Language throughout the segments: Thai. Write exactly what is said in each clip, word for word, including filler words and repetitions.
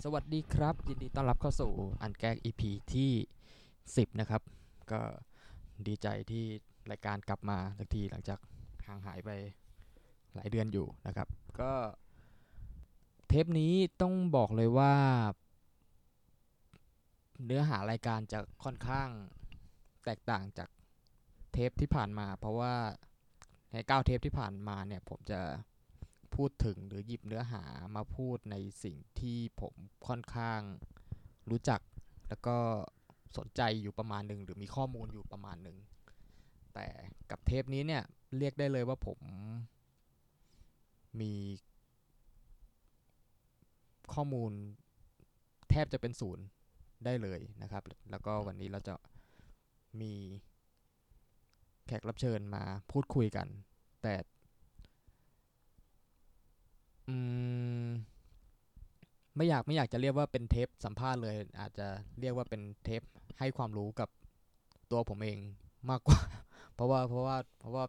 สวัสดีครับยินดีต้อนรับเข้าสู่อันแก๊ก อี พี ที่สิบนะครับก็ดีใจที่รายการกลับมาสักทีหลังจากห่างหายไปหลายเดือนอยู่นะครับก็เทปนี้ต้องบอกเลยว่าเนื้อหารายการจะค่อนข้างแตกต่างจากเทปที่ผ่านมาเพราะว่าในเก้าเทปที่ผ่านมาเนี่ยผมจะพูดถึงหรือหยิบเนื้อหามาพูดในสิ่งที่ผมค่อนข้างรู้จักแล้วก็สนใจอยู่ประมาณหนึ่งหรือมีข้อมูลอยู่ประมาณหนึ่งแต่กับเทปนี้เนี่ยเรียกได้เลยว่าผมมีข้อมูลแทบจะเป็นศูนย์ได้เลยนะครับแล้วก็วันนี้เราจะมีแขกรับเชิญมาพูดคุยกันแต่อืมไม่อยากไม่อยากจะเรียกว่าเป็นเทปสัมภาษณ์เลยอาจจะเรียกว่าเป็นเทปให้ความรู้กับตัวผมเองมากกว่าเพราะว่าเพราะว่าเพราะว่า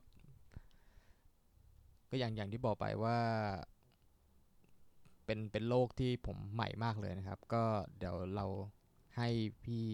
ก็อย่างอย่างที่บอกไปว่าเป็นเป็นโลกที่ผมใหม่มากเลยนะครับก็เดี๋ยวเราให้พี่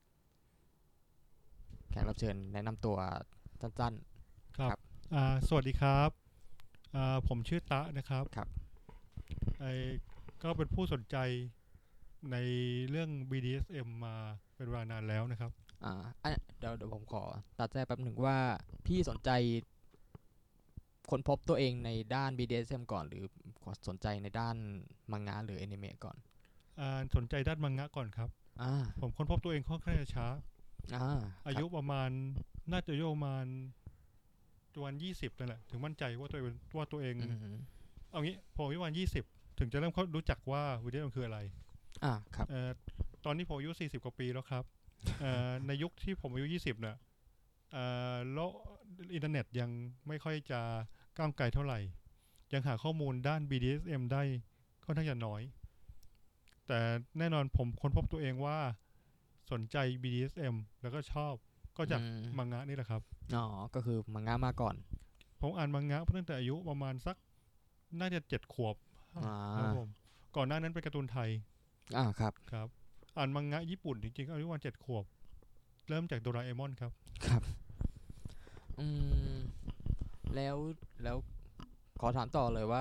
แขกรับเชิญแนะนำตัวสั้นครับๆครับอ่าสวัสดีครับอ่าผมชื่อตะนะครับครับไอ้ก็เป็นผู้สนใจในเรื่อง บี ดี เอส เอ็ม มาเป็นเวลานานแล้วนะครับอ่าอันเดี๋ยวเดี๋ยวผมขอตัดแทรกแป๊บหนึ่งว่าพี่สนใจค้นพบตัวเองในด้าน บี ดี เอส เอ็ม ก่อนหรือสนใจในด้านมังงะหรือแอนิเมะก่อนอ่าสนใจด้านมังงะก่อนครับอ่าผมค้นพบตัวเองค่อนข้างจะช้าอ่าคอารับยุประมาณน่าจะอายุประมาณประมาณยี่สิบนั่นแหละถึงมั่นใจว่าตัวเองว่าตัวเองอืมเอางี้พออายุประมาณยี่สิบถึงจะเริ่มเข้ารู้จักว่า บี ดี เอส เอ็ม คืออะไรอ่าครับเอ่อตอนนี้ผมอายุสี่สิบกว่าปีแล้วครับเอ่อในยุคที่ผมอายุยี่สิบเนี่ยเอ่อโลกอินเทอร์เน็ตยังไม่ค่อยจะก้าวไกลเท่าไหร่ยังหาข้อมูลด้าน บี ดี เอส เอ็ม ได้ค่อนข้างจะน้อยแต่แน่นอนผมค้นพบตัวเองว่าสนใจ บี ดี เอส เอ็ม แล้วก็ชอบก็อืจากมมังงะนี่แหละครับอ๋อก็คือมังงะมาก่อนผมอ่านมังงะตั้งแต่อายุประมาณสักน่าจะเจ็ดขวบอ่ครับผามก่อนหน้านั้นเป็นการ์ตูนไทยอ่าครับครับอ่านมังงะญี่ปุ่นจริงๆอายุประมาณเจ็ดขวบเริ่มจากโดราเอมอนครับครับอืมแล้วแล้วขอถามต่อเลยว่า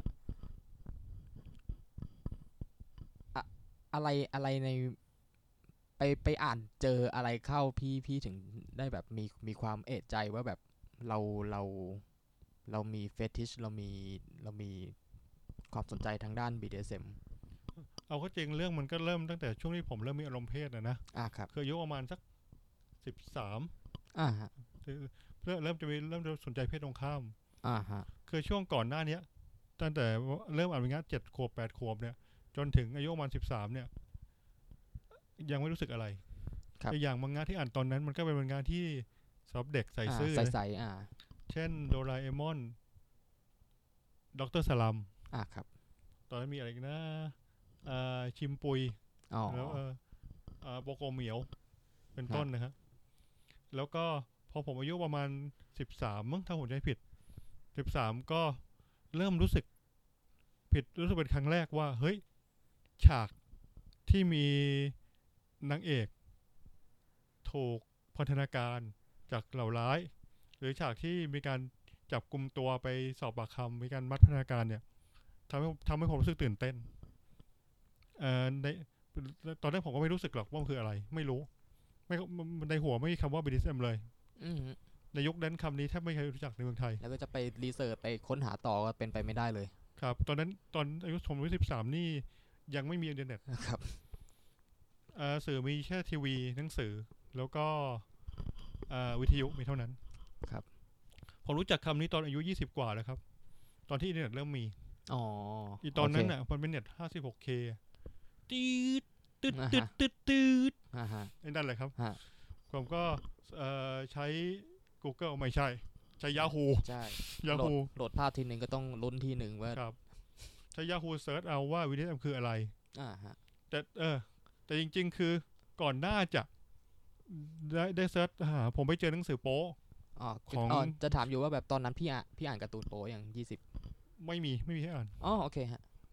อะอะไรอะไรในไปไปอ่านเจออะไรเข้าพี่พี่ถึงได้แบบมีมีความเอะใจว่าแบบเราเราเรามีเฟติชเรามีเรามีความสนใจทางด้าน บี ดี เอส เอ็ม อสเอ็มเอาก็จริงเรื่องมันก็เริ่มตั้งแต่ช่วงที่ผมเริ่มมีอารมณ์เพศนะนะอ่าครับคืออายุประมาณสักสิบสามอ่าฮะเริ่มเริ่มจะมีเริ่มจะสนใจเพศตรงข้ามอ่าฮะคือช่วงก่อนหน้านี้ตั้งแต่เริ่มอ่านมังงะเจ็ดขวบแปดขวบเนี่ยจนถึงอายุประมาณสิบสามเนี่ยยังไม่รู้สึกอะไรครับอย่างมังงะที่อ่านตอนนั้นมันก็เป็นมังงะที่สำหรับเด็กใส่อ่าซื่อนะใสๆอ่าเช่นโดราเอมอนด็อกเตอร์สลัมอ่าครับตอนนั้นมีอะไรกันนะชิมปุยอ๋อแล้วเออโปโกเหมียวเป็นฮะต้นนะครับแล้วก็พอผมอายุประมาณสิบสามมั้งถ้าผมจำไม่ผิดสิบสามก็เริ่มรู้สึกผิดรู้สึกเป็นครั้งแรกว่าเฮ้ยฉากที่มีนางเอกถูกพันธนาการจากเหล่าร้ายหรือฉากที่มีการจับกลุ่มตัวไปสอบปากคำมีการมัดพันธนาการเนี่ยทำให้ทำให้ผมรู้สึกตื่นเต้นเอ่อในตอนแรกผมก็ไม่รู้สึกหรอกว่ามันคืออะไรไม่รู้ไม่ในหัวไม่มีคำว่า บี ดี เอส เอ็ม เลยอืมในยุคนั้นคำนี้แทบไม่เคยรู้จักในเมืองไทยแล้วก็จะไปรีเสิร์ชไปค้นหาต่อก็เป็นไปไม่ได้เลยครับตอนนั้นตอนอายุผมอายุสิบสามนี่ยังไม่มีอินเทอร์เน็ตครับเอ่อสื่อมีแค่ทีวีหนังสือแล้วก็เอ่อวิทยุมีเท่านั้นครับผมรู้จักคำนี้ตอนอายุยี่สิบกว่าแล้วครับตอนที่อินเทอร์เน็ตเริ่มมีอ๋ออีตโอเคอนนั้นน่ะมันเป็นเน็ต ห้าสิบหกเค ตืดตืดอ่าฮะตืดตืดตืดอ่าฮะไอ้นั่นแหละครับฮะผมก็เอ่อใช้ Google ไม่ใช่ใช้ Yahoo ใช่ โหลด Yahoo โหลดภาพทีหนึ่งก็ต้องลุ้นทีหนึ่งว่าครับใช้ Yahoo เซิร์ชเอาว่า วี ดี เอส เอ็ม คืออะไรอ่าฮะแต่เออแต่จริงๆคือก่อนหน้าจะได้ได้เซิร์ชหาผมไปเจอหนังสือโป๊อ๋อของอ๋อจะถามอยู่ว่าแบบตอนนั้นพี่อ่ะพี่อ่านการ์ตูนโป๊ยังยี่สิบไม่มีไม่มีให้อ่านอ๋อโอเคฮะ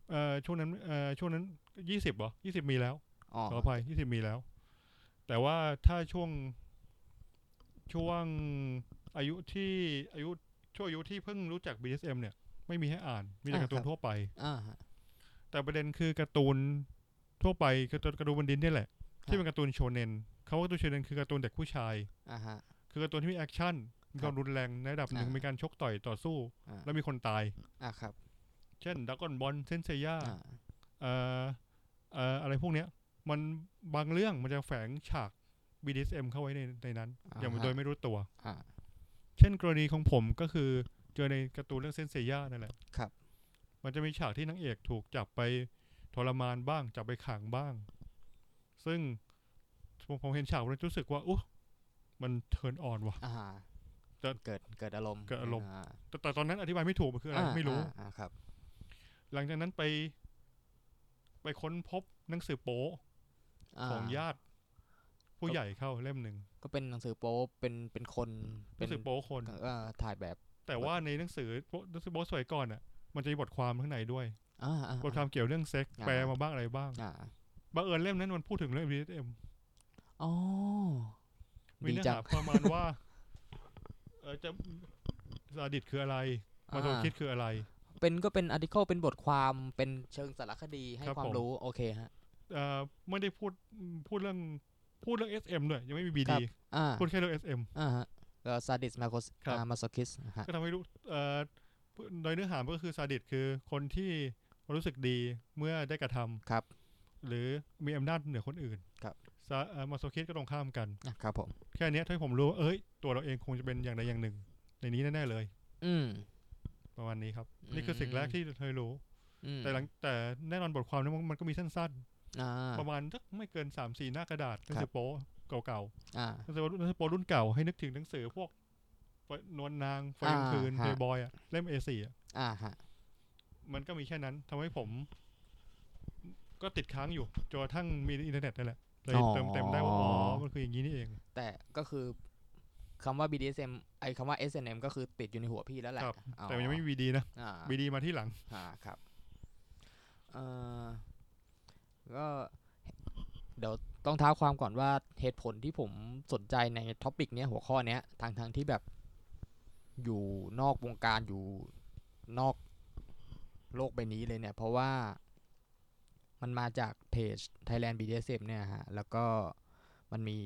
เอ่อช่วงนั้นเอ่อช่วงนั้นยี่สิบเหรอยี่สิบมีแล้วอ๋อขออภัยยี่สิบมีแล้วแต่ว่าถ้าช่วงช่วงอายุที่อายุช่วงอายุที่เพิ่งรู้จัก บี เอส เอ็ม เนี่ยไม่มีให้อ่านมีแต่การ์ตูอ่าครันบทั่วไปอ่าฮะแต่ประเด็นคือการ์ตูนทั่วไปการ์ตูนการ์ตูนบนดินเนี่ยแหละที่ฮะเป็นการ์ตูนโชเนนเขาว่าการ์ตูนโชเนนคือการ์ตูนเด็กผู้ชายอ่าฮะคือการ์ตูนที่มีแอคชั่นมีครับความรุนแรงในระดับหนึ่งอ่ามีการชกต่อยต่อสู้อ่าแล้วมีคนตายอ่าครับเช่นดักกอนบอลเซนเซียอ่าเอ่อเอ่ออะไรพวกเนี้ยมันบางเรื่องมันจะแฝงฉาก บี ดี เอส เอ็ม เข้าไว้ในในนั้นอ่าอย่างฮะโดยไม่รู้ตัวอ่าเช่นกรณีของผมก็คือเจอในการ์ตูนเรื่องเซนเซียนั่นแหละครับมันจะมีฉากที่นางเอกถูกจับไปทรมานบ้างจับไปขังบ้างซึ่งผมผมเห็นฉากนั้นรู้สึกว่าอุ๊มันเทิร์นออนว่ะอ่าแต่เกิดเกิดอารมณ์เกิดอารมณ์อ่าแต่แต่ตอนนั้นอธิบายไม่ถูกมันคืออะไรอ่าไม่รู้อ่าอ่าครับหลังจากนั้นไปไปค้นพบหนังสือโป๊อ่าของญาติผู้ก็ใหญ่เข้าเล่มหนึ่งก็เป็นหนังสือโป๊เป็นเป็นคนหนัเป็นงสือโป๊คนเอ่อถ่ายแบบแต่ว่าในหนังสือโป๊หนังสือโป๊สมัยก่อนอ่ะมันจะมีบทความข้างในด้วยอ่าอ่าบทความเกี่ยวเรื่องเซ็กอ่าแปลมาบ้างอะไรบ้างอ่าบังเอิญเล่มนั้นมันพูดถึงเรื่อง บี ดี เอส เอ็มอ๋อมีดีจังเนื้อหาประมาณว่าเออจะซาดิสคืออะไรมาโทคิดอ่าคืออะไรเป็นก็เป็นอาร์ติเคิลเป็นบทความเป็นเชิงสารคดีให้ครับผมความรู้โอเคฮะเอ่อไม่ได้พูดพูดเรื่องพูดเรื่อง เอส เอ็ม ด้วยยังไม่มีครับี ดีบอ่าพูดแค่เรื่อง เอส เอ็มอ่าฮะก็ซาดิสมาโคสครับอ่ามาโซคิสฮะก็ทำให้รู้เอ่อโดยเนื้อหาก็คือซาดิสคือคนที่รู้สึกดีเมื่อได้กระทำครับหรือมีอำนาจเหนือคนอื่นครับซาเอ่อมาโซคิสก็ตรงข้ามกันอ่ะครับผมแค่เนี้ยถ้าผมรู้ว่าเอ้ยตัวเราเองคงจะเป็นอย่างใดอย่างหนึ่งในนี้แน่ๆเลยอืมประมาณนี้ครับอืนี่คือสิ่งแรกมที่เคยรู้อืมแต่หลังแต่แน่นอนบทความนั้นมันก็มีสั้นอ่าๆประมาณสักไม่เกินสามสี่หน้ากระดาษหนังครัสือโป๊เก่าๆอ่าหนังสือหนังสือโป๊รุ่นเก่าให้นึกถึงหนังสือพวกนวลนางไฟกลางคืนอ่าเพฮะย์บอยอะเล่ม เอ โฟร์ อะอ่าฮะมันก็มีแค่นั้นทำให้ผมก็ติดค้างอยู่จนกระทั่งมีอินเทอร์เน็ตนั่นแหละเลยเติมเต็มได้ว่าอ๋อมันคืออย่างนี้นี่เองแต่ก็คือคำว่า บี ดี เอส เอ็ม ไอคำว่า เอส เอ็น เอ็ม ก็คือติดอยู่ในหัวพี่แล้วแหละครับอ๋อแต่มันยังไม่มีวีดีนะอ่าวีดีมาที่หลังอ่าครับเอ่อก็เดี๋ยวต้องเท้าความก่อนว่าเหตุผลที่ผมสนใจในท็อปิกเนี้ยหัวข้อเนี้ยทางทางที่แบบอยู่นอกวงการอยู่นอกโลกใบนี้เลยเนี่ยเพราะว่ามันมาจากเพจ Thailand บี ดี เอส เอ็ม เนี่ยฮะแล้วก็มันมี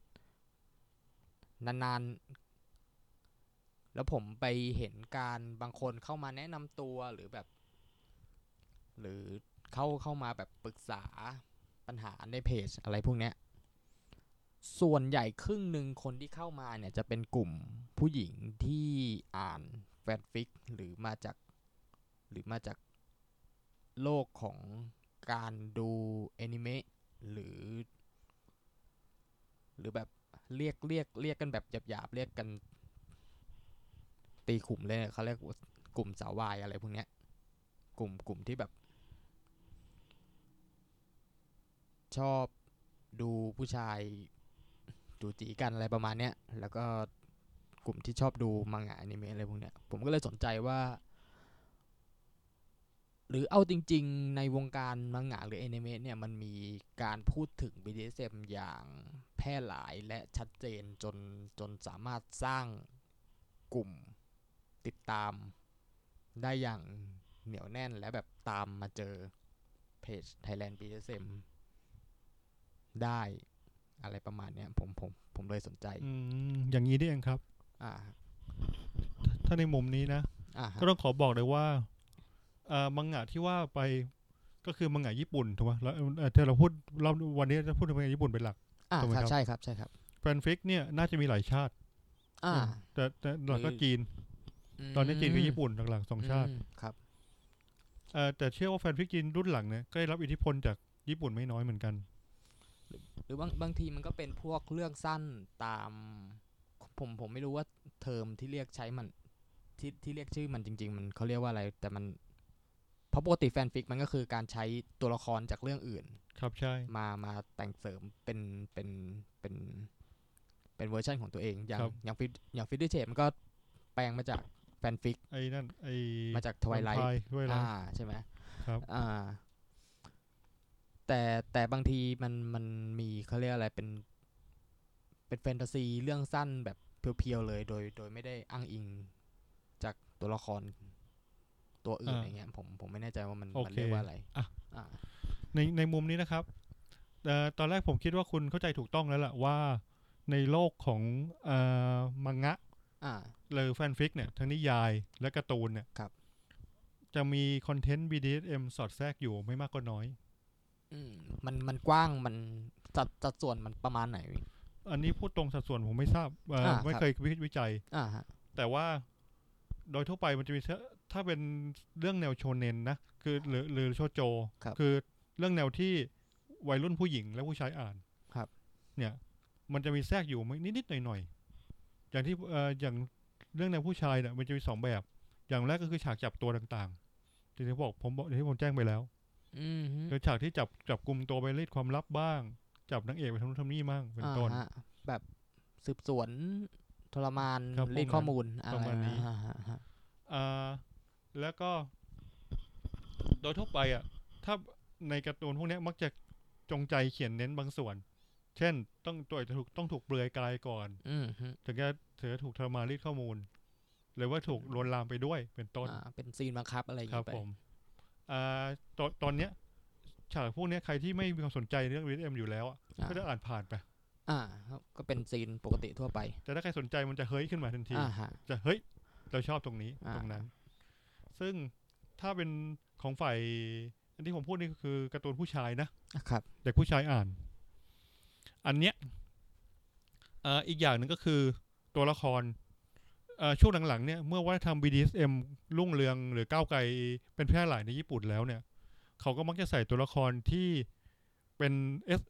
นานๆแล้วผมไปเห็นการบางคนเข้ามาแนะนำตัวหรือแบบหรือเข้าเข้ามาแบบปรึกษาปัญหาในเพจอะไรพวกเนี้ยส่วนใหญ่ครึ่งหนึ่งคนที่เข้ามาเนี่ยจะเป็นกลุ่มผู้หญิงที่อ่านแฟนฟิกหรือมาจากหรือมาจากโลกของการดูแอนิเมะหรือหรือแบบเรียกเรียกเรียกกันแบบหยาบๆเรียกกันตีขุมเลยเขาเรียกว่ากลุ่มสาววายอะไรพวกเนี้ยกลุ่มกลุ่มที่แบบชอบดูผู้ชายจูจีกันอะไรประมาณเนี้ยแล้วก็กลุ่มที่ชอบดูมังงะอนิเมะอะไรพวกเนี้ยผมก็เลยสนใจว่าหรือเอาจริงๆในวงการมังงะหรืออนิเมะเนี่ยมันมีการพูดถึง บี ดี เอส เอ็ม อย่างแพร่หลายและชัดเจนจนจนสามารถสร้างกลุ่มติดตามได้อย่างเหนียวแน่นและแบบตามมาเจอเพจ Thailand บี ดี เอส เอ็ม ได้อะไรประมาณเนี้ยผมผมผมเลยสนใจอืมอย่างนี้นี่เองครับอ่าถ้าในมุมนี้นะอ่าก็ต้องขอบอกเลยว่าเอ่อมังงะที่ว่าไปก็คือมังงะญี่ปุ่นถูกไหมแล้วเอ่อถ้าเราพูดเราวันนี้จะพูดถึงมังงะญี่ปุ่นเป็นหลักอ่าถูกไหมครับครับใช่ครับใช่ครับแฟนฟิกเนี่ยน่าจะมีหลายชาติอ่าแต่แต่หลักก็หรือจีนตอนนี้จีนกับญี่ปุ่นหลักๆสองชาติอืมครับเอ่อแต่เชื่อว่าแฟนฟิกจีนรุ่นหลังเนี่ยก็ได้รับอิทธิพลจากญี่ปุ่นไม่น้อยเหมือนกันหรือบางบางทีมันก็เป็นพวกเรื่องสั้นตามผมผมไม่รู้ว่าเทอมที่เรียกใช้มันที่ที่เรียกชื่อมันจริงๆมันเขาเรียกว่าอะไรแต่มันเพราะปกติแฟนฟิกมันก็คือการใช้ตัวละครจากเรื่องอื่นครับใช่มามาแต่งเสริมเป็นเป็นเป็นเป็นเวอร์ชันของตัวเองอย่างอย่างฟิอย่างฟิตเชมันก็แปลงมาจากแฟนฟิกไอ้นั่นไอ้มาจากทวายไลท์ด้วยอ่านะใช่ไหมครับอ่า แต่แต่บางทีมันมันมีเขาเรียกอะไรเป็นเป็นแฟนตาซีเรื่องสั้นแบบเพียวๆเลยโดยโดยไม่ได้อ้างอิงจากตัวละครตัวอื่นอ่าอย่างเงี้ยผมผมไม่แน่ใจว่ามันโอมันเคเรียกว่าอะไรอ่ะอ่าในในมุมนี้นะครับเอ่อตอนแรกผมคิดว่าคุณเข้าใจถูกต้องแล้วล่ะว่าในโลกของเอ่อมังงะอ่าหรือแฟนฟิกเนี่ยทั้งนิยายและการ์ตูนเนี่ยครับจะมีคอนเทนต์ บี ดี เอส เอ็ม สอดแทรกอยู่ไม่มากก็น้อยอืมมันมันกว้างมันสัดสัดส่วนมันประมาณไหนพี่อันนี้พูดตรงสัดส่วนผมไม่ทราบเอ่ออ่าไม่ครับเคยวิวิจัยอ่าฮะแต่ว่าโดยทั่วไปมันจะมีเท่าถ้าเป็นเรื่องแนวโชเน็นนะคือหรือหรือโชโจครับคือเรื่องแนวที่วัยรุ่นผู้หญิงและผู้ชายอ่านครับเนี่ยมันจะมีแทรกอยู่นิดๆหน่อยๆอย่างที่เอ่ออย่างเรื่องแนวผู้ชายเนี่ยมันจะมีสองแบบ อย่างแรกก็คือฉากจับตัวต่างๆที่ผมบอกผมบอกที่ผมแจ้งไปแล้วอืมฮึคือฉากที่จับจับกลุ่มตัวไปรีดความลับบ้าง จับนางเอกไปทำนู่นทำนี่บ้างเป็นอ่าต้นฮะแบบสืบสวนทรมานครับรีดประมาณข้อมูลอะประไรมาณนี้อ่าฮะฮะอ่าแล้วก็โดยทั่วไปอ่ะถ้าในการ์ตูนพวกเนี้ยมักจะจงใจเขียนเน้นบางส่วน เช่นต้องตัวจะถูกต้องถูกเปลือยกายก่อนอืมฮึถึงจะถึงจะถูกทรมานรีดข้อมูล หรือว่าถูกลวนลามไปด้วยเป็นต้นอ่าเป็นซีนบังคับอะไรอย่างครับงี้ไปผมอ่าตอนตอนเนี้ยฉากพวกเนี้ยใครที่ไม่มีความสนใจเรื่อง บี ดี เอส เอ็ม อยู่แล้วอ่ะอ่าก็จะอ่านผ่านไปอ่าครับก็เป็นซีนปกติทั่วไปแต่ถ้าใครสนใจมันจะเฮ้ยขึ้นมาทันทีอ่าฮะจะเฮ้ยเราชอบตรงนี้อ่าตรงนั้น ซึ่งถ้าเป็นของฝ่ายอันที่ผมพูดนี่คือการ์ตูนผู้ชายนะอ่ะครับเด็กผู้ชายอ่าน อันเนี้ยเอ่ออีกอย่างหนึ่งก็คือตัวละครเอ่อช่วงหลังๆเนี่ยเมื่อวัฒนธรรม บี ดี เอส เอ็ม รุ่งเรืองหรือก้าวไกลเป็นแพร่หลายในญี่ปุ่นแล้วเนี่ยเขาก็มักจะใส่ตัวละครที่เป็น S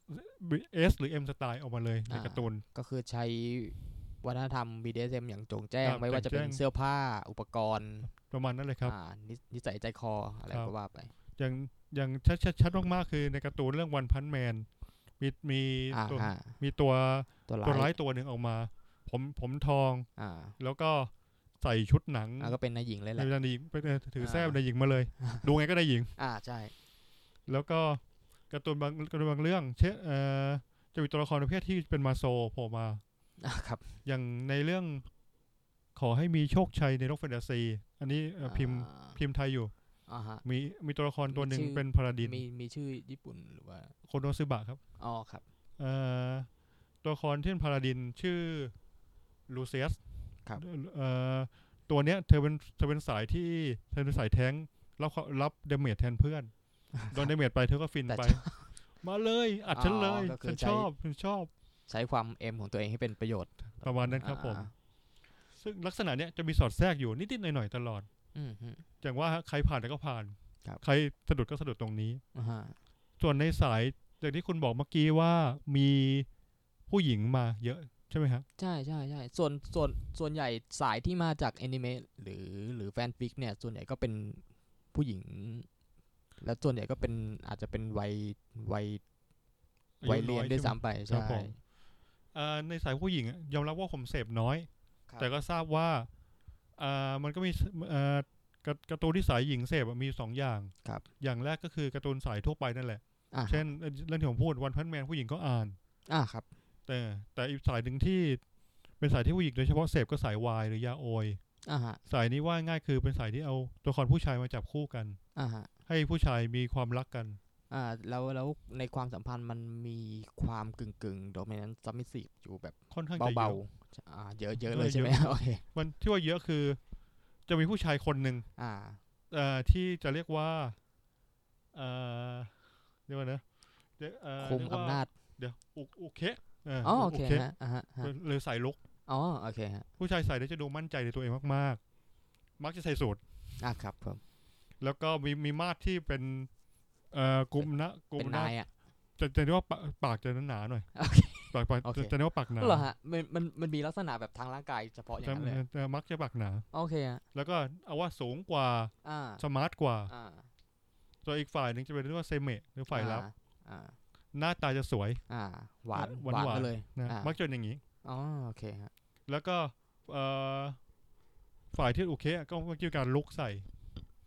S หรือ M สไตล์ออกมาเลยในอ่าการ์ตูนก็คือใช้วัฒนธรรม บี ดี เอส เอ็ม อย่างโจงแจ้งครับไม่ว่าจะเป็นแจ้งเสื้อผ้าอุปกรณ์ประมาณนั้นเลยครับอ่านินิสัยใจคออะไรครับก็ว่าไปอย่างอย่างชัดชัดชัดมากๆคือในการ์ตูนเรื่องวันพันแมนมีมีอ่าตัวฮะมีตัวตัวตัวร้าร้าย ยตัวหนึ่งออกมา ผมผมทองอ่าแล้วก็ใส่ชุดหนังอ่าก็เป็นนายหญิงเลยแหในละนายหญิงไปเอ่อถือแส้อ่าในายหญิงมาเลย ดูไงก็ได้หญิงอ่าใช่แล้วก็การ์ตูนบางการ์ตูนบางเรื่อง เช่นเอ่อจะมีตัวละครประเภทที่เป็นมาโซโผล่มาอ่าครับอย่างในเรื่องขอให้มีโชคชัยในโลกแฟนตาซี อันนี้เอ่อพิมพ์อ่าพิมพ์ไทยอยู่อ่าฮะมีมีตัวละครตัวหนึ่งมีชื่อเป็นพาราดินมีมีชื่อญี่ปุ่นหรือว่าโคโนซึบะครับอ๋อครับเอ่อตัวละครที่เป็นพาราดินชื่อลูเซียสครับเอ่อตัวเนี้ยเธอเป็นเธอเป็นสายที่เธอเป็นสายแท้งรับรับเดเมจแทนเพื่อน โดนเดเมจไปเธอก็ฟินแต่ไปชอบมาเลยอัดฉันเลยอ๋อก็คือฉันใช้ชอบฉันชอบใช้ความเอ็มของตัวเองให้เป็นประโยชน์ประมาณนั้นครับผมอ่าซึ่งลักษณะเนี้ยจะมีสอดแทรกอยู่นิดๆหน่อยๆตลอดอืมฮึอย่างว่าใครผ่านแล้วก็ผ่านครับใครสะดุดก็สะดุดตรงนี้อ่าฮะส่วนในสายอย่างที่คุณบอกเมื่อกี้ว่ามีผู้หญิงมาเยอะใช่ไหมครับใช่ใช่ใช่ส่วนส่วนส่วนใหญ่สายที่มาจากแอนิเมะหรือหรือแฟนฟิกเนี่ยส่วนใหญ่ก็เป็นผู้หญิง แล้วส่วนใหญ่ก็เป็นอาจจะเป็นวัยวัยอายุวัยเรียนน้อยด้วยใช่ไหมซ้ำไปครับใช่ผม เอ่อในสายผู้หญิงอะยอมรับว่าผมเสพน้อยครับแต่ก็ทราบว่าอ่ามันก็มีเอ่อการ์การ์ตูนที่สายหญิงเสพอะมีสองอย่างครับอย่างแรกก็คือการ์ตูนสายทั่วไปนั่นแหละอ่าเช่นเอ่อเรื่องที่ผมพูดวันพันแมนผู้หญิงก็อ่านอ่าครับแต่แต่อีกสายหนึ่งที่เป็นสายที่ผู้หญิงโดยเฉพาะเสพก็สายวายหรือยาโอยอ่าฮะสายนี้ว่าง่ายคือเป็นสายที่เอาตัวละครผู้ชายมาจับคู่กันอ่าฮะให้ผู้ชายมีความรักกันอ่าแล้วแล้วในความสัมพันธ์มันมีความกึ่งกึ่งโดมิเนนต์ซัมมิสซีฟอยู่แบบค่อนข้างจะเยเบาอะๆอ่าเยอะเยอะเออเลยใช่ไหมเยอะโอเคมันที่ว่าเยอะคือ จะมีผู้ชายคนหนึ่งอ่าเอ่อที่จะเรียกว่าเอ่อเรียกว่านะเรียกเอ่อคุมเรียกว่าอำนาจเดี๋ยวอุอุเคเอออ๋ออุโอเคเคฮะอ่าฮะฮะหรือสายลุกอ๋อโอเคฮะผู้ชายใส่แล้วจะดูมั่นใจในตัวเองมากๆ มักจะใส่สูทอ่าครับผมแล้วก็มีมีมาดที่เป็นเอ่อกุมนะกุมเป็นหน้านายอ่ะจะจะเรียกว่าปากปากจะหนาๆหน่อยโอเคปากปากโอเคจะจะเรียกว่าปากหนาเหรอฮะมันมันมันมีลักษณะแบบทางร่างกายเฉพาะอย่างจะนั้นเลยจะมักจะปากหนาโอเคฮะแล้วก็เอาว่าสูงกว่าอ่าสมาร์ทกว่าอ่าตัวอีกฝ่ายหนึ่งจะเป็นเรียกว่าเซเมะหรือฝ่ายลับอ่าหน้าตาจะสวยอ่าหวานหวานหวานหวานไปเลยนะอ่ามักจะเป็นอย่างนี้อ๋อโอเคฮะแล้วก็เอ่อฝ่ายที่โอเคอะก็เมื่อกี้การลุกใส่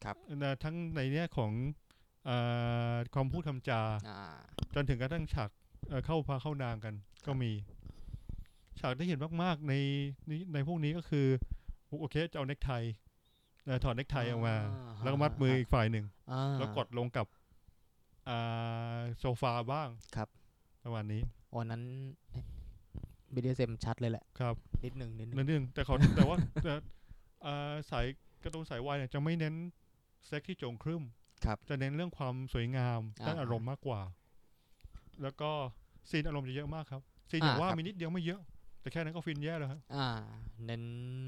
ครับนะทั้งในแง่ของอ่าความพูดคำจาอ่าจนถึงกระทั่งฉากเอ่อเข้าพาเข้านางกันคก็รับมี ฉากที่เห็นมากๆในในในพวกนี้ก็คือโอเคจะเอาเน็กไทเอ่อถอดเน็กไทออกมาอ่าแล้วก็มัดมืออีกฝ่ายหนึ่งอ่าแล้วกดลงกับอ่าโซฟาบ้างครับประมาณนี้วันนั้น บี ดี เอส เอ็ม ชัดเลยแหละครับนิดหนึ่งนิดหนึ่งนิดนึงแต่เขาแต่ว่าแต่อ่าสายการ์ตูนสายวายเนี่ยจะไม่เน้นเซ็กที่โจงครึ่มครับจะเน้นเรื่องความสวยงามอ่าด้านอารมณ์มากกว่า แล้วก็ซีนอารมณ์จะเยอะมากครับซีนอย่างอ่าว่าครับมีนิดเดียวไม่เยอะ แต่แค่นั้นก็ฟินแย่แล้วครับอ่า เน้น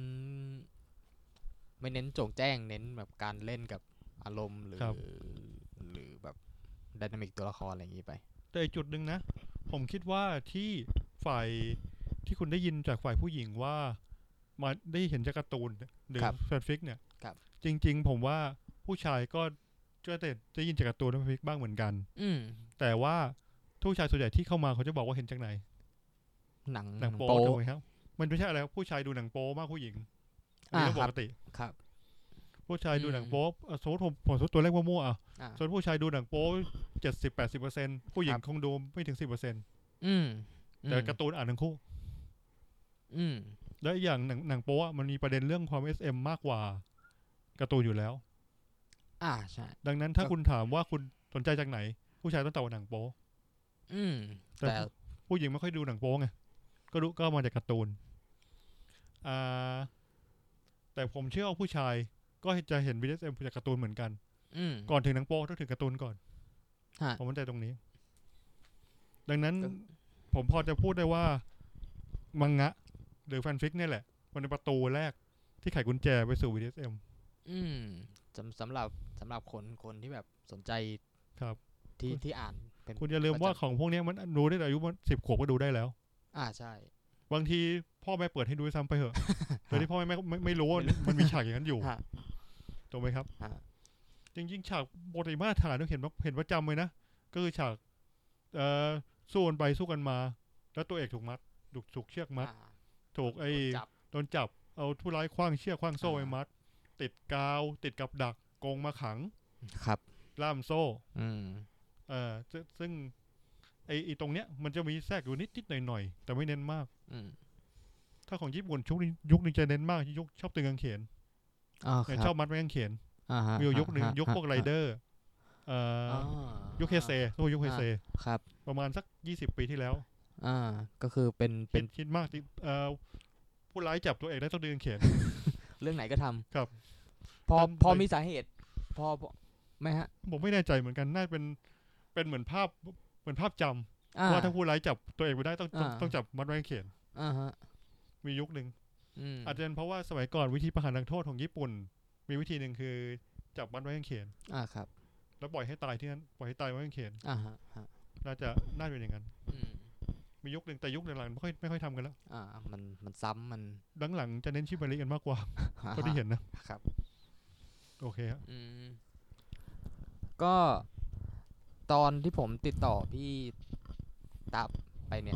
ไม่เน้นโจ่งแจ้ง เน้นแบบการเล่นกับอารมณ์ หรือครับหรือแบบไดนามิกตัวละครอะไรอย่างงี้ไปแต่อีกจุดหนึ่งนะ ผมคิดว่าที่ฝ่ายที่คุณได้ยินจากฝ่ายผู้หญิงว่ามาได้เห็นจากการ์ตูนหรือครับแฟนฟิกเนี่ยครับจริง ๆ ผมว่าผู้ชายก็ก็ได้ได้ยินจากการ์ตูนและแฟนฟิกบ้างเหมือนกันอืมแต่ว่าผู้ชายส่วนใหญ่ที่เข้ามาเขาจะบอกว่าเห็นจากไหนหนังหนังโป๊โป๊ถูกไหมครับ มันไม่ใช่อะไรครับผู้ชายดูหนังโป๊มากผู้หญิงอันอ่านี้เรื่องคปรับกติครับผู้ชายดูอืมหนังโป๊อ่ะสมมติผมผมสมมติตัวเลขมั่วๆอ่ะอ่าส่วนผู้ชายดูหนังโป๊เจ็ดสิบแปดสิบเปอร์เซ็นต์ผู้หญิคงรับคงดูไม่ถึงสิบเปอร์เซ็นต์อืมแต่การ์ตูนอ่านทั้งคู่อืมและอีกอย่างหนังหนังโป๊อะมันมีประเด็นเรื่องความ เอส เอ็ม มากกว่าการ์ตูนอยู่แล้วอ่า ใช่ดังนั้นถ้าก็คุณถามว่าคุณสนใจจากไหน ผู้ชายต้องตอบว่าหนังโป๊อืมแต่แต่ผู้หญิงไม่ค่อยดูหนังโป๊ไงก็ดูก็มาจากการ์ตูนอ่าแต่ผมเชื่อว่าผู้ชายก็จะเห็น บี ดี เอส เอ็ม จากการ์ตูนเหมือนกันอืมก่อนถึงหนังโป๊ต้องถึงการ์ตูนก่อนฮะผมมั่นใจตรงนี้ ดังนั้นก็ผมพอจะพูดได้ว่ามังงะ หรือแฟนฟิกเนี่ยแหละมันเป็นประตูแรกที่ไขกุญแจไปสู่ บี ดี เอส เอ็มอืมสำสำหรับสำหรับคนคนที่แบบสนใจครับที่ที่อ่านเป็นคุณอย่าลืมประจำว่าของพวกเนี้ยมันดูได้แต่อายุมันสิบขวบก็ดูได้แล้วอ่า ใช่บางทีพ่อแม่เปิดให้ดูซ้ำไปเหอะโดยที่พ่อแม่ไม่ไม่ไม่รู้ว่าไม่รู้มันมีฉากอย่างนั้นอยู่ฮะถูกไหมครับฮะจริงๆฉากปกติมาตรฐานเราเห็นว่าเห็นประจำเลยนะ ก็คือฉากเอ่อสู้กันไปสู้กันมา แล้วตัวเอกถูกมัดถูกถูกเชือกมัดอ่าถูกไอ้โดนจับโดนจับเอาผู้ร้ายคว้างเชือกคว้างโซ่อ่าไว้มัด ติดกาว ติดกับดักกรงมาขังครับล่ามโซ่อืมเอ่อซึ่งซึ่งไอ้ไอ้ตรงเนี้ยมันจะมีแทรกอยู่นิดนิดหน่อยหน่อยๆแต่ไม่เน้นมากอืมถ้าของญี่ปุ่นชุกนี้ยุคนึงจะเน้นมากยุคชอบตึงกางเขนอ่าเนี่ยคชรัอบบ มัดไว้กางเขนอ่าฮะมีอยู่ยุคหนึ่งฮะยุคพวกฮะไรเดอร์เอ่ออ่ายุคเฮเซพวกยุคเฮเซครับประมาณสักยี่สิบปีที่แล้วอ่า ก็คือเป็นเป็เป็น นคิดมากที่เอ่อผู้ร้ายจับตัวเอกได้ต้องดึงกางเขนเรื่องไหนก็ทำครับพอทำพอเลยมีสาเหตุ พอพอไหมฮะผมไม่แน่ใจเหมือนกันน่าจะเป็นเป็นเหมือนภาพเหมือนภาพจำอ่าว่าถ้าผู้ร้ายจับตัวเอกไม่ได้ต้องต้องอ่าต้องจับมัดไว้กางเขนอ่าฮะมียุคหนึ่งอืมอาจจะเป็นเพราะว่าสมัยก่อนวิธีประหารนักโทษของญี่ปุ่น มีวิธีหนึ่งคือจับมัดไว้กางเขนอ่า ครับแล้วปล่อยให้ตายที่นั้นปล่อยให้ตายไว้กางเขนอ่าฮะฮะน่าจะน่าจะเป็นอย่างนั้นอืมมียุคหนึ่งแต่ยุคหลังๆไม่ค่อยไม่ค่อยทำกันแล้วอ่า มัน มันซ้ำมันหลังๆจะเน้นชิบาริกันมากกว่าเท่าที่เห็นนะครับ โอเคครับอืม ก็ตอนที่ผมติดต่อพี่ตับไปเนี่ย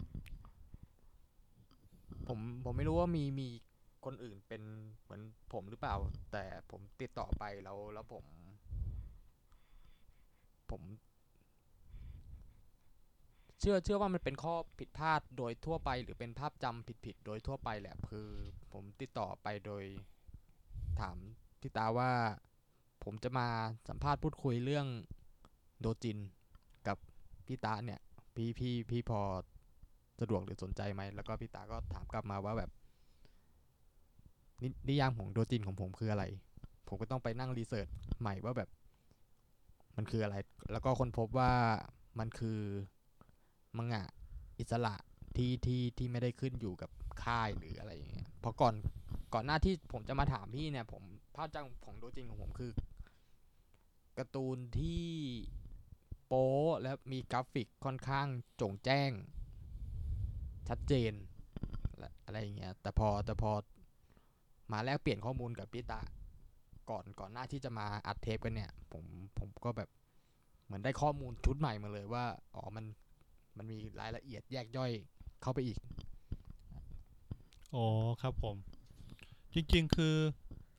ผมผมไม่รู้ว่ามีมีคนอื่นเป็นเหมือนผมหรือเปล่า แต่ผมติดต่อไปแล้วแล้วผม ผม เชื่อเชื่อว่ามันเป็นข้อผิดพลาดโดยทั่วไป หรือเป็นภาพจำผิดๆโดยทั่วไปแหละ คือผมติดต่อไปโดยถามพี่ตาว่า ผมจะมาสัมภาษณ์พูดคุยเรื่องโดจินกับพี่ตาเนี่ย พี่พี่พี่พอสะดวกหรือสนใจไหม แล้วก็พี่ตาก็ถามกลับมาว่าแบบนินิยามของโดจินของผมคืออะไร ผมก็ต้องไปนั่งรีเสิร์ชใหม่ว่าแบบมันคืออะไร แล้วก็ค้นพบว่ามันคือมังงะอิสระที่ที่ที่ไม่ได้ขึ้นอยู่กับค่ายหรืออะไรอย่างเงี้ย เพราะก่อนก่อนหน้าที่ผมจะมาถามพี่เนี่ย ผมภาพจำของโดจินของผมคือการ์ตูนที่โป๊และมีกราฟิกค่อนข้างโจ่งแจ้ง ชัดเจนและอะไรอย่างเงี้ย แต่พอแต่พอมาแลกเปลี่ยนข้อมูลกับพี่ตาก่อนก่อนหน้าที่จะมาอัดเทปกันเนี่ย ผมผมก็แบบเหมือนได้ข้อมูลชุดใหม่มาเลยว่าอ๋อมันมันมีรายละเอียดแยกย่อยเข้าไปอีกอ๋อครับผม จริงๆคือ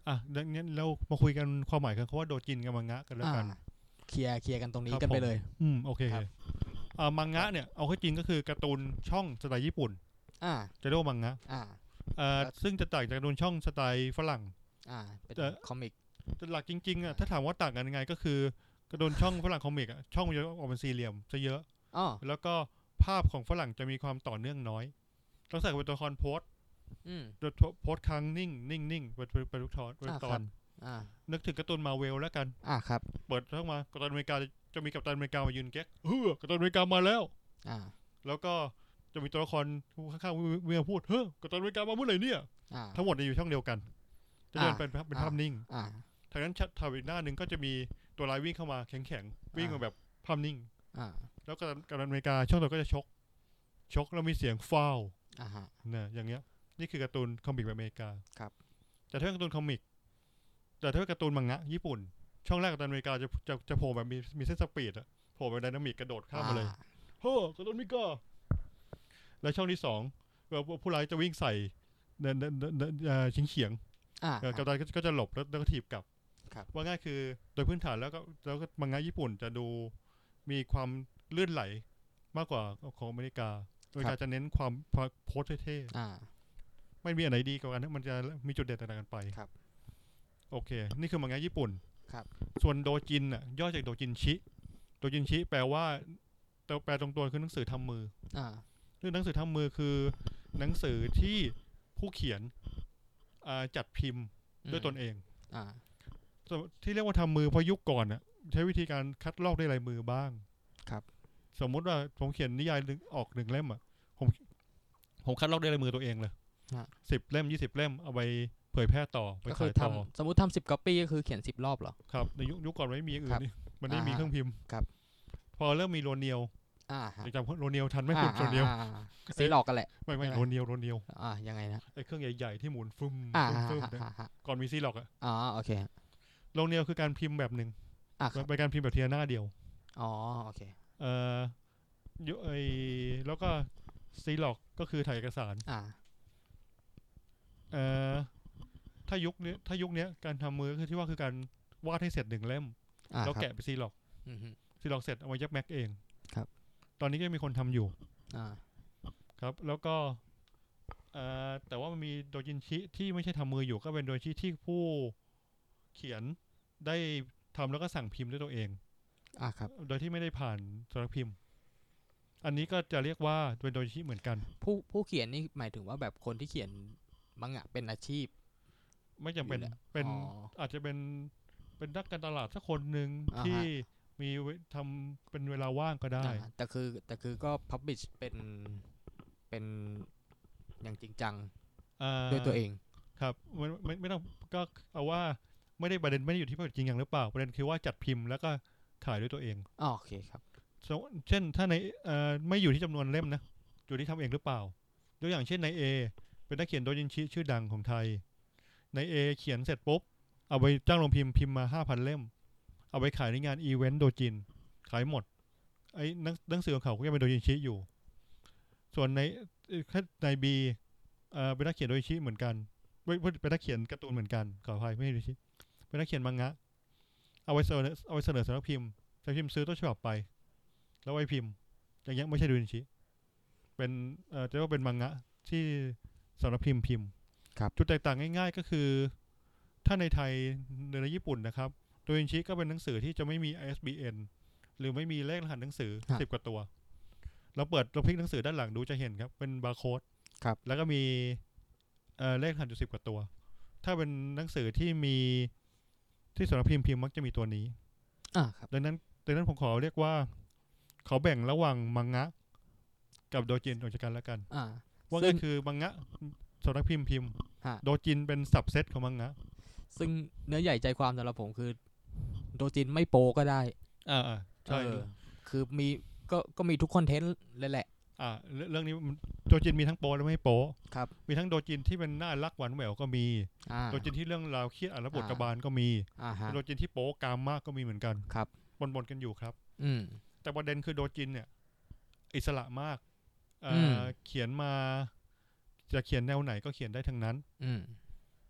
อ่ะดังนั้นเรามาคุยกันความหมายกันคำว่าโดจินกับมังงะกันแล้วกันอ่าเคลียร์เคลียร์กันตรงนี้ครับกันไปผมเลยอืมโอเคครับอ่ามังงะเนี่ยเอาเข้าจริงก็คือการ์ตูนช่องสไตล์ญี่ปุ่นอ่าจะเรียกว่ามังงะอ่าอ่าแล้วซึ่งจะต่างจากการ์ตูนช่องสไตล์ฝรั่งอ่าเป็นแต่คอมิกแต่หลักจริงๆอ่ะอ่าถ้าถามว่าต่างกันยังไงก็คือการ์ตูนช่องฝรั่งคอมิกอ่ะช่องมันจะออกเป็นสี่เหลี่ยมซะเยอะอ๋อแล้วก็ภาพของฝรั่งจะมีความต่อเนื่องน้อยต้องใส่เป็นตัวละครโพสต์อืมโดยโพสต์ครั้งนิ่งนิ่งนิ่งเป็นเป็นทุกตอนเป็นอ่าตคอรันบ อ่านึกถึงการ์ตูนมาเวลแล้วกันอ่าครับเปิดช่องมากัปตันอเมริกาจะมีกัปตันอเมริกามายืนแก๊กเฮ้อกัปตันอเมริกามาแล้วอ่าแล้วก็จะมีตัวละครข้างๆเวียพูดเฮ้อกัปตันอเมริกามาเมื่อไหร่เนี่ยอ่าทั้งหมดจะอยู่ช่องเดียวกัน จะเดินเป็นเป็นภาพนิ่งอ่าทางนั้นทางอีกหน้าหนึ่งก็จะมีตัวร้ายวิ่งเข้ามาแข็งๆวิ่งมาแบบภาพนิ่งอ่าแล้วกัปตันอเมริกาช่องตัวก็จะชกชกแล้วมีเสียงฟ้าวอ่าฮะเนี่ยอย่างเงี้ยนี่คือการ์ตูนคอมิกแบบอเมริกาครับแต่ถ้าเป็นการ์ตูนคอมิกแต่ถ้าเป็นการ์ตูนมังงะญี่ปุ่นช่องแรกกัปตันอเมริกาจะจะจะโผล่แบบมีมีเส้นสปีดอะโผล่แบบไดนามิกกระโดดข้ามมาเลย เฮ้อกัปตันอเมริกาแล้วช่องที่สองผู้ร้ายจะวิ่งใส่เดินเดินเดินเดินเอ่อชิงเฉียงอ่าเอ่อกัปตันก็ก็จะหลบแล้วแล้วก็ถีบกลับครับว่าง่ายคือโดยพื้นฐานแล้วก็แล้วก็มังงะญี่ปุ่นจะดูมีความลื่นไหลมากกว่าของอเมริกาอเมริกาจะเน้นความโพสเท่ๆอ่าไม่มีอันไหนดีกว่ากันมันจะมีจุดเด่นต่างกันไปครับโอเคนี่คือมังงะญี่ปุ่นครับส่วนโดจินอ่ะย่อจากโดจินชิโดจินชิแปลว่าแปลตรงตัวคือหนังสือทำมืออ่าคือหนังสือทำมือคือหนังสือที่ผู้เขียนจัดพิมพ์ด้วยตนเองอ่าที่เรียกว่าทำมือเพราะยุคก่อนอ่ะใช้วิธีการคัดลอกด้วยลายมือบ้างครับสมมุติว่าผมเขียนนิยายออกหนึ่งเล่มอ่ะผมผมคัดลอกด้วยลายมือตัวเองเลยสิบเล่มยี่สิบเล่มเอาไปเผยแพร่ต่อไปก็ขาคือยต่อทำสมมติทำสิบก๊อปปี้ก็คือเขียนสิบรอบเหรอครับในยุคยุคก่อนไม่มีอย่างอื่ครันบนี่มันไม่มีอ่าเครื่องพิมพ์ครับพอเริ่มมีโรเนียลอ่าฮะจำโรเนียลทันไหมคุณโรเนียลอ่าอ่าอ่าซีหลอกกันแหละไม่ไม่ใช่ไหมโรเนียลโรเนียลอ่ายังไงนะไอ้เครื่องใหญ่ๆที่หมุนฟึ่มอ่าฟึ่มฮะฟึ่มฮะฮะก่อนมีซีล็อกอะอ๋อโอเคโรเนียลคือการพิมพ์แบบหนึ่งอ่าครับเป็นการพิมพ์แบบทีละหน้าเดียวอ๋อโอเคเอ่อยุไอแล้วก็ซีล็อกก็คือถ่ายเอกสารอ่าเอ่อถ้ายุคนี้ถ้ายุคนี้การทำมือคือที่ว่าคือการวาดให้เสร็จหนึ่งเล่มอ่าแล้วครับแกะไปซีล็อกอือฮึซีล็อกเสร็จเอามาเย็บแม็กเองครับตอนนี้ก็มีคนทำอยู่อ่าครับแล้วก็เอ่อแต่ว่ามันมีโดจินชิที่ไม่ใช่ทำมืออยู่ก็เป็นโดจินชิที่ผู้เขียนได้ทำแล้วก็สั่งพิมพ์ด้วยตัวเองอ่าครับโดยที่ไม่ได้ผ่านสำนักพิมพ์ อันนี้ก็จะเรียกว่าเป็นโดจินชิเหมือนกันผู้ผู้เขียนนี่หมายถึงว่าแบบคนที่เขียนมังงะเป็นอาชีพไม่จำเป็นอยู่แล้วเป็นอ๋ออาจจะเป็นเป็นนักการตลาดสักคนหนึ่งอ่าฮะที่มีไว้ทำเป็นเวลาว่างก็ได้อ่าแต่คือแต่คือก็พับบิชเป็นเป็นอย่างจริงจังอ่าด้วยตัวเองครับไม่ไม่ไม่ต้องก็เอาว่าไม่ได้ประเด็นไม่ได้อยู่ที่ผลิตจริงอย่างหรือเปล่าประเด็นคือว่าจัดพิมพ์แล้วก็ขายด้วยตัวเองอ๋อโอเคครับเช่นถ้าในเอ่อไม่อยู่ที่จำนวนเล่มนะอยู่ที่ทำเองหรือเปล่ายกอย่างเช่นในเอเป็นนักเขียนโดจินชิชื่อดังของไทยในเอเขียนเสร็จปุ๊บเอาไปจ้างลงพิมพ์พิมพ์มาห้าพันเล่มเอาไปขายในงานอีเวนต์โดจินขายหมดไอ้หนังสือของเขาก็ยังเป็นโดจินชิอยู่ส่วนในในบีเอ่อเป็นนักเขียนโดจินชิเหมือนกันเป็นนักเขียนการ์ตูนเหมือนกันขออภัยไม่ใช่โดจินชิเป็นนักเขียนมังงะเอาไว้เสนอเอาไว้เสนอสำนักพิมพ์สำนักพิมพ์ซื้อต้นฉบับไปแล้วไว้พิมพ์อย่างเงี้ยไม่ใช่โดจินชิเป็นเอ่อจะเรียกว่าเป็นมังงะที่สำนักพิมพ์พิมพ์จุดแตกต่างง่ายๆก็คือถ้าในไทยในญี่ปุ่นนะครับโดจินชิก็เป็นหนังสือที่จะไม่มี ไอ เอส บี เอ็น หรือไม่มีเลขรหัสหนังสือสิบกว่าตัวเราเปิดเราพลิกหนังสือด้านหลังดูจะเห็นครับเป็นบาร์โค้ดแล้วก็มีเอ่อเลขรหัสอยู่สิบกว่าตัวถ้าเป็นหนังสือที่มีที่สำนักพิมพ์พิมพ์มักจะมีตัวนี้อ่าครับดังนั้นดังนั้นผมขอเรียกว่าเขาแบ่งระหว่างมังงะกับโดจินออกจากกันแล้วกันอ่าว่าซึ่ก็งคือมังงะสำนักพิมพ์พิมพ์ฮะโดจินเป็นสับเซตของมังงะซึ่งเนื้อใหญ่ใจความสำหรับผมคือโดจินไม่โปก็ได้อ่าอ่าใช่เออคือมีก็ก็มีทุกคอนเทนต์เลยแหละอ่าเรื่องเรื่องนี้โดจินมีทั้งโปและไม่โปครับมีทั้งโดจินที่เป็นน่ารักหวานแหววก็มีอ่าโดจินที่เรื่องราวเครียดอ่านแล้วปวดอ่ากระบาลก็มีอ่าฮะโดจินที่โป๊กามมากก็มีเหมือนกันครับบนๆกันอยู่ครับอืมแต่ประเด็นคือโดจินเนี่ยอิสระมากเอ่ออืมเขียนมาจะเขียนแนวไหนก็เขียนได้ทั้งนั้นอืม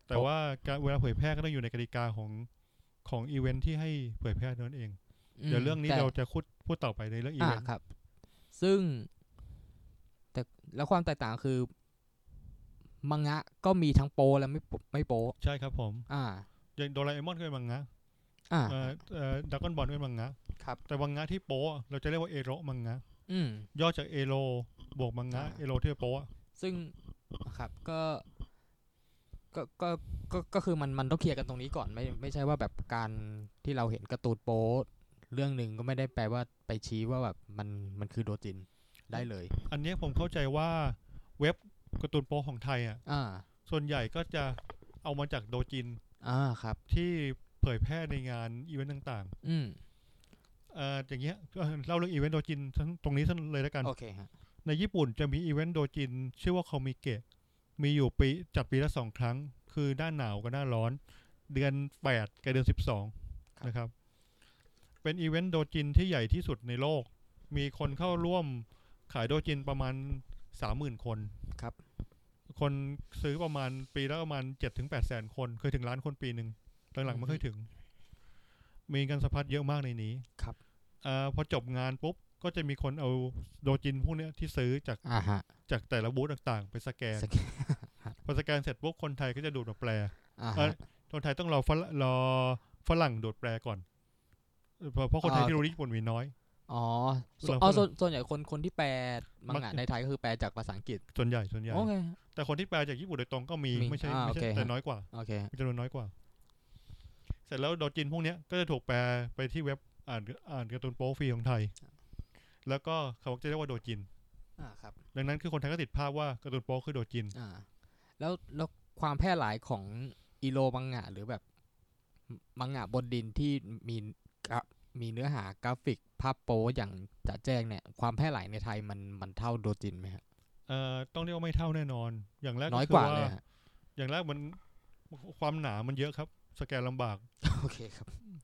แต่ว่าการเวลาเผยแพร่ก็ต้องอยู่ในกติกาของของอีเวนท์ที่ให้เผยแพร่นั่นเองอืมเดี๋ยวเรื่องนี้แต่เราจะพูดพูดต่อไปในเรื่องอีอ่าเวนท์ครับ ซึ่งแต่แล้วความแตกต่างคือมังงะก็มีทั้งโปและไม่โปไม่โปใช่ครับผมอ่าอย่างโดราเอมอนก็เป็นมังงะอ่าเอ่อเอ่อดราก้อนบอลก็เป็นมังงะครับแต่มังงะที่โป๊ะเราจะเรียกว่าเอโรมังงะอืมย่อจากเอโรบวกมังงะอ่าเอโรที่โป๊ะซึ่งครับก็ก็ก็ก็ก็คือมันมันต้องเคลียร์กันตรงนี้ก่อนไม่ไม่ใช่ว่าแบบการที่เราเห็นการ์ตูนโป๊เรื่องหนึ่งก็ไม่ได้แปลว่าไปชี้ว่าแบบมันมันคือโดจินได้เลยอันเนี้ยผมเข้าใจว่าเว็บการ์ตูนโป๊ของไทยอ่ะอ่าส่วนใหญ่ก็จะเอามาจากโดจินอ่าครับที่เผยแพร่ในงานอีเวนต์ต่างอืมๆเอ่ออย่างเงี้ยก็เล่าเรื่องอีเวนต์โดจินทั้งตรงนี้ทั้งเลยแล้วกันโอเคฮะในญี่ปุ่นจะมีอีเวนต์โดจินชื่อว่าคอมิเกะมีอยู่ปีจัดปีละสองครั้ง คือหน้าหนาวกับหน้าร้อน เดือนแปดกับเดือนสิบสองนะครับ เป็นอีเวนต์โดจินที่ใหญ่ที่สุดในโลก มีคนเข้าร่วมขายโดจินประมาณสามหมื่นคนครับคนซื้อประมาณปีละประมาณเจ็ดถึงแปดแสนคน เคยถึงล้านคนปีหนึ่งหลังๆไม่เคยถึง มีกันสะพัดเยอะมากในนี้ครับอ่าพอจบงานปุ๊บก็จะมีคนเอาโดจินพวกเนี้ยที่ซื้อจากอ่าฮะจากแต่ละบูธต่างๆ ไปสแกนสแกนพอสแกนเสร็จปุ๊บคนไทยก็จะดูดมาแปลอ่าเอ่ฮะอคนไทยต้องรอฝรั่งรอฝรั่งดูดแปลก่อนเพราะเพราะคนไทยอ่าที่รู้ญี่ปุ่นมีน้อยอ๋อส่วนเราอ๋อก็ส่วนส่วนใหญ่คนคนที่แปลมังมักงะในไทยก็คือแปลจากภาษาอังกฤษส่วนใหญ่ส่วนใหญ่โอเคแต่คนที่แปลจากญี่ปุ่นโดยตรงก็มีมีไม่ใช่อ่าไม่ใช่โอเคแต่ฮะน้อยกว่าโอเคมีจำนวนน้อยกว่า เสร็จแล้วโดจินพวกเนี้ยก็จะถูกแปลไปที่เว็บอ่านอ่านการ์ตูนโป๊ฟรีของไทย แล้วก็เขาจะเรียกว่าโดจินอ่าครับดังนั้นคือคนไทยก็ติดภาพว่าการ์ตูนโป๊คือโดจินอ่า แล้วแล้วความแพร่หลายของอีโรมังงะหรือแบบมังงะบนดินที่มีกรามีเนื้อหากราฟิกภาพโป๊อย่างจะแจ้งเนี่ยความแพร่หลายในไทยมันมันเท่าโดจินไหมฮะเอ่อต้องเรียกว่าไม่เท่าแน่นอน อย่างแรกน้อยคืกว่าว่าเลยฮะอย่างแรกมันความหนามันเยอะครับ สแกนลำบากโอเคครับ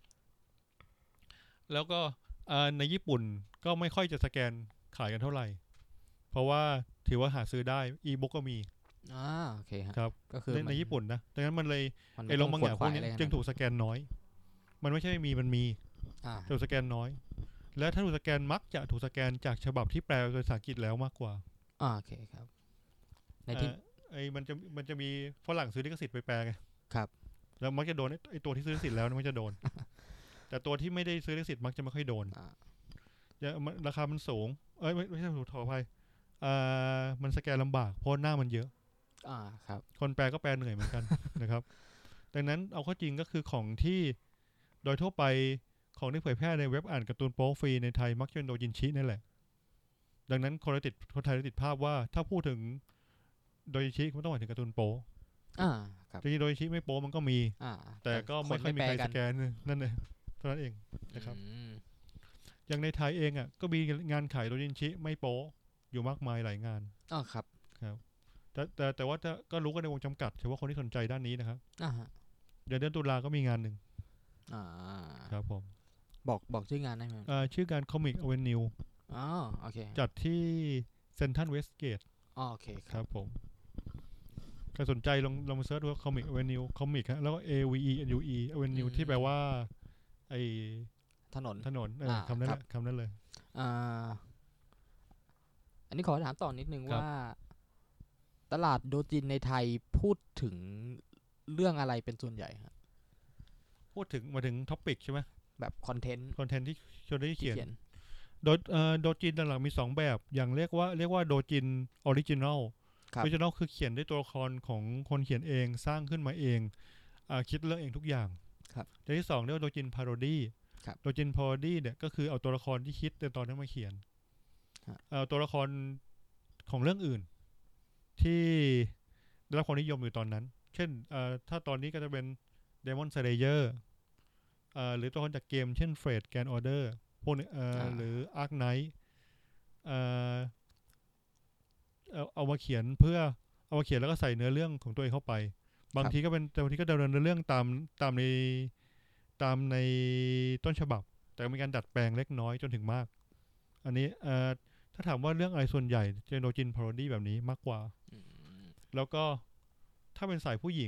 แล้วก็อ่าในญี่ปุ่นก็ไม่ค่อยจะสแกนขายกันเท่าไหร่ เพราะว่าถือว่าหาซื้อได้อีบุ๊กก็มีอ่าโอเคฮะครับก็คือในมัในญี่ปุ่นนะดังนั้นมันเลยมันไอ้ไม่โรต้องงบางขอวนย่างขพววาก ยเนี้ยอะไรขนาดจึงนั้นถูกสแกนน้อย มันไม่ใช่ไม่มีมันมีอ่าถูกสแกนน้อย และถ้าถูกสแกนมักจะถูกสแกนจากฉบับที่แปลเป็นภาษาอังกฤษแล้วมากกว่าอ่าโอเคครับ ในที่เอ่อไอ้มันจะมันจะมีฝรั่งซื้อลิขสิทธิ์ไปแปลไงครับแล้วมักจะโดนไอ้ไอ้ตัวที่ซื้อลิขสิทธิ์แล้วมันจะโดน แต่ตัวที่ไม่ได้ซื้อลิขสิทธิ์มักจะไม่ค่อยโดนอ่าจะมันราคามันสูง เอ้ยไม่ไม่ใช่ถูกขออภัยอ่ามันสแกนลำบากเพราะหน้ามันเยอะอ่าครับคนแปลก็แปลเหนื่อยเหมือนกัน นะครับ ดังนั้นเอาเข้าจริงก็คือของที่โดยทั่วไปของที่เผยแพร่ในเว็บอ่านการ์ตูนโป๊ฟรีในไทยมักจะเป็นโดจินชินั่นแหละ ดังนั้นคนเราติดคนไทยเราติดภาพว่าถ้าพูดถึงโดจินชิมันต้องหมายถึงการ์ตูนโป๊อ่าครับจริงๆโดจินชิไม่โป๊มันก็มีอ่าแต่ก็ไม่ค่อยมีใครสแกนนั่นเองเท่านั้นเอง นะครับอืมอย่างในไทยเองอ่ะก็มีงานขายโดจินชิไม่โป๊อยู่มากมายหลายงานอ๋อครับแต่แต่แต่ว่าจะก็รู้กันในวงจำกัดเฉพาะคนที่สนใจด้านนี้นะครับอ่าฮะเดือนเดือนตุลาก็มีงานหนึ่งอ่าครับผมบอกบอกชื่องานได้ไหมอ่าชื่อการ Comic Avenue อ๋อโอเคจัดที่เซนทันเวสเกตอ๋อโอเคคครับ รับผมใครสนใจลองลองมาเซิร์ชดูว่า Comic Avenue Comic ฮะแล้วก็ A V E N U E Avenue ที่แปลว่าไอถนนถนนเอออา คำนั้นคแหรับละคำนั้นเลยอ่าอันนี้ขอถามต่อนิดนึงครับว่า ตลาดโดจินในไทยพูดถึงเรื่องอะไรเป็นส่วนใหญ่ฮะพูดถึงมาถึงท็อปิกใช่ไหมแบบคอนเทนต์คอนเทนต์ที่ชวนได้ที่เขียนเขียนโดยเอ่อโดจินหลักๆมีสองแบบ อย่างเรียกว่าเรียกว่าโดจินออริจินอลครัอบ อริจินอลคือเขียนด้วยตัวละครของคนเขียนเองสร้างขึ้นมาเองอาคิดเรื่องเองทุกอย่างครับอย่างที่สองเรียกว่าโดจินพาโรดี้ครับโดจินพาโรดี้เนี่ยก็คือเอาตัวละครที่คิดในตอนนั้นมาเขียนฮะเอาตัวละครของเรื่องอื่น ที่ได้รับความนิยมอยู่ตอนนั้น เช่นเอ่อถ้าตอนนี้ก็จะเป็น Demon Slayer เอ่อหรือตัวละครจากเกมเช่น Fate Grand Order พวกนี้เอ่ออ่าหรือ Ark Knight เอ่อเอาเอามาเขียนเพื่อเอามาเขียนแล้วก็ใส่เนื้อเรื่องของตัวเองเข้าไป บางทีก็เป็นแต่บางทีก็ดำเนินเรื่องตามตามในตามในต้นฉบับ แต่มีการดัดแปลงเล็กน้อยจนถึงมาก อันนี้เอ่อถ้าถามว่าเรื่องอะไรส่วนใหญ่จะโดจินพาโรดี้แบบนี้มากกว่าอืมแล้วก็ถ้าเป็นสายผู้หญิง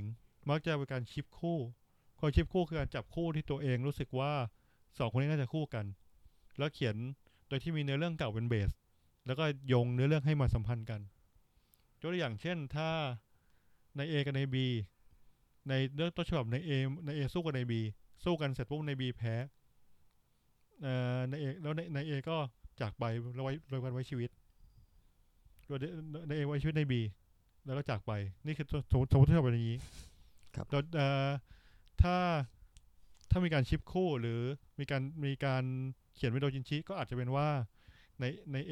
มักจะเป็นการชิปคู่คนชิปคู่คือการจับคู่ที่ตัวเองรู้สึกว่าสองคนนี้น่าจะคู่กันแล้วเขียนโดยที่มีเนื้อเรื่องเก่าเป็นเบสแล้วก็โยงเนื้อเรื่องให้มาสัมพันธ์กันยกตัวอย่างเช่นถ้าใน A กับใน B ในเรื่องต้นฉบับใน A ใน A สู้กับใน B สู้กันเสร็จปุ๊บใน B แพ้เอ่อใน A แล้วในใน A ก็จากไปแล้วไว้โดยการไว้ชีวิตโดยใน A ไว้ชีวิตใน B แล้วก็จากไปนี่คือสมมติสมมติที่เราเป็นอย่างนี้ครับโดยเอ่อถ้าถ้ามีการชิปคู่หรือมีการมีการเขียนเป็นโดจินชิก็อาจจะเป็นว่าในใน A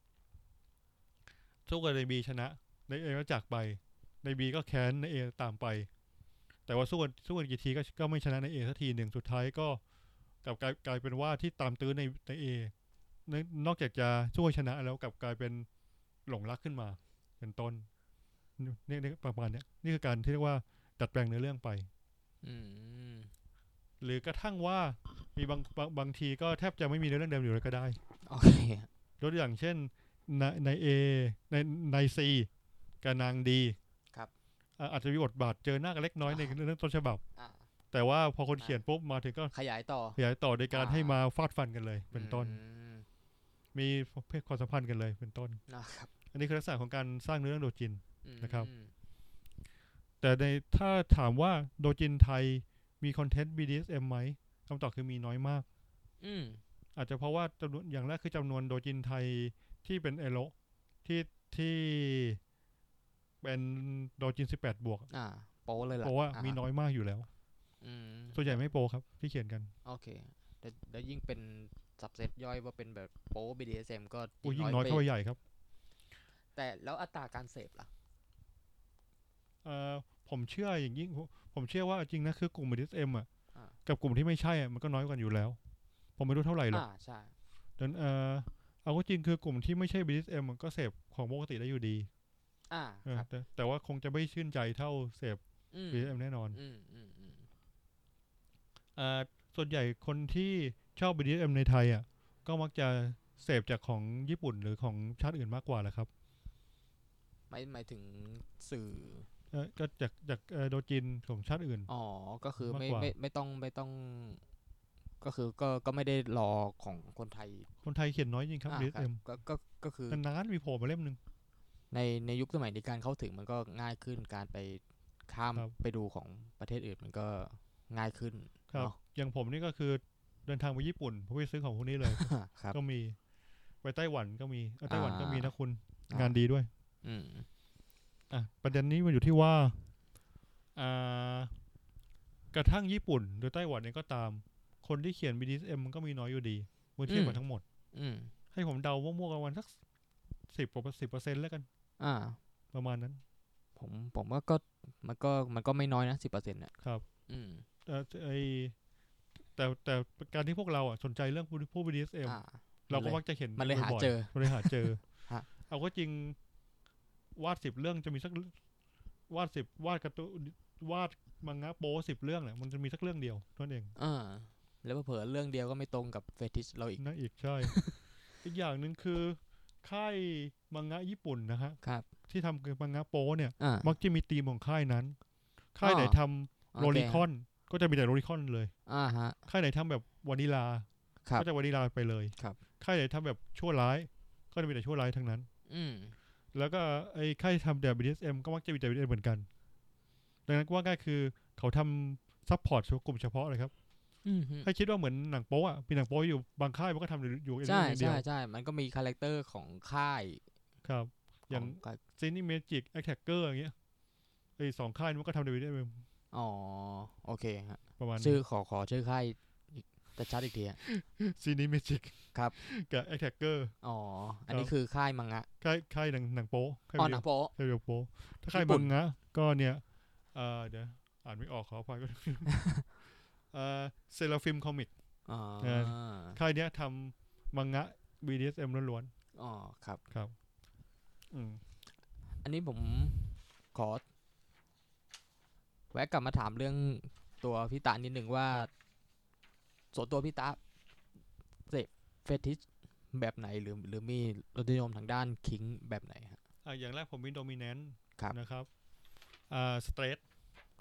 สู้กับใน B ชนะใน A ก็จากไปใน B ก็แค้นใน A ตามไปแต่ว่าสู้กันสู้กันกี่ทีก็ก็ไม่ชนะใน A สักทีหนึ่งสุดท้ายก็กลับกลายกลายเป็นว่าที่ตามตื้อในใน A นอกจากจะสู้ชนะแล้วกลับกลายเป็นหลงรักขึ้นมาเป็นต้นนี่นี่ประมาณเนี้ยนี่คือการที่เรียกว่าดัดแปลงเนื้อเรื่องไปอืมหรือกระทั่งว่ามีบางบางบางทีก็แทบจะไม่มีเนื้อเรื่องเดิมอยู่เลยก็ได้โอเคยกตัวอย่างเช่นในในเอในในซีกับนางดีครับอ่าอาจจะมีบทบาทเจอหน้ากันเล็กน้อยในเรื่องต้นฉบับอ่าแต่ว่าพอคนเขียนปุ๊บมาถึงก็ขยายต่อขยายต่อโดยการอ่าให้มาฟาดฟันกันเลยเป็นต้นอืมมีเพศความสัมพันธ์กันเลยเป็นต้นนะครับอันนี้คือลักษณะของการสร้างเนื้อเรื่องโดจินอืนะครับมแต่ในถ้าถามว่าโดจินไทยมีคอนเทนต์ บี ดี เอส เอ็ม ไหมคำตอบคือมีน้อยมากอืมอาจจะเพราะว่าจำนวนอย่างแรกคือจำนวนโดจินไทยที่เป็นเอโรที่ที่เป็นโดจินสิบแปดบวกอ่าโป้เลยล่ะเพราะว่าอ่ามีน้อยมากอยู่แล้วอืมส่วนใหญ่ไม่โปรครับที่เขียนกันโอเคแล้วแล้วยิ่งเป็นสับเซตย่อยว่าเป็นแบบโป้ บี ดี เอส เอ็ม ก็อุ้ยยิ่ยิ่งน้อยไปงน้อยเข้าไปใหญ่ครับแต่แล้วอัตราการเสพล่ะเอ่อผมเชื่ออย่างยิ่งผมเชื่อว่าจริงนะคือกลุ่ม บี ดี เอส เอ็ม อ่ะอ่ากับกลุ่มที่ไม่ใช่อ่ะมันก็น้อยกว่าอยู่แล้วผมไม่รู้เท่าไหร่หรอกอ่าใช่ดังนั้นเอ่อเอาก็จริงคือกลุ่มที่ไม่ใช่ บี ดี เอส เอ็ม มันก็เสพของปกติได้อยู่ดีอ่าเออครับแต่แต่ว่าคงจะไม่ชื่นใจเท่าเสพอืมบี ดี เอส เอ็ม แน่นอนอืมอืมอืมอ่าส่วนใหญ่คนที่ชอบ บี ดี เอส เอ็ม ในไทยอ่ะก็มักจะเสพจากของญี่ปุ่นหรือของชาติอื่นมากกว่าแหละครับหมายหมายถึงสื่อเออก็จากจากเอ่อโดจินของชาติอื่นอ๋อก็คือมากกว่าไม่ไม่ไม่ต้องไม่ต้องก็คือก็ก็ไม่ได้รอของคนไทยคนไทยเขียนน้อยจริงครับอ่าครับบี ดี เอส เอ็มก็ก็ก็คือนานๆมีโผล่มาเล่มหนึ่งในในยุคสมัยนี้การเข้าถึงมันก็ง่ายขึ้นการไปข้ามครับไปดูของประเทศอื่นมันก็ง่ายขึ้นครับเนาะอย่างผมนี่ก็คือเดินทางไปญี่ปุ่นเพื่อไปซื้อของพวกนี้เลยครับก็มีไปไต้หวันก็มีเออไต้อ่าหวันก็มีนะคุณอ่างานดีด้วยอืมอ่ะประเด็นนี้มันอยู่ที่ว่าอ่ากระทั่งญี่ปุ่นหรือไต้หวันเองก็ตามคนที่เขียน บี ดี เอส เอ็ม มันก็มีน้อยอยู่ดีเมื่อเทียบกับทั้งหมดอืมให้ผมเดามั่วๆกันวันสักสิบกว่าสิบเปอร์เซ็นต์แล้วกันอ่าประมาณนั้นผมผมว่าก็มันก็มันก็ไม่น้อยนะสิบเปอร์เซ็นต์อ่ะครับอืมเอ่อไอแต่แต่การที่พวกเราอ่ะสนใจเรื่องผู้ผู้ บี ดี เอส เอ็มอ่าเราก็มักจะเห็นมันเลยหาบ่อยเจอๆมันเลยหาเจอฮะเอาก็จริงวาดสิบเรื่องจะมีสักวาดสิบวาดการ์ตูนวาดมังงะโป๊สิบเรื่องแหละมันจะมีสักเรื่องเดียวเท่านั้นเองอ่าแล้วเผลอๆเรื่องเดียวก็ไม่ตรงกับเฟติชเราอีกนั่นอีกใช่ อีกอย่างหนึ่งคือค่ายมังงะญี่ปุ่นนะฮะครับที่ทำมังงะโป๊เนี่ยอ่ามักจะมีธีมของค่ายนั้น ค่ายไหนทำโรลิคอนก็จะมีแต่โรลิคอนเลยอ่าฮะค่ายไหนทำแบบวานิลาก็จะวานิลาไปเลยครับค่ายไหนทำแบบชั่วร้ายก็จะมีแต่ชั่วร้ายทั้งนั้นอืมแล้วก็ไอ้ค่ายทำแต่ บี ดี เอส เอ็ม ก็มักจะมีแต่ บี ดี เอส เอ็ม เหมือนกันดังนั้นว่าง่ายคือเขาทำซัพพอร์ตกลุ่มเฉพาะเลยครับให้คิดว่าเหมือนหนังโป๊ะอ่ะมีหนังโป๊ะอยู่บางค่ายมันก็ทำอยู่เองใช่เดียวใช่ใช่มันก็มีคาแรคเตอร์ของค่ายครับอย่างซีนิเมจิกแอคแท็กเกอร์อย่างเงี้ยไอ้สองค่ายมันก็ทำใน บี ดี เอส เอ็มอ๋อโอเคฮะประมาณชื่อขอขอชื่อค่ายแต่ชัดอีกทีซีนิเมจิกครับกับแอคแท็กเกอร์อ๋ออันนี้คือค่ายมังงะค่ายค่ายหนังหนังโป๊ะอ๋อหนังโป๊ะค่ายเดียวโป๊ะถ้าค่ายมังงะก็เนี่ยเออเดี๋ยวอ่านไม่ออกขออภัยก็เออเซราฟิมคอมิกค่ายเนี้ยทำมังงะ บี ดี เอส เอ็ม ล้วนๆอ๋อครับครับอืมอันนี้ผมขอแวะกลับมาถามเรื่องตัวพี่ตานิดหนึ่งว่าส่วนตัวพี่ตาเสพเฟติชแบบไหนหรือหรือมีรสนิยมทางด้านคิงแบบไหนฮะอ่าอย่างแรกผมมีโดมิเนนต์ครับนะครับอ่าสเตรทครับ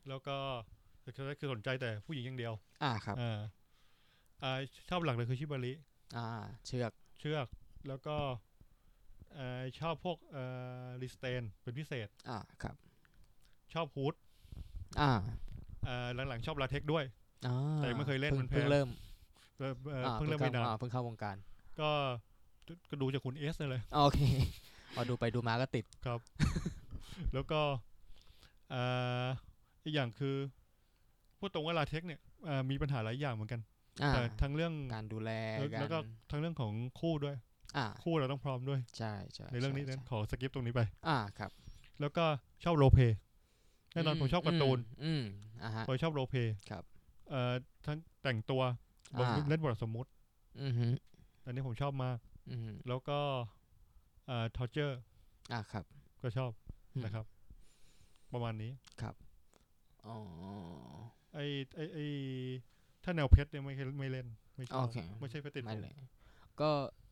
แล้วก็คือสนใจแต่ผู้หญิงอย่างเดียวอ่าครับอ่าอ่าชอบหลักเลยคือชิบาริอ่าเชือกเชือกแล้วก็เอ่อชอบพวกเอ่อลิสเตนเป็นพิเศษอ่าครับชอบฮูดอ่าอ่าหลังๆชอบลาเทคด้วยอ่าแต่ไม่เคยเล่นเพิ่งมันแพงเพิ่งเริ่มเอ่อเอ่ออ่าเพิ่งเพิ่งเข้าเริ่มไม่นานอ่าเพิ่งเข้าวงการก็ก็ดูจากคุณเอสนั่นเลยโอเคพอดูไปดูมาก็ติดครับ แล้วก็อ่าอีกอย่างคือพูดตรงว่าลาเทคเนี่ยอ่ามีปัญหาหลายอย่างเหมือนกันอ่าแต่ทั้งเรื่องการดูแลแล้วการแล้วก็ทั้งเรื่องของคู่ด้วยอ่าคู่เราต้องพร้อมด้วยใช่ใช่ในเรื่องใช่นี้นั้นใช่ขอสกิปตรงนี้ไปอ่าครับแล้วก็ชอบโรลเพลย์แน่นอนผมชอบการ์ตูนอืมอ่าฮะผมชอบโรลเพลย์ครับเอ่อทั้งแต่งตัวบทอ่าเล่นบทสมมุติอือฮึอันนี้ผมชอบมากอือฮึแล้วก็เอ่อทอร์เจอร์อ่าครับก็ชอบอืมนะครับประมาณนี้ครับอ๋อไอไอไอถ้าแนวเพชรเนี่ยไม่ไม่เล่นไม่ชอบโอเคไม่ใช่เพชรติดผมไม่เลยก็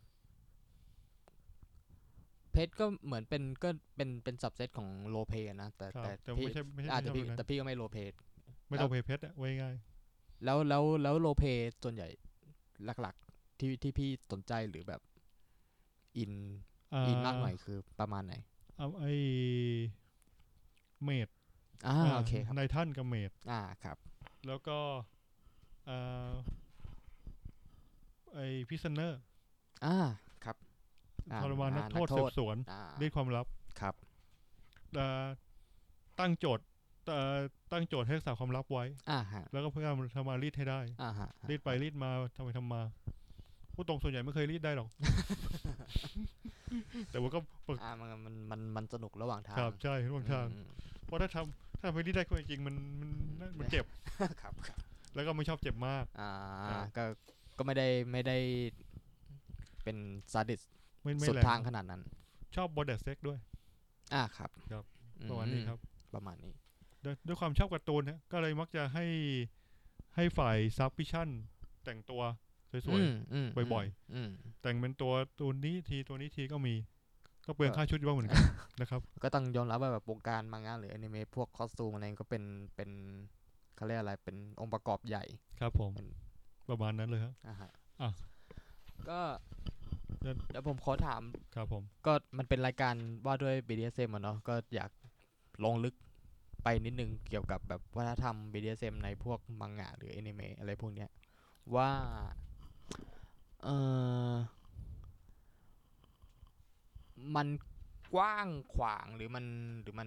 เพชรก็เหมือนเป็นก็เป็นเป็นสับเซตของโลเ y นะแต่ครับแต่แต่พี่ไม่ใช่ไม่ใช่อาจจะพี่ไม่ชอบแบบนั้นแต่พี่ก็ไม่โลเ y ไม่แล้วโรลเพลย์เพชรอะไว้ง่ายแล้วแล้วแล้วโลเ y ส่วนใหญ่หลักๆที่ที่พี่สนใจหรือแบบอินอ่าอินมากหน่อยคือประมาณไหนเอาไอเมดอ่าอ่าโอเคครับนายท่านกับเมดอ่าครับแล้วก็อ่าไอพิซเนอร์อ่าครับอ่าทรมานนัอ่ากโทษนักโทษสืบสวนอ่ารีดความลับครับอ่าตั้งโจทย์เอ่อตั้งโจทย์ให้รักษาความลับไว้อ่าฮะแล้วก็พยายามทำมารีดให้ได้อ่าฮะรีดไปรีดมาทำไปทำมาผู้ตรงส่วนใหญ่ไม่เคยรีดได้หรอก แต่ว่าก็อ่ามันมันมันมันสนุกระหว่างทาครังบใช่ระหว่างทางอืมเพราะถ้าทำถ้าทำไปรีดได้ก็จริงๆมันมันมันเจ็บครับครับแล้วก็ไม่ชอบเจ็บมากอ่าครับก็ก็ไม่ได้ไม่ได้เป็นซาดิสไม่ไม่สุดแรงทางขนาดนั้นชอบบอดเดเซ็กด้วยอ่าครับครับอืประมาณนี้ครับประมาณนี้ด้วยด้วยความชอบการ์ตูนฮะก็เลยมักจะให้ให้ฝ่ายซับพิชั่นแต่งตัวสวยอืมบ่อยอืมๆ แต่งเป็นตัวตัวนี้ทีตัวนี้ทีก็มี ก็เปลืองก็ค่าชุดบ้างเหมือนกัน นะครับก็ต้องยอมรับว่าแบบวงการมังงะหรืออนิเมะพวกคอสตูมอะไรก็เป็นเป็นเขาเรียกอะไรเป็นองค์ประกอบใหญ่ครับผมเป็นประมาณนั้นเลยครับอ่าฮะอ่ะก็เดี๋ยวเดี๋ยวผมขอถามครับผมก็มันเป็นรายการว่าด้วย บี ดี เอส เอ็ม อะเนาะก็อยากลงลึกไปนิดนึงเกี่ยวกับแบบวัฒนธรรม บี ดี เอส เอ็ม ในพวกมังงะหรืออนิเมะอะไรพวกเนี้ยว่าเออมันกว้างขวางหรือมันหรือมัน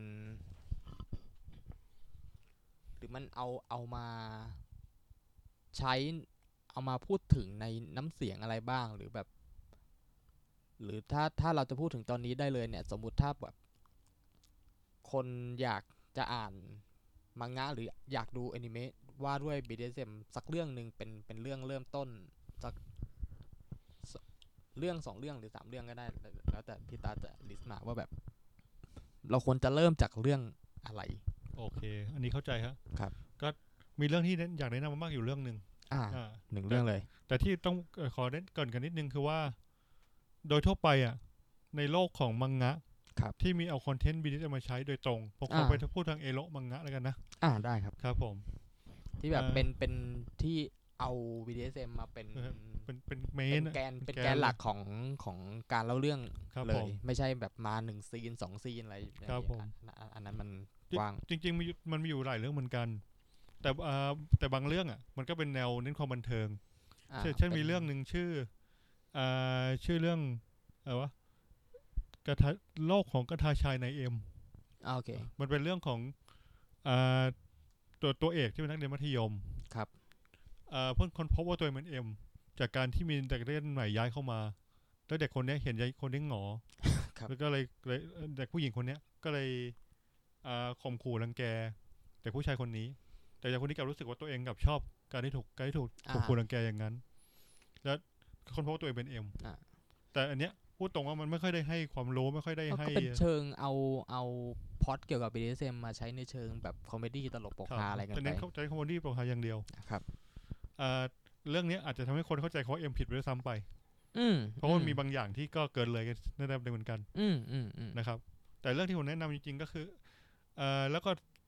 หรือมันเอาเอามาใช้เอามาพูดถึงในน้ำเสียงอะไรบ้างหรือแบบหรือถ้าถ้าเราจะพูดถึงตอนนี้ได้เลยเนี่ยสมมุติถ้าแบบคนอยากจะอ่านมังงะหรืออยากดูอนิเมะว่าด้วย บี ดี เอส เอ็ม สักเรื่องหนึ่งเป็นเป็นเรื่องเริ่มต้นสักสเรื่องสองเรื่องหรือสามเรื่องก็ได้แล้วแล้วแต่พี่ตาจะลิสต์มาว่าแบบ เราควรจะเริ่มจากเรื่องอะไรโอเค อันนี้เข้าใจฮะครับก็มีเรื่องที่เน้นอยากแนะนำมากๆอยู่เรื่องหนึ่งอ่าอ่าหนึ่งเรื่องเลยแต่ที่ต้องเอ่อขอเน้นเกรินกันนิดนึงคือว่า โดยทั่วไปอ่ะ ในโลกของมังงะครับที่มีเอาคอนเทนต์บีดีมาใช้โดยตรงผมขออ่าไปพูดทางเอโรมังงะแล้วกันนะอ่าได้ครับครับผมที่แบบอ่าเป็นเป็นที่เอา บี ดี เอส เอ็ม มาเป็นเออ เป็นเป็นเมเป็น นอะแกนเป็นแกนแกนหลักของของการเล่าเรื่องครับเลผยมไม่ใช่แบบมาหนึ่งซีนสองซีนอะไรอย่างเงี้ยครับผมอันอันอันนั้นมันกว้างจริงๆมีมันมีอยู่หลายเรื่องเหมือนกัน แต่อ่าแต่บางเรื่องอ่ะ มันก็เป็นแนวเน้นความบันเทิงอ่าเช่นเช่นป็มีเรื่องหนึ่งชื่ออ่าชื่อเรื่องอะไรวะกระทะโลกของกระทาชายในเอ็มอ่าโอเคมันเป็นเรื่องของอ่าตัวตัวเอกที่เป็นนักเรียนมัธยมครับอ่าเพิ่งค้นพบว่าตัวเองเป็นเอ็มจากการที่มีเด็กเรียนใหม่ย้ายเข้ามา แล้วเด็กคนเนี้ยเห็นยายคนนี้หงอครับแล้วก็เลยเลยเด็กผู้หญิงคนเนี้ยก็เลยอ่าข่มขู่รังแกเด็กผู้ชายคนนี้ แต่เด็กคนนี้กลับรู้สึกว่าตัวเองกลับชอบการที่ถูกการที่ถูกข่มขู่รังแกอย่างนั้น แล้วคนพบว่าตัวเองเป็นเอ็มอ่าแต่อันเนี้ยพูดตรงว่ามันไม่ค่อยได้ให้ความรู้ไม่ค่อยได้ก็ให้ก็เป็นเชิงเอาเอาพล็อตเกี่ยวกับ บี ดี เอส เอ็ม มาใช้ในเชิงแบบคอมเมดี้ตลกปกครับฮาอะไรกันแต่ไปเน้นเข้าใจคอมเมดี้โปรฮาอย่างเดียวครับอ่าเรื่องเนี้ยอาจจะทำให้คนเข้าใจเขาว่าเอ็มผิดไปด้วยซ้ำไปอืมเพราะว่ามันมีบางอย่างที่ก็เกินเลยกันในระดับหนึ่งเหมือนกันอืมอืมอืมนะครับ แต่เรื่องที่ผมแนะนำจริงๆก็คือเอ่อแล้วก็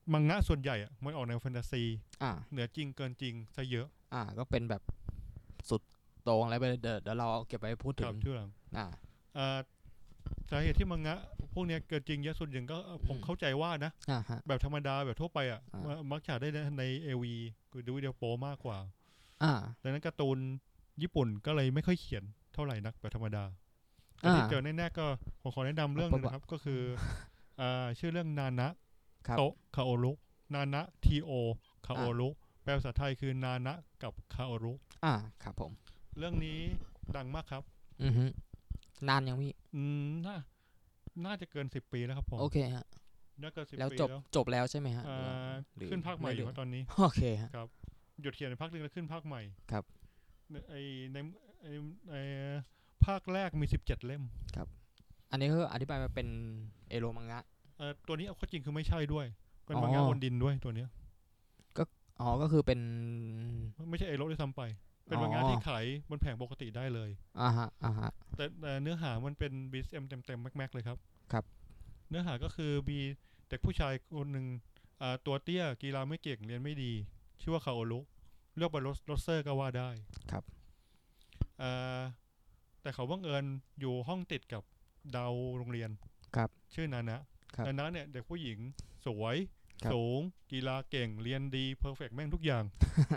มังงะส่วนใหญ่อะมันออกแนวแฟนตาซีอ่าเหนือจริงเกินจริงซะเยอะอ่าก็เป็นแบบสุดโต่งแล้วไปเลยเดี๋ยวเดี๋ยวเราเอาเก็บไปพูดคถึรังบชื่อหลังอ่าอ่าสาเหตุที่มังงะพวกเนี้ยเกินจริงเยอะสุดอย่างก็เอ่อผมอืมเข้าใจว่านะอ่าฮะแบบธรรมดาแบบทั่วไปอ่ะอ่ามัมักจะได้ในเอวีคือดูวิดีโอโปรมากกว่าอ่าดังนั้นการ์ตูนญี่ปุ่นก็เลยไม่ค่อยเขียนเท่าไหร่นักแบบธรรมดาแต่อ่าที่เจอแน่ๆก็ผมขอแนะนำเรื่องนึงนะครับ ก็คืออ่าชื่อเรื่องนานะครับ โตะคาโอรุนานะทีโอคาโอรุแปลภาษาไทยคือนานะกับคาโอรุอ่าครับผมเรื่องนี้ดังมากครับอือฮึนานยังพี่อืมน่าน่าจะเกินสิบปีแล้วครับผมโอเคฮะน่าเกินสิบแล้วปีจบแล้วจบแล้วใช่ไหมฮะอ่าหรือขึ้นภาคใหม่อยู่เรื่ครับตอนนี้โอเคฮะหยุดเขียนในภาคหนึงแล้วขึ้นภาคใหม่ครับในไอในไอในภาคแรกมีสิบเจ็ดเล่มอันนี้คืออธิบายมาเป็นเอโรมังงะเอ่อตัวนี้เอาเข้อจริงคือไม่ใช่ด้วย เป็นอ๋อมังงะบนดินด้วยตัวเนี้ยอ๋อก็คือเป็นไม่ใช่เอโรด้วยซ้ำไป เป็นอ๋อมังงะที่ขายบนแผงปกติได้เลยอ่าฮะอ่าฮะแต่แต่เนื้อหามันเป็น บี เอส เอ็ม เต็มๆแม็กๆเลยครับครับเนื้อหาก็คือมีเด็กผู้ชายคนหนึ่งอ่าตัวเตี้ยกีฬาไม่เก่งเรียนไม่ดี ชื่อว่าคาโอรุเรียกว่าโรสโรสเซอร์ก็ว่าได้ครับอ่าแต่เขาบังเอิญอยู่ห้องติดกับดาวโรงเรียนครับชื่อนานะครับ นานะเนี่ยเด็กผู้หญิงสวยครับสูง กีฬาเก่ง เรียนดีเพอร์เฟกแม่งทุกอย่าง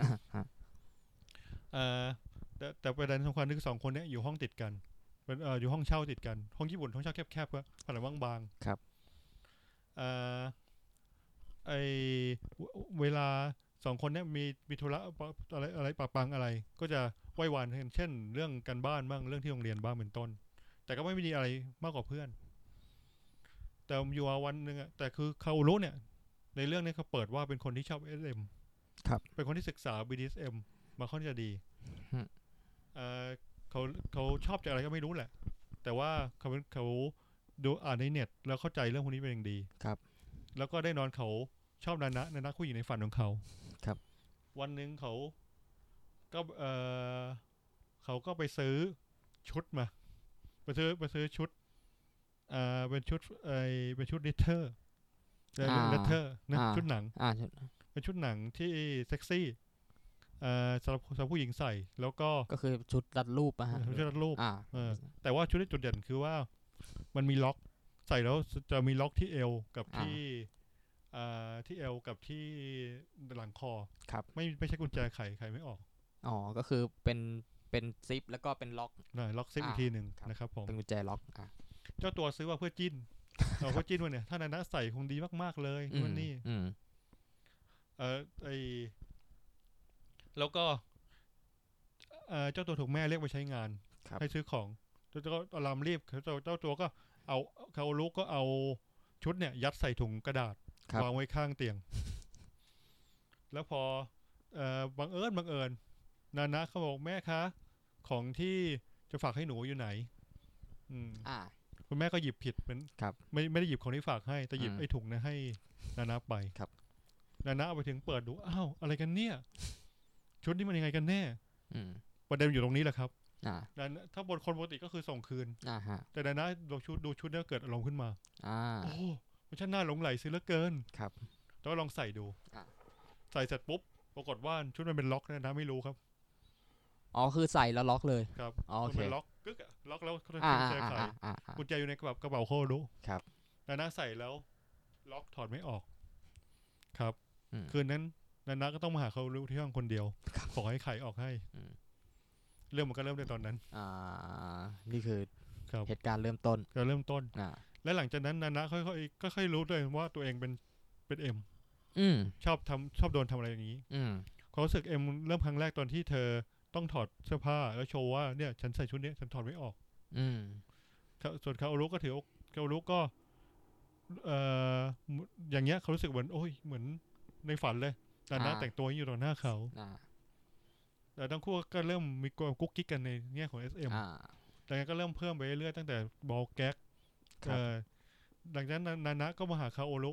อ่าแต่แต่ประเด็นสำคัญคือสองคนเนี้ยอยู่ห้องติดกันเป็นเอ่ออยู่ห้องเช่าติดกัน ห้องญี่ปุ่นห้องเช่าแคบๆก็ผนังบางๆครับอ่าไอเวเวลาสองคนเนี้ยมีมีธุระปะอะไรอะไรปะปังอะไร ก็จะไหว้วานกันเช่น เรื่องการบ้านบ้างเรื่องที่โรงเรียนบ้างเป็นต้น แต่ก็ไม่มีอะไรมากกว่าเพื่อน แต่อยู่วันหนึ่งอะแต่คือคาอุรุเนี่ย ในเรื่องนี้เขาเปิดว่าเป็นคนที่ชอบ เอส เอ็มครับเป็นคนที่ศึกษา บี ดี เอส เอ็ม มาค่อนข้างจะดีฮึเอ่อเขาเขาชอบจากอะไรก็ไม่รู้แหละ แต่ว่าเขาเขาดูอ่านในเน็ตแล้วเข้าใจเรื่องพวกนี้เป็นอย่างดีครับแล้วก็ได้นอนเขาชอบนานะนานะผู้หญิงในฝันของเขาครับวันหนึ่งเขาก็เออเขาก็ไปซื้อชุดมา ไปซื้อไปซื้อชุดอ่าเป็นชุดไอเป็นชุดลิเทอร์อ่าเลเทอร์นะอ่าชุดหนังอ่าเป็นชุดหนังที่เซ็กซี่เอ่อสำหรับสำหรับผู้หญิงใส่ แล้วก็ก็คือชุดรัดรูปอะฮะชุดรัดรูปอ่าเออ แต่ว่าชุดที่จุดเด่นคือว่ามันมีล็อกใส่แล้วจะมีล็อกที่เอวกับที่อ่าที่เอวกับที่หลังคอครับไม่ไม่ใช่กุญแจไขไขไม่ออกอ๋อก็คือเป็นเป็นซิปแล้วก็เป็นล็อกนะล็อกซิปอ่าอีกทีหนึ่งครับนะครับผมเป็นกุญแจล็อกอ่ะเจ้าตัวซื้อมาเพื่อจิ้น เอาเพื่อจิ้นว่าเนี่ยถ้านานะใส่คงดีมากๆเลยอืนู่มนนี่อืมเออไอแล้วก็เออเจ้าตัวถูกแม่เรียกไปใช้งานครับให้ซื้อของเจ้าตัวก็อารามรีบเจ้าเจ้าตัวก็เอาเขาลูกก็เอาชุดเนี่ย ยัดใส่ถุงกระดาษครับวางไว้ข้างเตียง แล้วพอเอ่อบังเอิญบังเอิญนานะเขาบอกแม่คะ ของที่จะฝากให้หนูอยู่ไหน อืมอ่าคุณแม่ก็หยิบผิดเป็นครับไม่ไม่ได้หยิบของที่ฝากให้ แต่หยิบอืมไอ้ถุงเนะให้นานะไปครับนานะเอาไปถึงเปิดดูอ้าวอะไรกันเนี่ย ชุดนี้มันยังไงกันแน่อืมประเด็นอยู่ตรงนี้แหละครับอ่านานะถ้าบนคนปกติก็คือส่งคืนอ่าฮะแต่นานะดูชุดดูชุดเนี่ยเกิดอารมณ์ขึ้นมาอ่าโอ้มันช่างน่าหลงไหลเสียเหลือเกินครับแต่ว่าลองใส่ดูอ่ะใส่เสร็จปุ๊บ ปรากฏว่าชุดมันเป็นล็อกนะนะไม่รู้ครับอ๋อคือใส่แล้วล็อกเลยครับอ๋อโอมันเคเป็นล็อกกึกอะล็อกแล้วเขาจะอ่ากุญอ่าแจอ่าไขอ่าอ่าอ่ากุญแจอยู่ในกระเป๋ากระเป๋าโคดูครับนานะใส่แล้ว ล็อกถอดไม่ออก ครับอืมคืนนั้นนานะก็ต้องมาหาเขารู้ที่ห้องคนเดียว ขอให้ไขออกให้อืมเรื่องมันก็เริ่มในตอนนั้นอ่า นี่คือครับเหตุการณ์เริ่มต้นก็เริ่มต้นอ่าและหลังจากนั้นนานะค่อยๆก็ค่อยรู้ด้วยว่าตัวเองเป็นเป็นเอ็มอืมชอบทำชอบโดนทำอะไรอย่างนี้อืมความรู้สึกเอ็มเริ่มครั้งแรกตอนที่เธอต้องถอดเสื้อผ้าแล้วโชว์ว่าเนี่ยฉันใส่ชุดเนี้ยฉันถอดไม่ออกอืมเขาส่วนคาโอรุก็ถือว่าคาโอรุก็เอ่ออย่างเงี้ยเขารู้สึกเหมือนโอ้ยเหมือนในฝันเลยนานะอ่าแต่งตัวอยู่ต่อหน้าเขาอ่าแต่ทั้งคู่ก็เริ่มมีความกุ๊กกิ๊กกันในแง่ของ เอส เอ็มอ่าแต่งั้นก็เริ่มเพิ่มไปเรื่อยๆตั้งแต่บอลแก๊กครับเอ่อหลังจากนั้นนานะก็มาหาคาโอรุ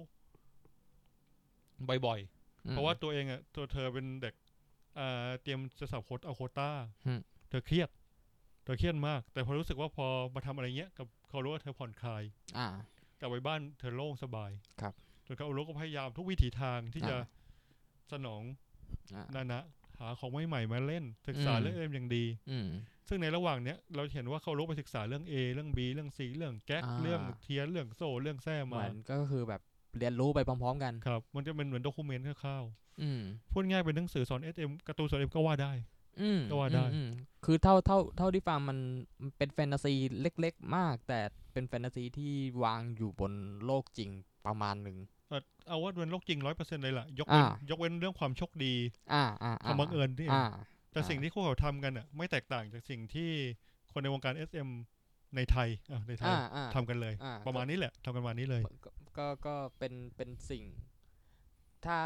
บ่อยๆอืมเพราะว่าตัวเองอ่ะตัวเธอเป็นเด็กเอ่อเตรียมจะสอบโค้ดเอาโควต้าอืมเธอเครียดเธอเครียดมาก แต่พอรู้สึกว่าพอมาทำอะไรเงี้ยกับเขารู้ว่าเธอผ่อนคลายอ่ากลับไปบ้านเธอโล่งสบายครับจนคาโอโระก็พยายามทุกวิถีทางที่จะสนองอ่านานะหาของใหม่ๆมาเล่นศึกษาอืมเรื่องเอ็มอย่างดีอืมซึ่งในระหว่างเนี้ยเราเห็นว่าเขาลบไปศึกษาเรื่อง A เรื่อง B เรื่อง C เรื่องแก๊กอ่าเรื่องเทียนเรื่องโซ่เรื่องแซ่เหมามือนก็คือแบบเรียนรู้ไปพร้อมๆกันครับมันจะเป็นเหมือนด็อกิเมนต์คร่าวอืมๆพูดง่ายเป็นหนังสือสอน เอส เอ็ม การ์ตูนสอน เอ็ม ก็ว่าได้อืมก็ว่าได้อืมอืมคือเท่าเท่าเท่าที่ฟังมันมันเป็นแฟนตาซีเล็กๆ มาก แต่เป็นแฟนตาซีที่วางอยู่บนโลกจริงประมาณหนึ่งเอ่อเอาว่าเป็นโลกจริง ร้อยเปอร์เซ็นต์ เลยล่ะยกเว้นอ่ายกเว้นเรื่องความโชคดีอ่าอ่าความบังเอิญที่เองอ่าแต่สิ่งที่พวกเขาทำกันอ่ะไม่แตกต่างจากสิ่งที่คนในวงการ เอส เอ็ม ในไทยอ่ะในไทยอ่าอ่าทำกันเลยอ่าประมาณนี้แหละทำกันประมาณนี้เลยก็ก็ก็เป็นเป็นสิ่ง ถ้า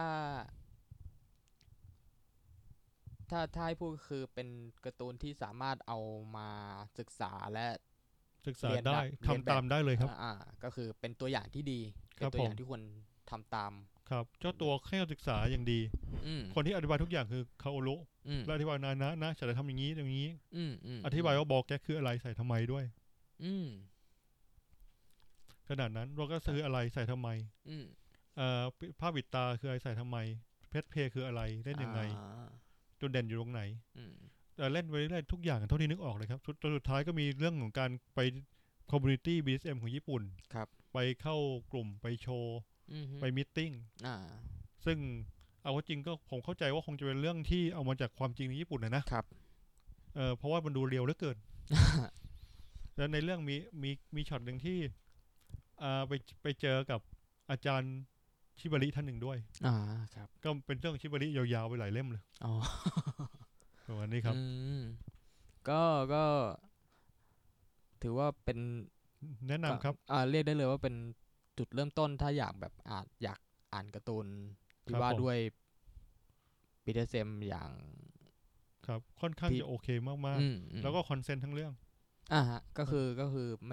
ถ้าถ้าให้พูดก็คือเป็นการ์ตูนที่สามารถเอามาศึกษาและศึกษาเรียนได้แบบทำเรียนแบบตามได้เลยครับอ่าอ่าก็คือเป็นตัวอย่างที่ดีครัเป็นบตัวอย่างผมที่ควรทำตามครับเจ้าตัวให้ศึกษาอย่างดีอืมคนที่อธิบายทุกอย่างคือคาโอโระอืมและอธิบายนานะนะฉันจะทำอย่างนี้อย่างนี้อืมอืมอธิบายว่าบอกแกคืออะไรใส่ทำไมด้วยอืมขนาดนั้นเราก็ซื้ออะไรใส่ทำไมอืมเอ่อภาพบิดตาคืออะไรใส่ทำไมเพชรเพย์คืออะไรเล่นยังไงอ่าจุดเด่นอยู่ตรงไหนอืมแต่เล่นไปเรื่อยๆทุกอย่างเท่าที่นึกออกเลยครับสุดจนสุดท้ายก็มีเรื่องของการไปคอมมูนิตี้ บี เอส เอ็ม ของญี่ปุ่นครับไปเข้ากลุ่มไปโชว์อืมฮึไปมิทติ้งอ่าซึ่งเอาว่าจริงก็ผมเข้าใจว่าคงจะเป็นเรื่องที่เอามาจากความจริงในญี่ปุ่นนะนะครับ เออเพราะว่ามันดูเรียวเหลือเกิน แล้วในเรื่องมีมีมีช็อตหนึ่งที่อ่าไปไปเจอกับอาจารย์ชิบาริท่านหนึ่งด้วยอ่า ครับก็เป็นเรื่องชิบาริยาวๆไปหลายเล่มเลยอ๋อประมาณนี้ครับอืม ก็ก็ ถือว่าเป็นแนะนำครับอ่าเรียกได้เลยว่าเป็นจุดเริ่มต้นถ้าอยากแบบอ่านอยากอ่านการ์ตูนที่ครับว่าผมด้วย บี ดี เอส เอ็ม อย่างครับ ค่อนข้างพี่จะโอเคมากอืมอืมๆ แล้วก็คอนเซนต์ทั้งเรื่องอ่าฮะก็คือก็คือไม่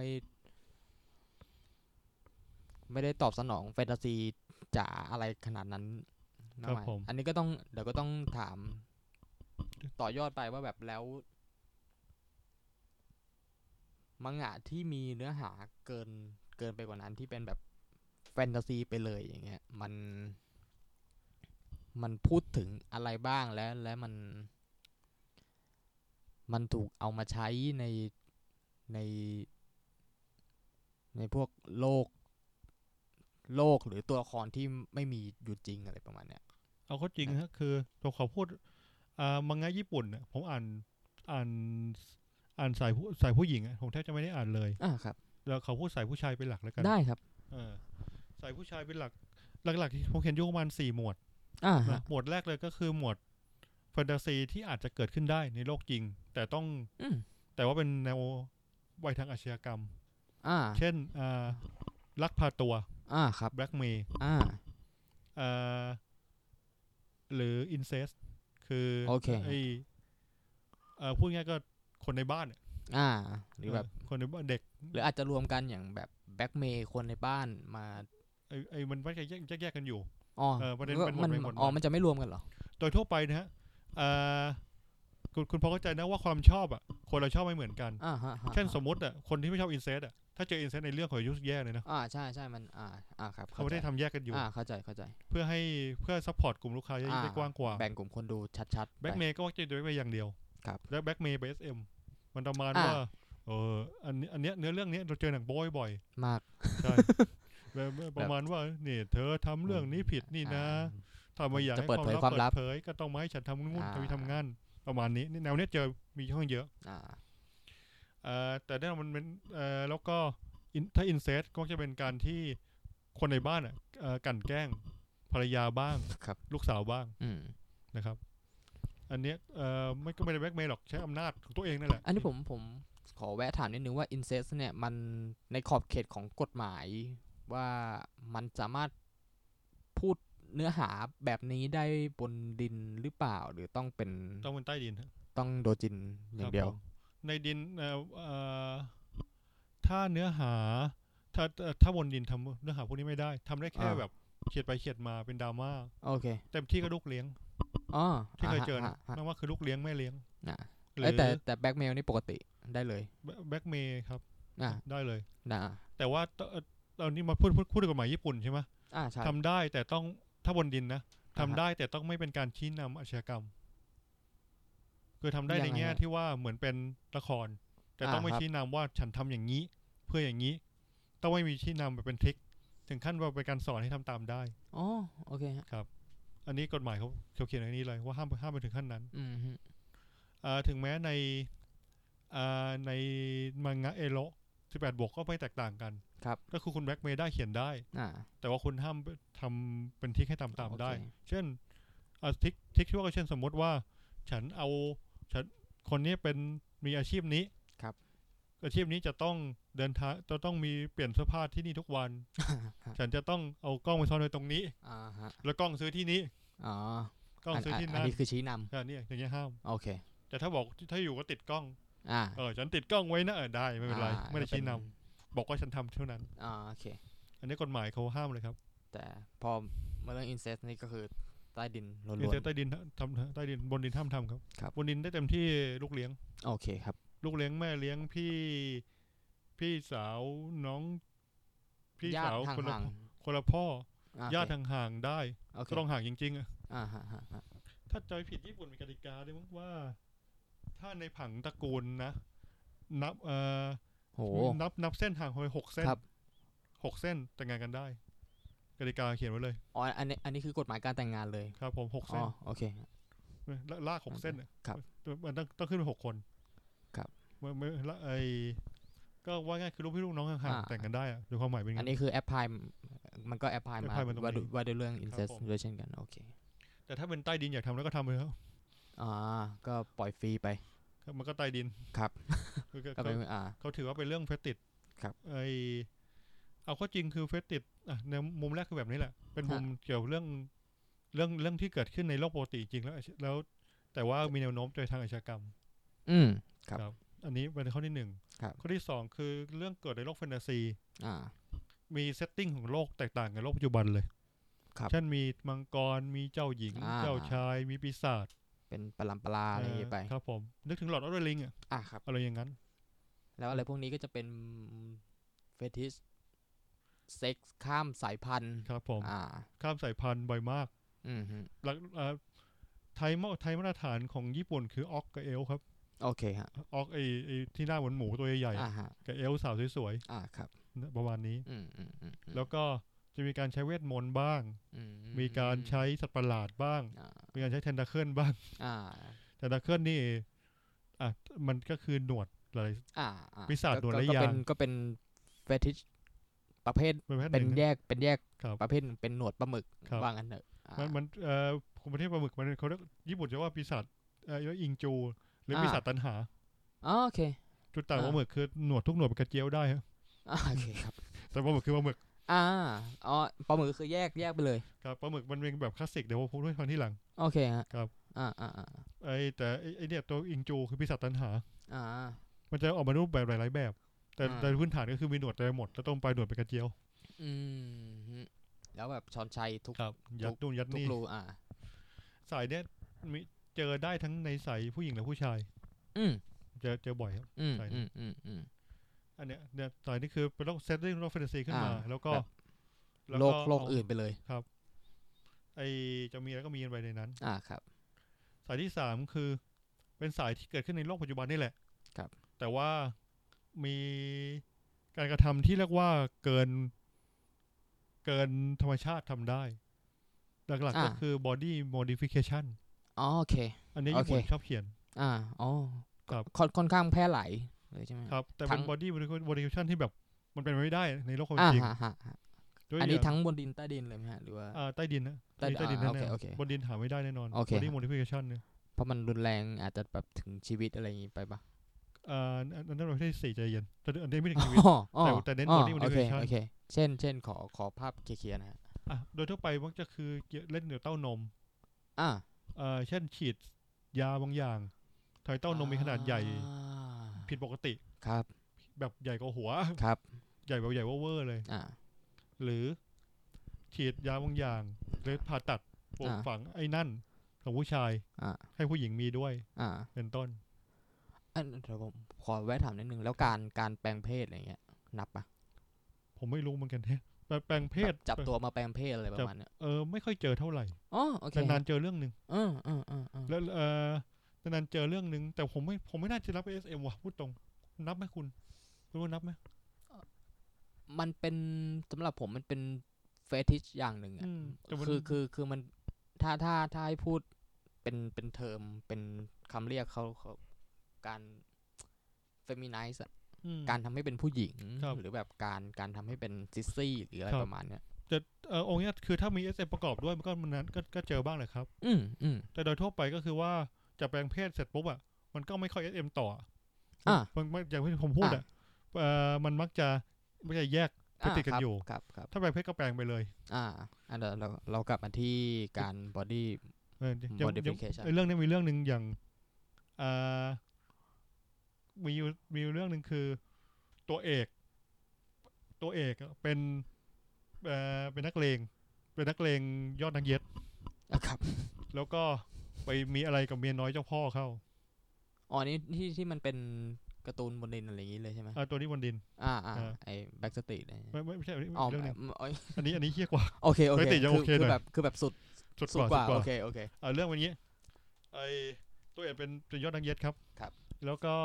ไม่ได้ตอบสนองแฟนตาซีจ๋าอะไรขนาดนั้นครับมากายผมอันนี้ก็ต้องเดี๋ยวก็ต้องถาม ต่อยอดไปว่าแบบแล้ว มังงะที่มีเนื้อหาเกินเกินไปกว่านั้นที่เป็นแบบแฟนตาซีไปเลยอย่างเงี้ย มัน มันพูดถึงอะไรบ้างและและมัน มันถูกเอามาใช้ในใน ในพวกโลก โลกหรือตัวละครที่ไม่มีอยู่จริงอะไรประมาณเนี้ยเอาเข้าจริงนะคือผมขอพูดอ่ามังงะญี่ปุ่นเนี่ยผมอ่านอ่านอ่านสายผู้สายผู้หญิงอะผมแทบจะไม่ได้อ่านเลยอ่าครับแล้วเขาพูดสายผู้ชายเป็นหลักแล้วกันได้ครับเออสายผู้ชายเป็นหลัก หลักๆที่ผมเห็นอยู่ประมาณสี่หมวดอ่านะฮะหมวดแรกเลยก็คือหมวดแฟนตาซีที่อาจจะเกิดขึ้นได้ในโลกจริง แต่ต้องอืมแต่ว่าเป็นแนววัยทางอาชญากรรมอ่าเช่นอ่าลักพาตัวอ่าครับแบล็กเมย์อ่าอ่าหรืออินเซสคือโอเคไอเอ่อพูดง่ายก็คนในบ้านอะอ่า หรือแบบเออคนในบ้านเด็กหรืออาจจะรวมกันอย่างแบบแบ็กเมย์คนในบ้านมาไอไอมันไม่ใช่แยกแยกแยกกันอยู่อ๋อเออประเด็นก็เป็นหมวดมันเป็นหมวดอ๋อมันมันจะไม่รวมกันเหรอโดยทั่วไปนะฮะอ่าคุณคุณพอเข้าใจนะว่าความชอบอ่ะคนเราชอบไม่เหมือนกันอ่าฮะฮะเช่นสมมติอ่ะคนที่ไม่ชอบอินเซสอ่ะถ้าเจออินเซสในเรื่องของยุสแย่เลยนะอ่าใช่ใช่มันอ่าอ่าครับเขาไม่ได้ใจทำแยกกันอยู่อ่าเข้าใจเข้าใจเพื่อให้เพื่อซัพพอร์ตกลุ่มลูกค้าได้อ่าได้กว้างกว่าแบ่งกลุ่มคนดูชัดๆแบ็กไปเมย์ก็จะโดยไปอย่างเดียวครับแล้วแบ็กเมย์ไปเอสเอ็มมันประมาณอ่าว่าเอออันนี้อันเนี้ยเนื้อเรื่องเนี้ยเราเจอหนังโป้บ่อยมากๆใช่ แบบแบบประมาณว่าเนี่ยเธอทำเรื่องนี้ผิดนี่นะอ่าถ้าไม่อยากจะให้เปิดความเผยลับความเปิลัดบเผยก็ต้องมาให้ฉันทำนู่นอ่าทำทำงานประมาณนี้นี่แนวเนี้ยเจอมีค่อนข้างเยอะอ่าเอ่อแต่แน่นอนมันเป็นเอ่อแล้วก็ in- ถ้าอินเซสก็จะเป็นการที่คนในบ้านอ่ะเอ่อกลั่นแกล้งภรรยาบ้างครับลูกสาวบ้างอืมนะครับ อันเนี้ยเอ่อไม่ก็ไม่ได้แบ็กเมย์หรอกใช้อำนาจของตัวเองนั่นแหละอันนี้ผมผมขอแวะถามนิดนึงว่า incest เนี่ยมันในขอบเขตของกฎหมายว่ามันสามารถพูดเนื้อหาแบบนี้ได้บนดินหรือเปล่า หรือต้องเป็นต้องเป็นใต้ดินฮะต้องโดจินอย่างเดียวครับผมในดินเอ่อเอ่อถ้าเนื้อหาถ้าถ้าบนดินทำเนื้อหาพวกนี้ไม่ได้ทำได้แค่อ่าแบบเขียนไปเขียนมาเป็นดราม่าโอเคเต็มที่ก็ลูกเลี้ยงอ๋อที่เคยเจอฮะนะฮะนั่นว่าคือลูกเลี้ยงแม่เลี้ยงอ่ะหรืเอ้ยอแต่แต่แบ็กเมลนี่ปกติได้เลยแบ็กเมย์ครับอ่ะได้เลยนะแต่ว่าตเอ่อตอนนี้มาพูดพูดพูดถึงกฎหมายญี่ปุ่นใช่ไหมอ่าใช่ทำได้แต่ต้องถ้าบนดินนะทำอ่าฮะได้แต่ต้องไม่เป็นการชี้นำอาชญากรรมคือทำได้ในยังไงฮะแง่ที่ว่าเหมือนเป็นละครแต่อ่าครับต้องไม่ชี้นำว่าฉันทำอย่างนี้เพื่ออย่างนี้ต้องไม่มีชี้นำแบบเป็นทริคถึงขั้นว่าเป็นการสอนให้ทำตามได้อ๋อโอเคฮะครับอันนี้กฎหมายเขาเขาเขียนไว้นี้เลยว่าห้ามห้ามไปถึงขั้นนั้นอืมฮึอ่าถึงแม้ในอ่าในมังงะเอโรสิบแปดบวกก็ไม่แตกต่างกันครับก็คือคุณแบล็กเมย์ได้เขียนได้อ่าแต่ว่าคุณห้ามทำเป็นทริคให้ตามตามโอเคได้ เช่นอ่าทริคทริคที่ว่าก็เช่นสมมติว่า ฉันเอาฉันคนนี้เป็นมีอาชีพนี้ครับอาชีพนี้จะต้องเดินทางจะต้องมีเปลี่ยนเสื้อผ้าที่นี่ทุกวัน ฉันจะต้องเอากล้องไปซ่อนไว้ตรงนี้อ่าฮะแล้วกล้องซื้อที่นี้อ๋อกล้องอันซื้อที่อันอันนั่นนี้คือชี้นอ่าเนี่ยอย่างเงี้ยห้ามำโอเคแต่ถ้าบอกถ้าอยู่ก็ติดกล้องอ่าเออฉันติดกล้องไว้นะเออได้ไม่เป็นไรอ่าไม่ได้ก็เป็นชี้นำบอกว่าฉันทำเท่านั้นอ่าโอเคอันนี้กฎหมายเขาห้ามเลยครับแต่พอมาเรื่อง incest นี่ก็คือใต้ดินล้มีวนแต่ใต้ดินทำใต้ดินบนดินห้ามทำครับครับบนดินได้เต็มที่ลูกเลี้ยงๆโอเคครับลูกเลี้ยงแม่เลี้ยงพี่พี่สาวน้องพี่ญาติสาวคนละห่างคนละพ่อๆอ่าโอญาติเคห่างๆได้โอเคก็ต้องห่างจริงๆอะอ่าฮะฮะฮะถ้าจอยผิดญี่ปุ่นมีกติกาด้วยมั้งว่าถ้าในผังตระกูลนะนับเอ่อโหนับนับเส้นห่างไปหกเส้นครับหกเส้นแต่งงานกันได้กติกาเขียนไว้เลยอ๋ออันนี้อันนี้คือกฎหมายการแต่งงานเลยครับผมหกอ๋อเส้นโอเคลลากหกเส้นอะครับมันต้องต้องขึ้นไปหกคนครับเมื่อเมื่อละไอก็ว่าง่ายคือลูกพี่ลูกน้องห่างอ่าๆแต่งกันได้อะโดยความหมายเป็นอันงั้นนี้คือแอปพลายมันก็แอปพลายมา apply มาตรงนี้ว่าด้วยว่าด้วยเรื่องครับ incest ผมด้วยเช่นกันโอเคแต่ถ้าเป็นใต้ดินอยากทำแล้วก็ทำเลยครับอ่าก็ปล่อยฟรีไปมันก็ใต้ดินครับคือก็เขาเป็นอ่าเขาถือว่าเป็นเรื่องเฟติดครับไอเอาเข้อจริงคือเฟติดอ่ะในมุมแรกคือแบบนี้แหละเป็นมุมเกี่ยวเรื่องเรื่องเรื่องที่เกิดขึ้นในโลกปกติจริงแล้วแล้วแต่ว่ามีแนวโน้มไปทางอาชญากรรมอืมครับอันนี้เป็นข้อที่หนึ่งครับข้อที่สองคือเรื่องเกิดในโลกแฟนตาซีอ่ามีเซตติ้งของโลกแตกต่างกับโลกปัจจุบันเลยครับเช่นมีมังกรมีเจ้าหญิงอ่าเจ้าชายมีปีศาจเป็นปลัมปลาอะไรอย่างงี้ไปเออครับผมนึกถึงหลอดออฟเดอะริงอะอ่ะครับอะไรอย่างนั้นแล้วอะไรพวกนี้ก็จะเป็นเฟติชเซ็กซ์ข้ามสายพันธุ์ครับผมอ่าข้ามสายพันธุ์บ่อยมากอืมฮึหลักเอ่อไทยมาไทยมาตรฐานของญี่ปุ่นคือออกกับเอลครับโอเคฮะออกไอไอที่หน้าเหมือนหมูตัวใหญ่ๆอ่าอะฮะกับเอลสาวสวยอ่าครับๆประมาณนี้อืมอืมอืมอืมแล้วก็จะมีการใช้เวทมนต์บ้างอืมีการใช้สัตว์ประหลาดบ้างอ่ามีการใช้เทนตาเคิลบ้างอ่าเทนตาเคิลนี่อ่ะมันก็คือหนวดอะไรอ่าอ่าปีศาจก็หนวดก็และก็ยาเป็นก็เป็นเฟติชประเภทประเภทหเป็นนึ่งแยนะกเป็นแยกครับประเภทหนึ่งเป็นหนวดปลาหมึกครับว่างั้นเถอะอ่ามันมันเอ่อของประเทศปลาหมึกมันเขาเรียกญี่ปุ่นจะว่าปีศาจเอ่อเรียกว่าอิงจู หรืออา ปีศาจตันหาอ๋อโอเคจุดต่างอ่าปลาหมึกคือหนวดทุกหนวดเป็นกระเจียวได้ครับอ่าโอเคครับแต่ปลาหมึกคือปลาหมึกอ่าอ๋อปลาหมึกคือแยกแยกไปเลยครับปลาหมึกมันเป็นแบบคลาสสิกเดี๋ยวผมพูดให้ฟังที่หลังโอเคฮะครับอ่าอ่าอ่าไอแต่ไอไอเนี่ยตัวอิงจูคือปีศาจตันหาอ่ามันจะออกมารูปแบบหลายๆแบบ แต่อ่าแต่พื้นฐานก็คือมีหนวดเต็มหมดแล้วตรงปลายหนวดเป็นกระเจียวอืมฮึแล้วแบบช้อนชัยทุกครับยัดนู่นยัดทุกนี่รูอ่าสายเนี้ยมีเจอได้ทั้งในสายผู้หญิงและผู้ชายอืมเจอเจอบ่อยครับอืมใช่อืมอืมอืมอันเนี้ยเนี่ยสายนี้คือเป็นโลกเซตติ้งโลกแฟนตาซีขึ้นมาอ่าแล้วก็แบบแล้วโลกก็โลกเอาอื่นไปเลยไอจะมีแล้วก็มีกันไปในนั้นอ่าครับสายที่สามคือเป็นสายที่เกิดขึ้นในโลกปัจจุบันนี่แหละครับแต่ว่ามีการกระทำที่เรียกว่าเกิน เกินธรรมชาติทำได้ หลักๆก็อ่าคือ body modification อ๋อโอเคอันนี้โอญี่ปุ่นเคชอบเขียนอ่าอ๋อครับค่อนค่อนข้างแพร่หลายเลยใช่ไหมครับ แต่ทั้เป็นง body modification ที่แบบมันเป็นไปไม่ได้ในโลกความอ่าจริงฮะฮะฮะด้วยอันนี้ย่างทั้งบนดินใต้ดินเลยไหมฮะหรือว่าอ่าใต้ดินนะใต้ใต้ดินอ่าแน่โอเคโอเคๆบนดินหาไม่ได้แน่นอนโอเค body modification เนี่ยเพราะมันรุนแรงอาจจะแบบถึงชีวิตอะไรอย่างงี้ไปปะอ่าอันอันนั้นประเภทที่สี่ใจเย็นแต่อันนี้ไม่ถึงชีวิตอ๋ออ๋อแต่แต่เน้นอ๋อ body โอเค modification โอเค เช่นเช่นขอขอภาพเคลียร์ๆนะฮะอ่ะโดยทั่วไปมักจะคือเกี่ยวเล่นเกี่ยวเต้านมอ่าเอ่อเช่นฉีดยาบางอย่างทำให้เต้านมมีขนาดใหญ่อ่าผิดปกติครับแบบใหญ่กว่าหัวครับใหญ่แบบใหญ่เวอร์ๆเลยอ่าหรือฉีดยาบางอย่างหรือผ่าตัดปลูกอ่าฝังไอ้นั่นของผู้ชายอ่าให้ผู้หญิงมีด้วยอ่าเป็นต้นอันเดี๋ยวผมขอแวะถามนิดนึงแล้วการการแปลงเพศอะไรเงี้ยนับปะผมไม่รู้เหมือนกันแท้แปลงเพศจับตัวมาแปลงเพศอะไรประมาณเนี้ยเออไม่ค่อยเจอเท่าไหร่อ๋อโอเคแต่นานเจอเรื่องนึงเออเออเออเออแล้วเออนานเจอเรื่องนึงแต่ผมไม่ผมไม่น่าจะรับ เอส เอ็ม ว่ะพูดตรงนับไหมคุณคุณว่านับไหมมันเป็นสำหรับผมมันเป็นเฟติชอย่างหนึ่งอ่ะคือคือคือมันถ้าถ้าถ้าให้พูดเป็นเป็นเทอมเป็นคำเรียกเขาเขาการเฟมิไนซ์การทำให้เป็นผู้หญิงหรือแบบการการทำให้เป็นซิสซี่หรืออะไรประมาณเนี้ยแต่เออองค์เนี้ยคือถ้ามี เอส เอ็ม ประกอบด้วยมันก็มันนั้นก็ก็เจอบ้างเลยครับอืมอืมแต่โดยทั่วไปก็คือว่าจะแปลงเพศเสร็จปุ๊บอ่ะมันก็ไม่ค่อย เอส เอ็ม ต่ออ่ะมันอย่างที่ผมพูดอ่ะเออมันมักจะไม่ใช่แยกไปติดกันอยู่ถ้าแปลงเพศก็แปลงไปเลยอ่าอันเดี๋ยวเราเรากลับมาที่การ body modification เรื่องนี้มีเรื่องนึงอย่างอ่ามีมีเรื่องนึงคือตัวเอกตัวเอกเป็นเอ่อเป็นนักเลงเป็นนักเลงยอดนักเย็ดนะครับแล้วก็ไปมีอะไรกับเมียน้อยเจ้าพ่อเข้าอ๋อนี่ที่ที่มันเป็นการ์ตูนบนดินอะไรอย่างงี้เลยใช่ไหมอ่าตัวนี้บนดินอ่าอ่าไอ้แบ็กสตรีทไม่ไม่ใช่เรื่องนึงอันนี้อันนี้เฮี้ยกว่าโอเคโอเคคือแบบคือแบบสุดสุดกว่าโอเคโอเคอ่าเรื่องวันนี้ไอ้ตัวเอกเป็นเป็นยอดนักเย็ดครับครับแล้วก็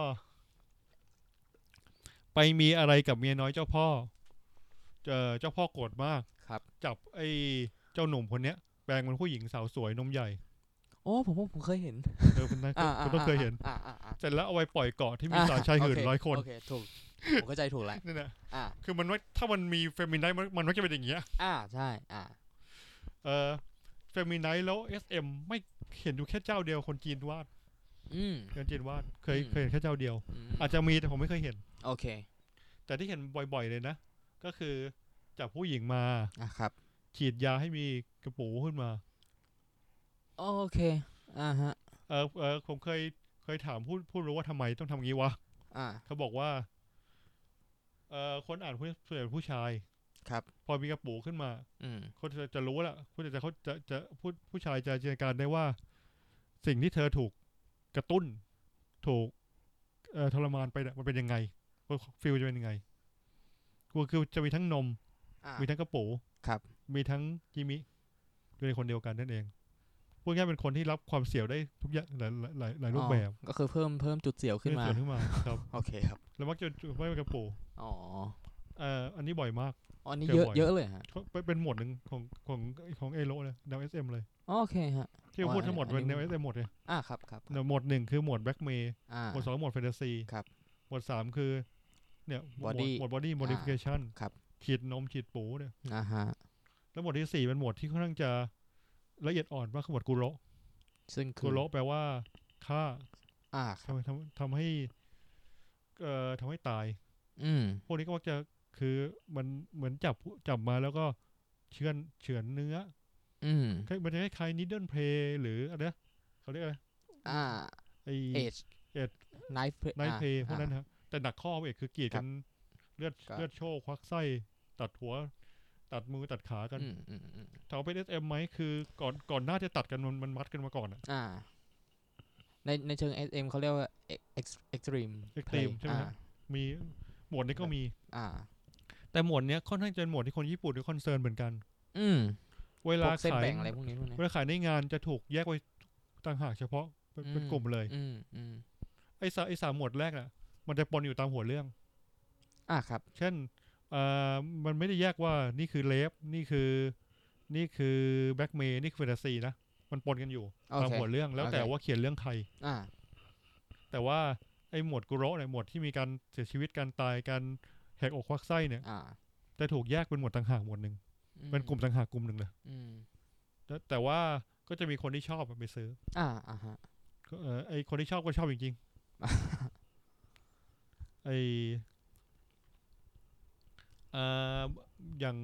ไปมีอะไรกับเมียน้อยเจ้าพ่อเจอเจ้าพ่อโกรธมากครับจับไอ้เจ้าหนุ่มคนเนี้ยแปลงเป็นผู้หญิงสาวสวยนมใหญ่โอ้ผมผมเคยเห็นเออคุณนายคุณต้องเคยเห็นเสร็จแล้วเอาไปปล่อยเกาะที่มีสาวชายหื่นร้อยคนโอเคถูกผมเข้าใจถูกแล้วนี่นะคือมันว่าถ้ามันมีเฟมิไนท์มันมันจะเป็นอย่างเงี้ยอ่าใช่อ่าเออเฟมิไนท์แล้ว เอส เอ็ม ไม่เห็นอยู่แค่เจ้าเดียวคนจีนวาดอืมคนจีนวาดเคยเคยเห็นแค่เจ้าเดียวอาจจะมีแต่ผมไม่เคยเห็นโอเคแต่ที่เห็นบ่อยๆเลยนะก็คือจับผู้หญิงมาอ่ะครับฉีดยาให้มีกระปูขึ้นมาโอเคอ่าฮะเออเออผมเคยเคยถามผู้ผู้รู้ว่าทำไมต้องทำงี้วะอ่าเขาบอกว่าเออคนอ่านผู้ส่วนใหญ่ผู้ชายครับพอมีกระปูขึ้นมาอืมเขาจะจะรู้ละผู้จะเขาจะจะผู้ผู้ชายจะจินตนาการได้ว่าสิ่งที่เธอถูกกระตุ้นถูกเอ่อทรมานไปเนี่ยมันเป็นยังไงฟิลจะเป็นยังไงกูคือจะมีทั้งนมมีทั้งกระปูครับมีทั้งจิมิอยู่ในคนเดียวกันนั่นเองพูดง่ายเป็นคนที่รับความเสี่ยวได้ทุกอย่างหลายหลายหลายรูปแบบก็คือเพิ่มเพิ่มจุดเสี่ยวขึ้นมาขึ้นมาครับโอเคครับแล้วมักจะไม่เป็นกระปูอ๋อเอ่ออันนี้บ่อยมากอ๋อนี่เยอะเยอะเลยฮะเป็นหมวดหนึ่งของของของเอโร่เลยแนว เอส เอ็ม เลยโอเคฮะที่พูดทั้งหมดเป็นแนว เอส เอ็ม หมดเลยอ่าครับครับหมวดหนึ่งคือหมวดแบล็กเมย์หมวดสองหมวดแฟนตาซีครับหมวดสามคือเนี่ยหมวดหมวดบอดี้โมดิฟิเคชันครับฉีดนมฉีดปูเนี่ยอ่าฮะแล้วหมวดที่สี่เป็นหมวดที่ค่อนข้างจะละเอียดอ่อนมากคือหมวดกุโรซึ่งกุโรแปลว่าฆ่าอ่าทำทำทำให้เอ่อทำให้ตายอืมพวกนี้ก็มักจะคือมันเหมือนจับจับมาแล้วก็เฉือนเฉือนเนื้ออืมมันจะคล้ายๆ needle play หรืออะไรนะเขาเรียกอะไรอ่าไอเอชเอชไนฟ์ไนฟ์เพย์พวกนั้นครับแต่หนักข้อเอกคือกรีดกันเลือดเลือดโชกควักไส้ตัดหัวตัดมือตัดขากันถามว่าเป็น เอส เอ็ม ไหมคือก่อนก่อนหน้าจะตัดกันมันมันมัดกันมาก่อนอ่ะในในเชิง เอส เอ็ม เขาเรียกว่า extreme extreme ใช่ไหมมีหมวดนี้ก็มีแต่หมวดเนี้ยค่อนข้างจะเป็นหมวดที่คนญี่ปุ่นที่คอนเซิร์นเหมือนกันอืมเวลาขายเวลาขายในงานจะถูกแยกไว้ต่างหากเฉพาะเป็นกลุ่มเลยไอ้สาไอ้สามหมวดแรกอ่ะมันจะปนอยู่ตามหัวเรื่องอ่าครับเช่นอ่ามันไม่ได้แยกว่านี่คือเลฟนี่คือนี่คือแบล็กเมย์นี่คือแฟนตาซีนะมันปนกันอยู่ตามหัวเรื่องแล้วแต่ว่าเขียนเรื่องใครอ่าแต่ว่าไอ้หมวดกุโระเนี่ยหมวดที่มีการเสียชีวิตการตายการแหกอกควักไส้เนี่ยจะถูกแยกเป็นหมวดต่างหากหมวดหนึ่งเป็นกลุ่มต่างหากกลุ่มหนึ่งเลยแต่ว่าก็จะมีคนที่ชอบไปซื้ออ่าอ่าฮะเออไอคนที่ชอบก็ชอบจริงๆไออ่าอย่าง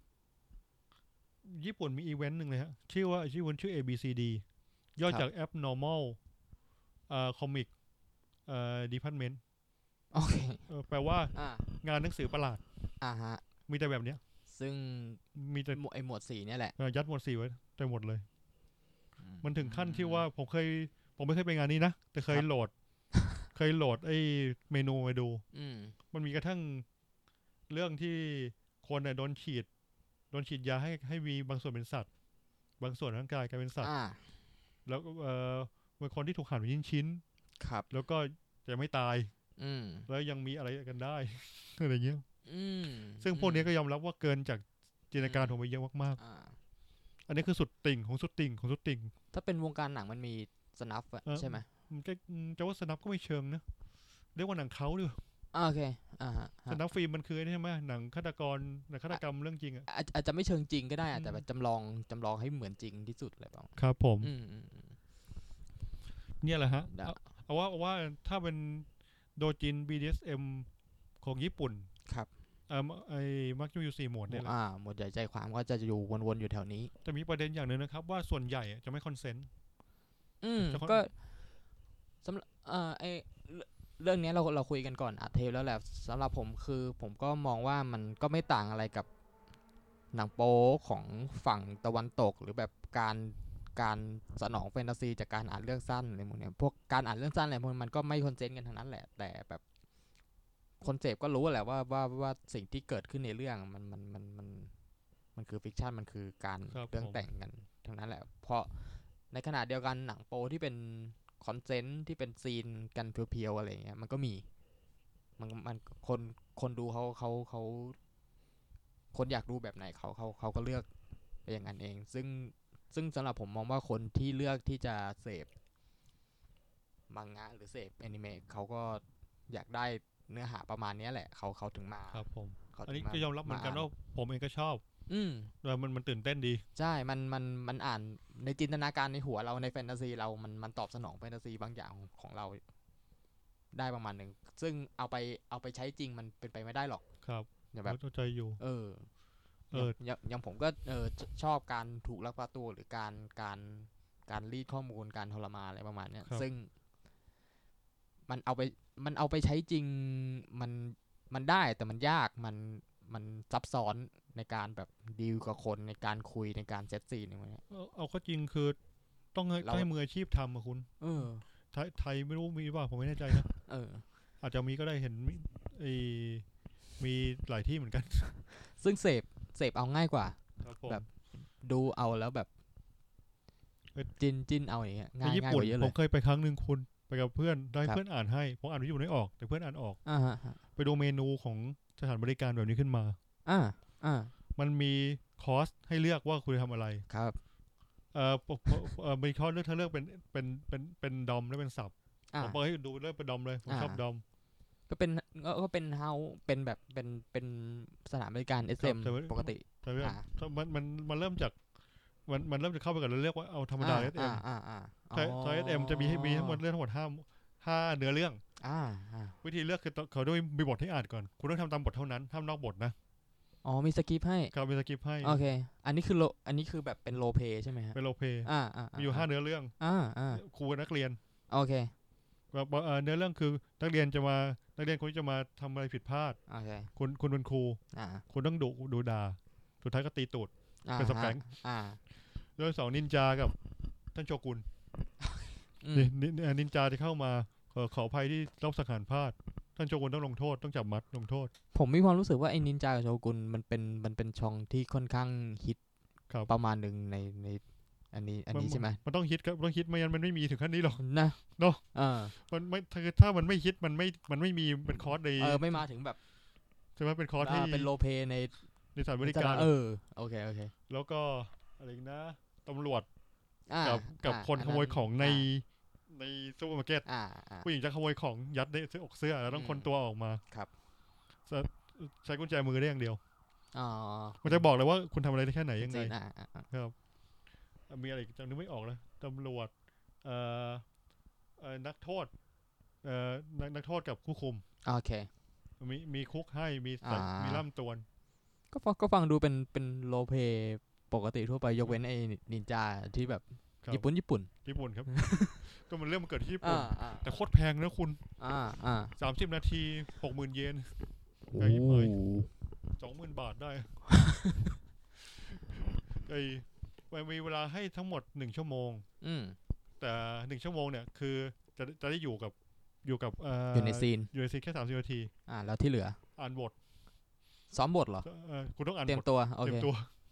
ญี่ปุ่นมีอีเวนต์หนึ่งเลยฮะชื่อว่าชื่อวันชื่อ เอ บี ซี ดี ย่อจาก Abnormal อ่า Comic อ่า Department โอเคแปลว่างานหนังสือประหลาดอ่าฮะมีแต่แบบเนี้ยซึ่งมีแต่ไอหมวดสี่เนี่ยแหละยัดหมวดสี่ไว้แต่หมดเลยมันถึงขั้นที่ว่าผมเคยผมไม่เคยไปงานนี้นะแต่เคยโหลดเคยโหลดไอ้เมนูมาดูมันมีกระทั่งเรื่องที่คนเนี่ยโดนฉีดโดนฉีดยาให้ให้มีบางส่วนเป็นสัตว์บางส่วนร่างกายกลายเป็นสัตว์อ่าแล้วเอ่อเป็นคนที่ถูกหั่นเป็นชิ้นครับๆแล้วก็จะไม่ตายอืมแล้วยังมีอะไรกันได้ อะไรเงี้ยอืมซึ่งพวกนี้ก็ยอมรับว่าเกินจากจินตนาการผมไปเยอะมากอ่าๆอันนี้คือสุดติ่งของสุดติ่งของสุดติ่งถ้าเป็นวงการหนังมันมีสนัฟอะเออใช่ไหมมันก็จะว่าสนับก็ไม่เชิงนะเรียกว่าหนังเขาดิอ่าโอเคอ่าฮะสนับฟิล์มมันคือนี่ใช่ไหมหนังฆาตกรหนังฆาตกรรมเรื่องจริงอ่ะอาจอาจจะไม่เชิงจริงก็ได้อาจจะแบบจำลองจำลองให้เหมือนจริงที่สุดเลยเปล่าครับผมอืมอืมเนี่ยแหละฮะเอาว่าเอาว่าถ้าเป็นโดจิน บี ดี เอส เอ็ม ของญี่ปุ่นครับเอ่อไอ้มักจะอยู่สี่โหมดเนี่ยแหละอ่าหมวดใหญ่ใจความก็จะอยู่วนๆอยู่แถวนี้แต่มีประเด็นอย่างหนึ่งนะครับว่าส่วนใหญ่จะไม่คอนเซนต์อืมก็สำหรับเอ่อไอเรื่องนี้เราเราคุยกันก่อนอัดเทปแล้วแหละสำหรับผมคือผมก็มองว่ามันก็ไม่ต่างอะไรกับหนังโป๊ของฝั่งตะวันตกหรือแบบการการสนองแฟนตาซีจากการอ่านเรื่องสั้นอะไรพวกเนี้ยพวกการอ่านเรื่องสั้นอะไรพวกมันก็ไม่คอนเซนต์กันทั้งนั้นแหละแต่แบบคนเสพก็รู้แหละว่าว่าว่าสิ่งที่เกิดขึ้นในเรื่องมันมันมันมันมันคือฟิกชันมันคือการเรื่องแต่งกันทั้งนั้นแหละเพราะในขณะเดียวกันหนังโป๊ที่เป็นคอนเซนต์ที่เป็นซีนกันเพียวๆอะไรเงี้ยมันก็มีมันมันคนคนดูเขาเขาเขาคนอยากดูแบบไหนเขาเขาเขาก็เลือกไปอย่างนั้นเองซึ่งซึ่งสำหรับผมมองว่าคนที่เลือกที่จะเสพมังงะหรือเสพแอนิเมะเขาก็อยากได้เนื้อหาประมาณนี้แหละเขาเขาถึงมาครับผมเขาอันถึงมานี้ก็ยอมรับเหมือนกันว่าผมเองก็ชอบอืมแล้วมันมันตื่นเต้นดีใช่มันมันมันอ่านในจินตนาการในหัวเราในแฟนตาซีเรามันมันตอบสนองแฟนตาซีบางอย่างของเราได้ประมาณหนึ่งซึ่งเอาไปเอาไปใช้จริงมันเป็นไปไม่ได้หรอกครับอย่างแบบเข้าใจอยู่เออเอออย่างอย่างผมก็เออชอบการถูกลักพาตัวหรือการการการรีดข้อมูลการทรมานอะไรประมาณเนี้ยซึ่งมันเอาไปมันเอาไปใช้จริงมันมันได้แต่มันยากมันมันซับซ้อนในการแบบดีลกับคนในการคุยในการเซตซีนอะไรเงี้ยเอาเอาก็จริงคือต้องให้ให้มืออาชีพทำอะคุณเออไทยไทยไม่รู้มีว่าผมไม่แน่ใจนะเอออาจจะมีก็ได้เห็นไอมีหลายที่เหมือนกันซึ่งเสพเสพเอาง่ายกว่าแบบดูเอาแล้วแบบจินจินเอาอย่างเงี้ยง่ายง่ายกว่าเยอะเลยผมเคยไปครั้งหนึ่งคุณไปกับเพื่อนได้เพื่อนอ่านให้ผมอ่านญี่ปุ่นไม่ออกแต่เพื่อนอ่านออกอ่าฮะไปดูเมนูของสถานบริการแบบนี้ขึ้นมาอ่าอ่ามันมีคอร์สให้เลือกว่าคุณจะทำอะไรครับเอ่อเอ่อมีคอร์สเลือกถ้าเลือกเป็นเป็นเป็นเป็นดอมและเป็นสับผมบอกให้ดูเลือกเป็นดอมเลยผมชอบดอมก็เป็นก็เป็นเฮาเป็นแบบเป็นเป็นสถานบริการ เอส เอ็ม ปกติแต่มันมันมันเริ่มจากมันมันเริ่มจะเข้าไปก่อนแล้วเรียกว่าเอาธรรมดา เอส เอ็ม ใช่ เอส เอ็ม จะมีให้มีทั้งหมดเรื่องทั้งหมดห้าห้าเนื้อเรื่องวิธีเลือกคือเขาด้วยมีบทให้อ่านก่อนคุณต้องทำตามบทเท่านั้นห้ามนอกบทนะอ๋อมีสคริปต์ให้ครับมีสคริปต์ให้โอเคอันนี้คือโลอันนี้คือแบบเป็นโลเพใช่ไหมฮะเป็นโลเพอ่าอ่ามีอยู่ห้าเนื้อเรื่องอ่าอ่าครูนักเรียนโอเคแบบเนื้อเรื่องคือนักเรียนจะมานักเรียนคนที่จะมาทำอะไรผิดพลาดโอเคคุณคุณเป็นครูคุณต้องดุดุด่าสุดท้ายก็ตีตูดเป็นสแปงเรื่องสองนินจากับท่านโชกุนนินจาจะเข้ามาขออภัยที่รอบสังหารพลาดท่านโชกุนต้องลงโทษต้องจับมัดลงโทษผมมีความรู้สึกว่าไอ้นินจากับโชกุนมันเป็นมันเป็นช่องที่ค่อนข้างฮิตประมาณหนึ่งในในอันนี้อันนี้ใช่ไหมมันต้องฮิตครับต้องฮิตไม่งั้นมันไม่มีถึงขั้นนี้หรอกนะเนาะมันไม่ถ้ามันไม่ฮิตมันไม่มันไม่มีเป็นคอร์สในเออไม่มาถึงแบบใช่ไหมเป็นคอร์สที่เป็นโลเปในในสถานบริการเออโอเคโอเคแล้วก็อะไรนะตำรวจกับกับคนขโมยของในในซูเปอร์มาร์เก็ตผู้หญิงจะขโมยของยัดในเสื้ออกเสื้อแล้วต้องคนตัวออกมาครับใช้กุญแจมือได้อย่างเดียวอ๋อมันจะบอกเลยว่าคุณทำอะไรได้แค่ไหนยังไงครับมีอะไรจำนึกไม่ออกเลยตำรวจเอ่อเอ่อนักโทษเอ่อนักนักโทษกับผู้คุมโอเคมีมีคุกให้มีมีล่ำตวนก็ฟังก็ฟังดูเป็นเป็นโลเปปกติทั่วไปยกเว้นไอ้นินจาที่แบบญี่ปุ่นญี่ปุ่นญี่ปุ่นครับ ก็มันเรื่องมันเกิดที่ญี่ปุ่นแต่โคตรแพงนะคุณสามสิบนาทีหกหมื่นเยนไงยิ่งเลยสองหมื่นบาทได้ไอ้มีเวลาให้ทั้งหมดหนึ่งชั่วโมงแต่หนึ่งชั่วโมงเนี่ยคือจะจะได้อยู่กับอยู่กับอยู่ในซีนอยู่ในซีนแค่สามสิบนาทีอ่าแล้วที่เหลืออ่านบทซ้อมบทเหรอคุณต้องอ่านเตรียมตัวโอเค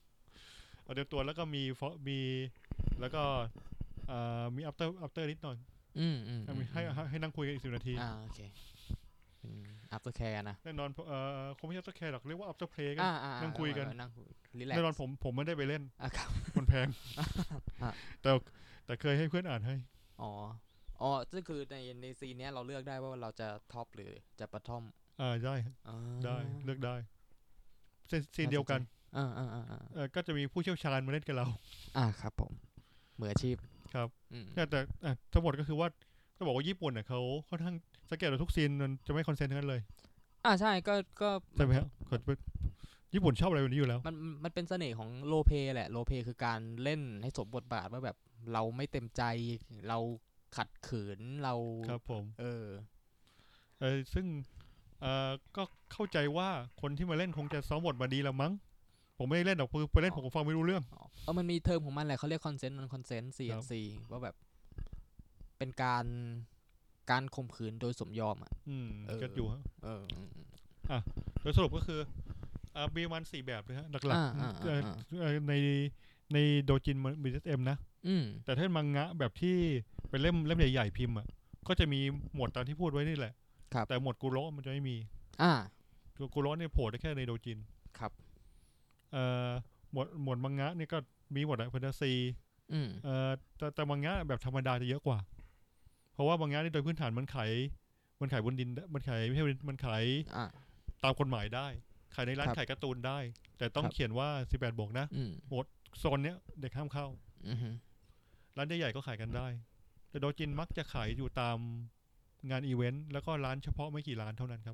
เราเตรียมตัวแล้วก็มีฟอมีแล้วก็เอ่อมี after after นิดหน่อยอืมอืมให้ให้ให้ให้นั่งคุยกันอีกสิบนาทีอ่าโอเคเป็น after care นะแน่นอนเอ่อคงไม่ใช่ after care หรอกเรียกว่า after play กันอ่าอ่านั่งคุยกันนั่งคุยรีแลกแน่นอนผมผมไม่ได้ไปเล่นอ่ะครับมันแพงฮะแต่แต่เคยให้เพื่อนอ่านให้อ๋ออ๋อก็คือในในซีนเนี้ยเราเลือกได้ว่าเราจะท็อปหรือจะปะทอมอ่าได้อ่าได้เลือกได้ซีนซีนเดียวกันอ่าอ่าอ่าอ่าเออก็จะมีผู้เชี่ยวชาญมาเล่นกับเราอ่าครับผมมืออาชีพครับอืมแต่แต่อ่ะทั้งหมดก็คือว่าจะบอกว่าญี่ปุ่นเนี่ยเขาค่อนข้างสังเกตว่าทุกซีนมันจะไม่คอนเซนต์ทั้งนั้นเลยอ่าใช่ก็ก็ใช่ไหมครับญี่ปุ่นชอบอะไรแบบนี้อยู่แล้วมันมันเป็นเสน่ห์ของโรลเพลย์แหละโรลเพลย์คือการเล่นให้สมบทบาทว่าแบบเราไม่เต็มใจเราขัดขืนเราครับผมเออเออซึ่งเอ่อก็เข้าใจว่าคนที่มาเล่นคงจะซ้อมบทมาดีแล้วมั้งผมไม่ได้เล่นหรอกคือไปเล่นผมก็ฟังไม่รู้เรื่องอ๋อเออมันมีเทอมของมันแหละเขาเรียกคอนเซนต์มันคอนเซนต์ ซี เอ็น ซี ว่าแบบเป็นการการข่มขืนโดยสมยอมอ่ะอืมเออก็อยู่ฮะเอออืมโดยสรุปก็คืออ่ามีประมาณสี่แบบเลยฮะหลักอ่าอ่าๆเอ่ออ่าเอ่อในในโดจินบี เอส เอ็ม นะอืมแต่ถ้ามังงะแบบที่เป็นเล่มเล่มใหญ่ๆพิมพ์อ่ะก็จะมีหมวดตามที่พูดไว้นี่แหละครับแต่หมวดกุโระมันจะไม่มีอ่าตัวกุโระเนี่ยโผล่ได้แค่ในโดจินครับเอ่อหมวดหมวดมังงะเนี่ยก็มีหมวดแฟนตาซีอืมเอ่อแต่แต่มังงะแบบธรรมดาจะเยอะกว่า เพราะว่ามังงะนี่โดยพื้นฐานมันขายมันขายบนดินมันขายไม่ใช่มันขายอ่าตามกฎหมายได้ขายในร้านครับขายการ์ตูนได้ แต่ต้องครับเขียนว่าสิบแปดบวกนะอืมโซนเนี้ยเด็กห้ามเข้าอืมร้านใหญ่ๆก็ขายกันได้ แต่โดจินมักจะขายอยู่ตามงานอีเวนต์แล้วก็ร้านเฉพาะไม่กี่ร้านเท่านั้นครับ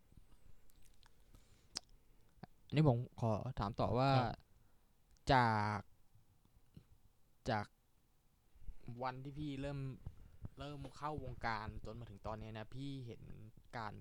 อันนี้ผมขอถามต่อว่าครับจากจากวันที่พี่เริ่มเริ่มเข้าวงการจนมาถึงตอนนี้นะ พี่เห็นการ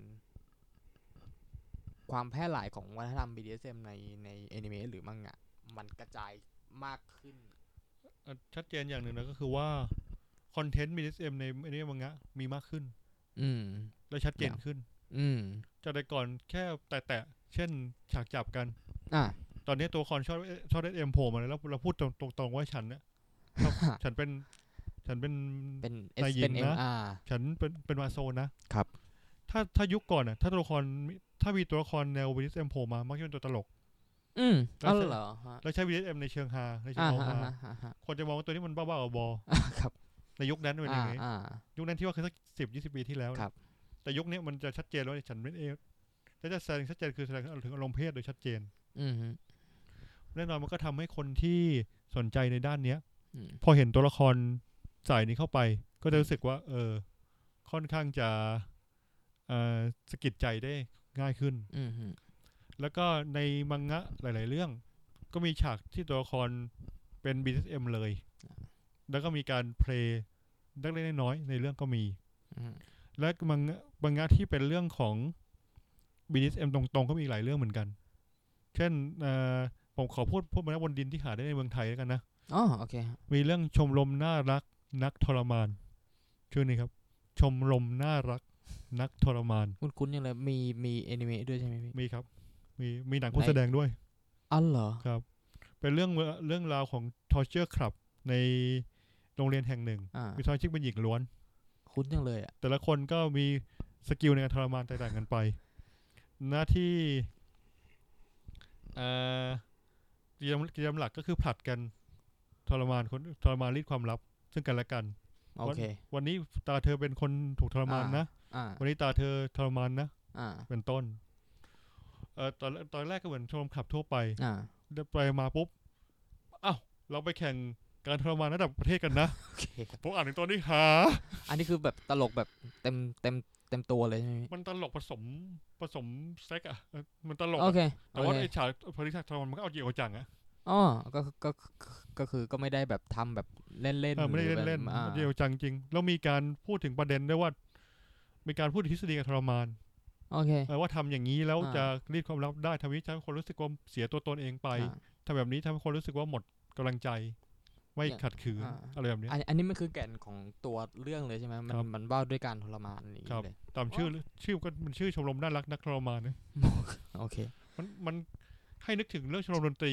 ความแพร่หลายของวัฒนธรรม บี ดี เอส เอ็ม ในในแอนิเมะหรือมังงะมันกระจายมากขึ้นอ่ะชัดเจนอย่างหนึ่งนะก็คือว่าคอนเทนต์ บี ดี เอส เอ็ม ในในมังงะมีมากขึ้นอืมและชัดเจนขึ้นอืมจากแต่ก่อนแค่แตะๆเช่นฉากจับกันอ่าตอนนี้ตัวละครชอบชอบเอ็มโผล่มาแล้วเราพูดตรงๆว่าฉันเนี่ยชอบฉันเป็นฉันเป็นเป็น S นายหญิงเป็น M นะอ่าฉันเป็นเป็นมาโซนนะครับ ถ้าถ้ายุคก่อนอ่ะถ้าตัวละครมีถ้ามีตัวละครแนว บี ดี เอส เอ็ม โผล่มามักจะเป็นตัวตลกอืมแล้วอ๋อใช่เหรอฮะแล้วใช้ บี ดี เอส เอ็ม ในเชิงฮาในเชิงอ่าเอาฮะฮาอ่าฮะคนจะมองว่าตัวนี้มันบ้าๆบออ่าครับๆในยุคนั้นเป็นออ่าย่างงี้อ่ายุคนั้นที่ว่าคือสักสิบยี่สิบปีที่แล้วนะครับ แต่ยุคนี้มันจะชัดเจนแล้วาฉันเป็นเอแล้วจะแสดงชัดเจนคือแสดงถึงอารมณ์เพศโดยชัดเจนอืมฮึแน่นอนมันก็ทำให้คนที่สนใจในด้านเนี้ยอืมพอเห็นตัวละครสายนี้เข้าไป ก็จะรู้สึกว่า เออ ค่อนข้างจะเอ่อสะกิดใจได้ง่ายขึ้นอืมฮึแล้วก็ในมังงะหลาย ๆ เรื่อง ก็มีฉากที่ตัวละครเป็น บี ดี เอส เอ็ม เลย แล้วก็มีการเพลย์เล็กๆน้อยๆในเรื่องก็มีอืมและมังงะมังงะที่เป็นเรื่องของ บี ดี เอส เอ็ม ตรง ๆ ก็มีหลายเรื่องเหมือนกัน เช่นเอ่อผมขอพูดพวกมันบนดินที่หาได้ในเมืองไทยแล้วกันนะอ๋อโอเคมีเรื่องชมรมน่ารักนักทรมานชื่อนี้ครับ ชมรมน่ารักนักทรมานคุณคุ้นๆยังเลยมีมีแอนิเมะด้วยใช่ไหมพี่มีครับ มีมีหนังคนไหนแสดงด้วยอ๋อเหรอครับ เป็นเรื่องเรื่องราวของ torture club ในโรงเรียนแห่งหนึ่งอ่ามีสมาชิกเป็นหญิงล้วนคุ้นจังเลยอ่ะแต่ละคนก็มีสกิลในการทรมานแตกต่างกันไป หน้าที่เอ่อกิจกรรมกิจกรรมหลักก็คือผลัดกันทรมานคนทรมานรีดความลับ ซึ่งกันและกันโอเควันนี้ตาเธอเป็นคนถูกทรมานนะอ่าวันนี้ตาเธอทรมานนะอ่าเป็นต้น เอ่อตอนตอนแรกก็เหมือนชมรมขับทั่วไปอ่าไปมาปุ๊บอ้าวเราไปแข่งการทรมานระดับประเทศกันนะโอเคครับผมอ่านถึงตอนนี้หาอันนี้คือแบบตลกแบบเต็มเต็มเต็มตัวเลยใช่ไหมพี่มันตลกผสมผสมเซ็กอะเออมันตลกโออะเคแต่ว่าโอเคไอ้ฉากพอริษัททรมานมันก็เอาจริงเอาจังอะอ๋อก็ก็ก็ก็คือก็ไม่ได้แบบทำแบบเล่นเล่นเออไม่ได้หรือแบบเล่นอ่าๆเอาจริงเอาจังจริงแล้วมีการพูดถึงประเด็นด้วยว่า มีการพูดถึงทฤษฎีการทรมานโอเคเออว่าทำอย่างนี้แล้วอ่าจะรีดความลับได้ทำให้ทำให้คนรู้สึกว่าเสียตัวตนเองไปอ่าทำแบบนี้ทำให้คนรู้สึกว่าหมดกำลังใจ ไม่อย่างขัดขืนอ่าอะไรแบบนี้อันอันนี้มันคือแก่นของตัวเรื่องเลยใช่ไหมมันครับมันว่าด้วยการทรมานนี้ครับเลยตามชื่อชื่อก็มันชื่อชมรมน่ารักนักทรมานนะโอเคมันมันให้นึกถึงเรื่องชมรมดนตรีอ่ะ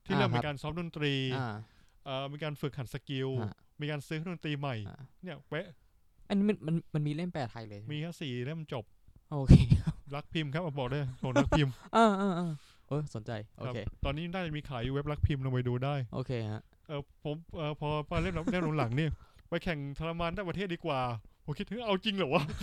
ที่อ่าเริ่มครัมีบการซ้อมดนตรีอ่าเอ่อมีการฝึกหัดสกิลฮะมีการซื้อเครื่องดนตรีใหม่อ่าเนี่ยเป๊ะอันนี้มันมันมันมีเล่มแปลไทยเลยใช่ไหมีมแค่สี่เล่มจบโอเครักพิมพ์ครับเอาบอกได้ของรักพิมพ์อ่าอ่าอ่าเออสนใจโอครับเคตอนนี้น่าจะมีขายอยู่เว็บรักพิมพ์ลองไปดูได้โอเคฮะเออผมเออพอพอเล่มเล่มหลังๆนี่ไปแข่งทรมานต่างประเทศดีกว่าผมคิดถึงเอาจริงเหรอวะ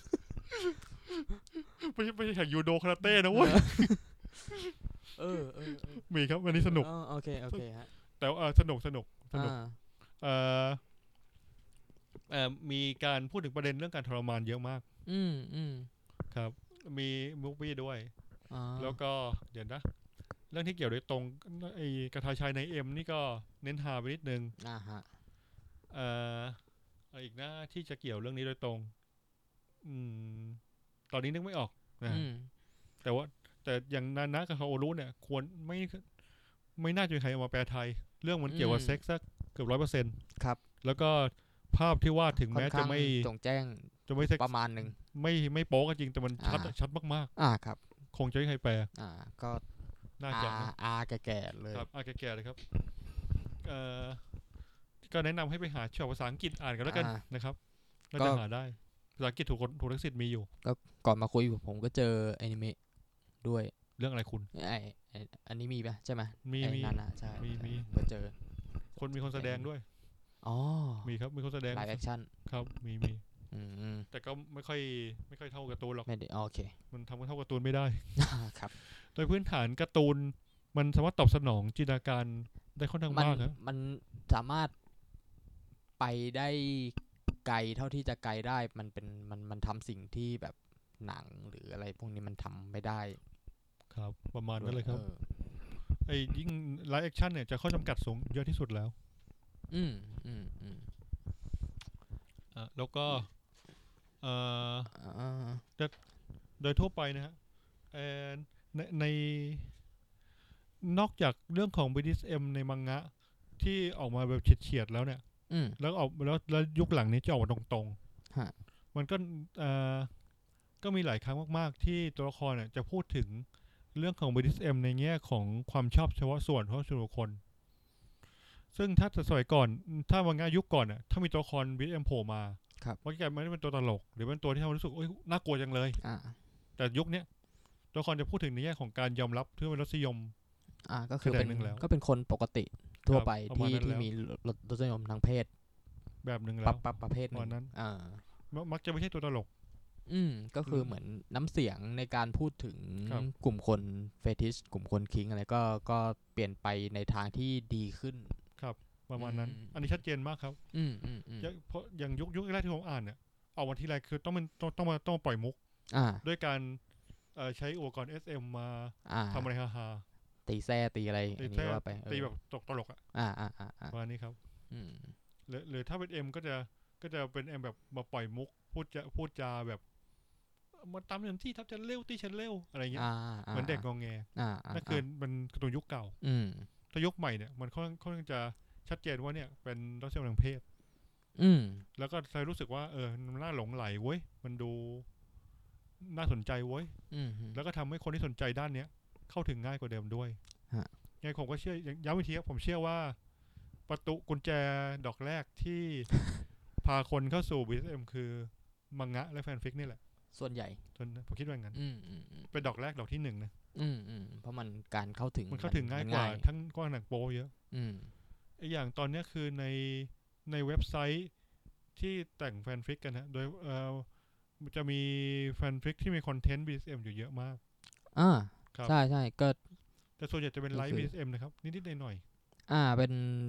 ไม่ใช่ไม่ใช่แข่งยูโดคาราเต้นะเว้ยเออเออเออมีครับวันนี้สนุกอ๋อโอเคโอเคฮะแต่ว่าเออสนุกสนุกสนุกอ่าเออเออมีการพูดถึงประเด็นเรื่องการทรมานเยอะมากอืมอืมครับ มีมูฟวี่ด้วยอ่าแล้วก็เดี๋ยวนะ เรื่องที่เกี่ยวโดยตรงไอ้กระทาชายในเอ็มนี่ก็เน้นหาไปนิดนึงอ่าฮะเอ่ออะไรอีกนะที่จะเกี่ยวเรื่องนี้โดยตรง อืม ตอนนี้นึกไม่ออกนะอืมแต่ว่า แต่อย่างนานะกับคาโอรุเนี่ยควรไม่ไม่น่าจะมีใครเอามาแปลไทย เรื่องมันเกี่ยวกับอืมเซ็กซ์สักเกือบร้อยเปอร์เซ็นต์ครับแล้วก็ภาพที่วาดถึงค่อแม้นจะข้างไม่จงแจ้งจะไม่เซ็กประซ์มาณหนึ่งไม่ไม่โป๊ก็จริงแต่มันชัดอ่าชัดมากอ่าครับๆ คงจะไม่มีใครแปลอ่าก็น่าอาจะนะอาแก่ๆเลยครับอ่ะแก่ๆเลยครับ เอ่อ ก็แนะนำให้ไปหาฉบับภาษาอังกฤษอ่านกันแล้วกันอ่านะครับน่าก็จะหาได้ภาษาอังกฤษถูกคนถูกทักษิณมีอยู่ก่อนมาคุยผมก็เจออนิเมะด้วยเรื่องอะไรคุณไอไอ้อันนี้มีปะใช่ไหมมีไอ้มีนั่นนะใช่มีใช่มีก็เจอคนมีคนแสดงด้วยอ๋อมีครับมีคนแสดงไลฟ์แอคชั่นครับมีมีอืมอืมแต่ก็ไม่ค่อยไม่ค่อยเท่าการ์ตูนหรอกไม่ได้อ๋อโอเคมันทำกันเท่าการ์ตูนไม่ได้ครับโดยพื้นฐานการ์ตูนมันสามารถตอบสนองจินตนาการได้ค่อนข้างมันมากครับมันสามารถไปได้ไกลเท่าที่จะไกลได้ มันเป็นมันมันทำสิ่งที่แบบหนังหรืออะไรพวกนี้มันทำไม่ได้ครับ ประมาณนั้นเลยครับออไอ้ยิ่งไลฟ์แอคชั่นเนี่ยจะข้อจำกัดสูงเยอะที่สุดแล้วอืมอืมอืมอ่ะแล้วก็เอ่ออ่าโดยทั่วไปนะฮะเอ่อในในนอกจากเรื่องของ บี ดี เอส เอ็ม ในมังงะที่ออกมาแบบเฉียดๆแล้วเนี่ยอืมแล้วออกแล้วแล้วยุคหลังนี้จะออกมาตรงฮะๆ มันก็เอ่อก็มีหลายครั้งมากๆ ที่ตัวละครเนี่ยจะพูดถึงเรื่องของ บี ดี เอส เอ็ม ในแง่ของความชอบเฉพาะส่วนของส่วนบุคคล ซึ่งถ้าสมัยก่อนถ้ามังงะยุคก่อนอ่ะถ้ามีตัวละคร บี ดี เอส เอ็ม โผล่มาครับมันก็จะไม่ได้เป็นตัวตลก หรือเป็นตัวที่ทำให้รู้สึกโอ๊ยน่ากลัวจังเลยอ่าแต่ยุคเนี้ยตัวละครจะพูดถึงในแง่ของการยอมรับที่เป็นรสนิยมอ่าก็คือแสดเป็งนหนึ่งแล้วก็เป็นคนปกติทั่วไปประมาณที่นั้นที่แล้วมีรสรสนิยมทางเพศแบบหนึ่งปแล้รับวปรับประเภทหตอนนั้นึ่งนอ่ามักมักจะไม่ใช่ตัวตลกอืมก็คืออืมเหมือนน้ำเสียงในการพูดถึงครับกลุ่มคนเฟติชกลุ่มคนคิงอะไรก็ก็เปลี่ยนไปในทางที่ดีขึ้นประมาณนั้นอืมอันนี้ชัดเจนมากครับอืมอืมอืมอย่างเพราะอย่างยุคยุคแรกที่ผมอ่านเนี่ยออกมาทีไรคือต้องเป็นต้องต้องมาต้องมาปล่อยมุกอ่าด้วยการเอ่อใช้อุปกรณ์ เอส เอ็ม มาอ่าทำอะไรฮาตีแซ่ตีอะไรๆอัตีนนี้แท้ว่าไปเออตีแบบตกตลกอ่ะอ่าอ่าอ่าอ่าประมาณนี้ครับอืมหรือหรือถ้าเป็น M ก็จะก็จะเป็น M แบบมาปล่อยมุก พูดจะพูดจาแบบมาตามเรื่องที่ทับฉันเร็วตีฉันเร็วอะไรเงี้ยอ่าาเหมือนเด็กงอแงอ่าานั่นคือมันการ์ตูนยุคเก่าอืมถ้ายุคใหม่เนี่ยมันค่อนค่อนข้างจะชัดเจนว่าเนี่ยเป็นรสนิยมทางเพศอืมแล้วก็ใครรู้สึกว่าเออมันน่าหลงไหลเว้ยมันดูน่าสนใจเว้ยอืมแล้วก็ทำให้คนที่สนใจด้านเนี้ยเข้าถึงง่ายกว่าเดิมด้วยฮะยังไงผมก็เชื่อย้ำอีกทีครับผมเชื่อว่า ประตูกุญแจดอกแรกที่ พาคนเข้าสู่ บี ดี เอส เอ็ม คือมังงะและแฟนฟิกนี่แหละส่วนใหญ่จนผมคิดว่าอย่างนั้นอืมอืมอืมเป็นดอกแรกดอกที่หนึ่งนะอืมอืมเพราะมันการเข้าถึงมันเข้าถึงง่ายกว่าทั้งกว้างหนักโปเยอะอืมไออย่างตอนเนี้ยคือในในเว็บไซต์ที่แต่งแฟนฟิกกันนะโดยเอ่อมันจะมีแฟนฟิกที่มีคอนเทนต์ บี ดี เอส เอ็ม อยู่เยอะมากอ่าครับใช่ใช่ก็แต่ส่วนใหญ่จะเป็นไลฟ์ก็บีคือดี เอส เอ็ม นะครับนิดๆหน่อยอ่าเป็น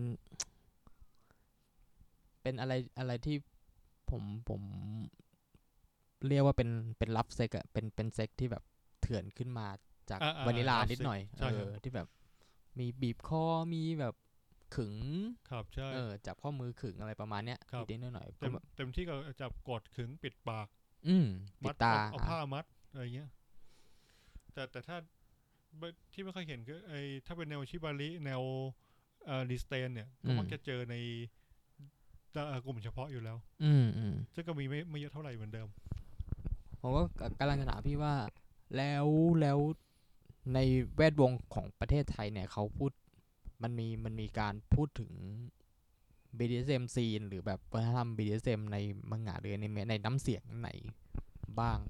เป็นอะไรอะไรที่ผมผมเรียกว่าเป็นเป็นลับเซ็กอะเป็นเป็นเซ็กที่แบบเถื่อนขึ้นมาจากอ่าอ่าวานิลา love นิด sex หน่อยใช่เอครับอที่แบบมีบีบคอมีแบบขึงๆครับใช่เออจับข้อมือขึงอะไรประมาณเนี้ยครับนิดๆหน่อยๆก็เต็มแบบเต็มที่ก็จับกดขึงปิดปากอืมปิมัดตาเอาเอาผ้ามัดอะไรเงี้ยแต่แต่ถ้าไม่ที่ไม่ค่อยเห็นก็ไอถ้าเป็นแนวชิบาริแนวเอ่อดิสเตนเนี่ยก็มักจะเจอในเอ่อกลุ่มเฉพาะอยู่แล้วอืมอืมซึ่งก็มีไม่ไม่เยอะเท่าไหร่เหมือนเดิมผมก็กำลังจะถามพี่ว่าแล้วแล้วในแวดวงของประเทศไทยเนี่ยเขาพูดมันมีมันมีการพูดถึง บี ดี เอส เอ็ม ซีนหรือแบบวัฒนธรรม บี ดี เอส เอ็ม ในมังงะหรืออนิเมะในน้ำเสียงไหนบ้าง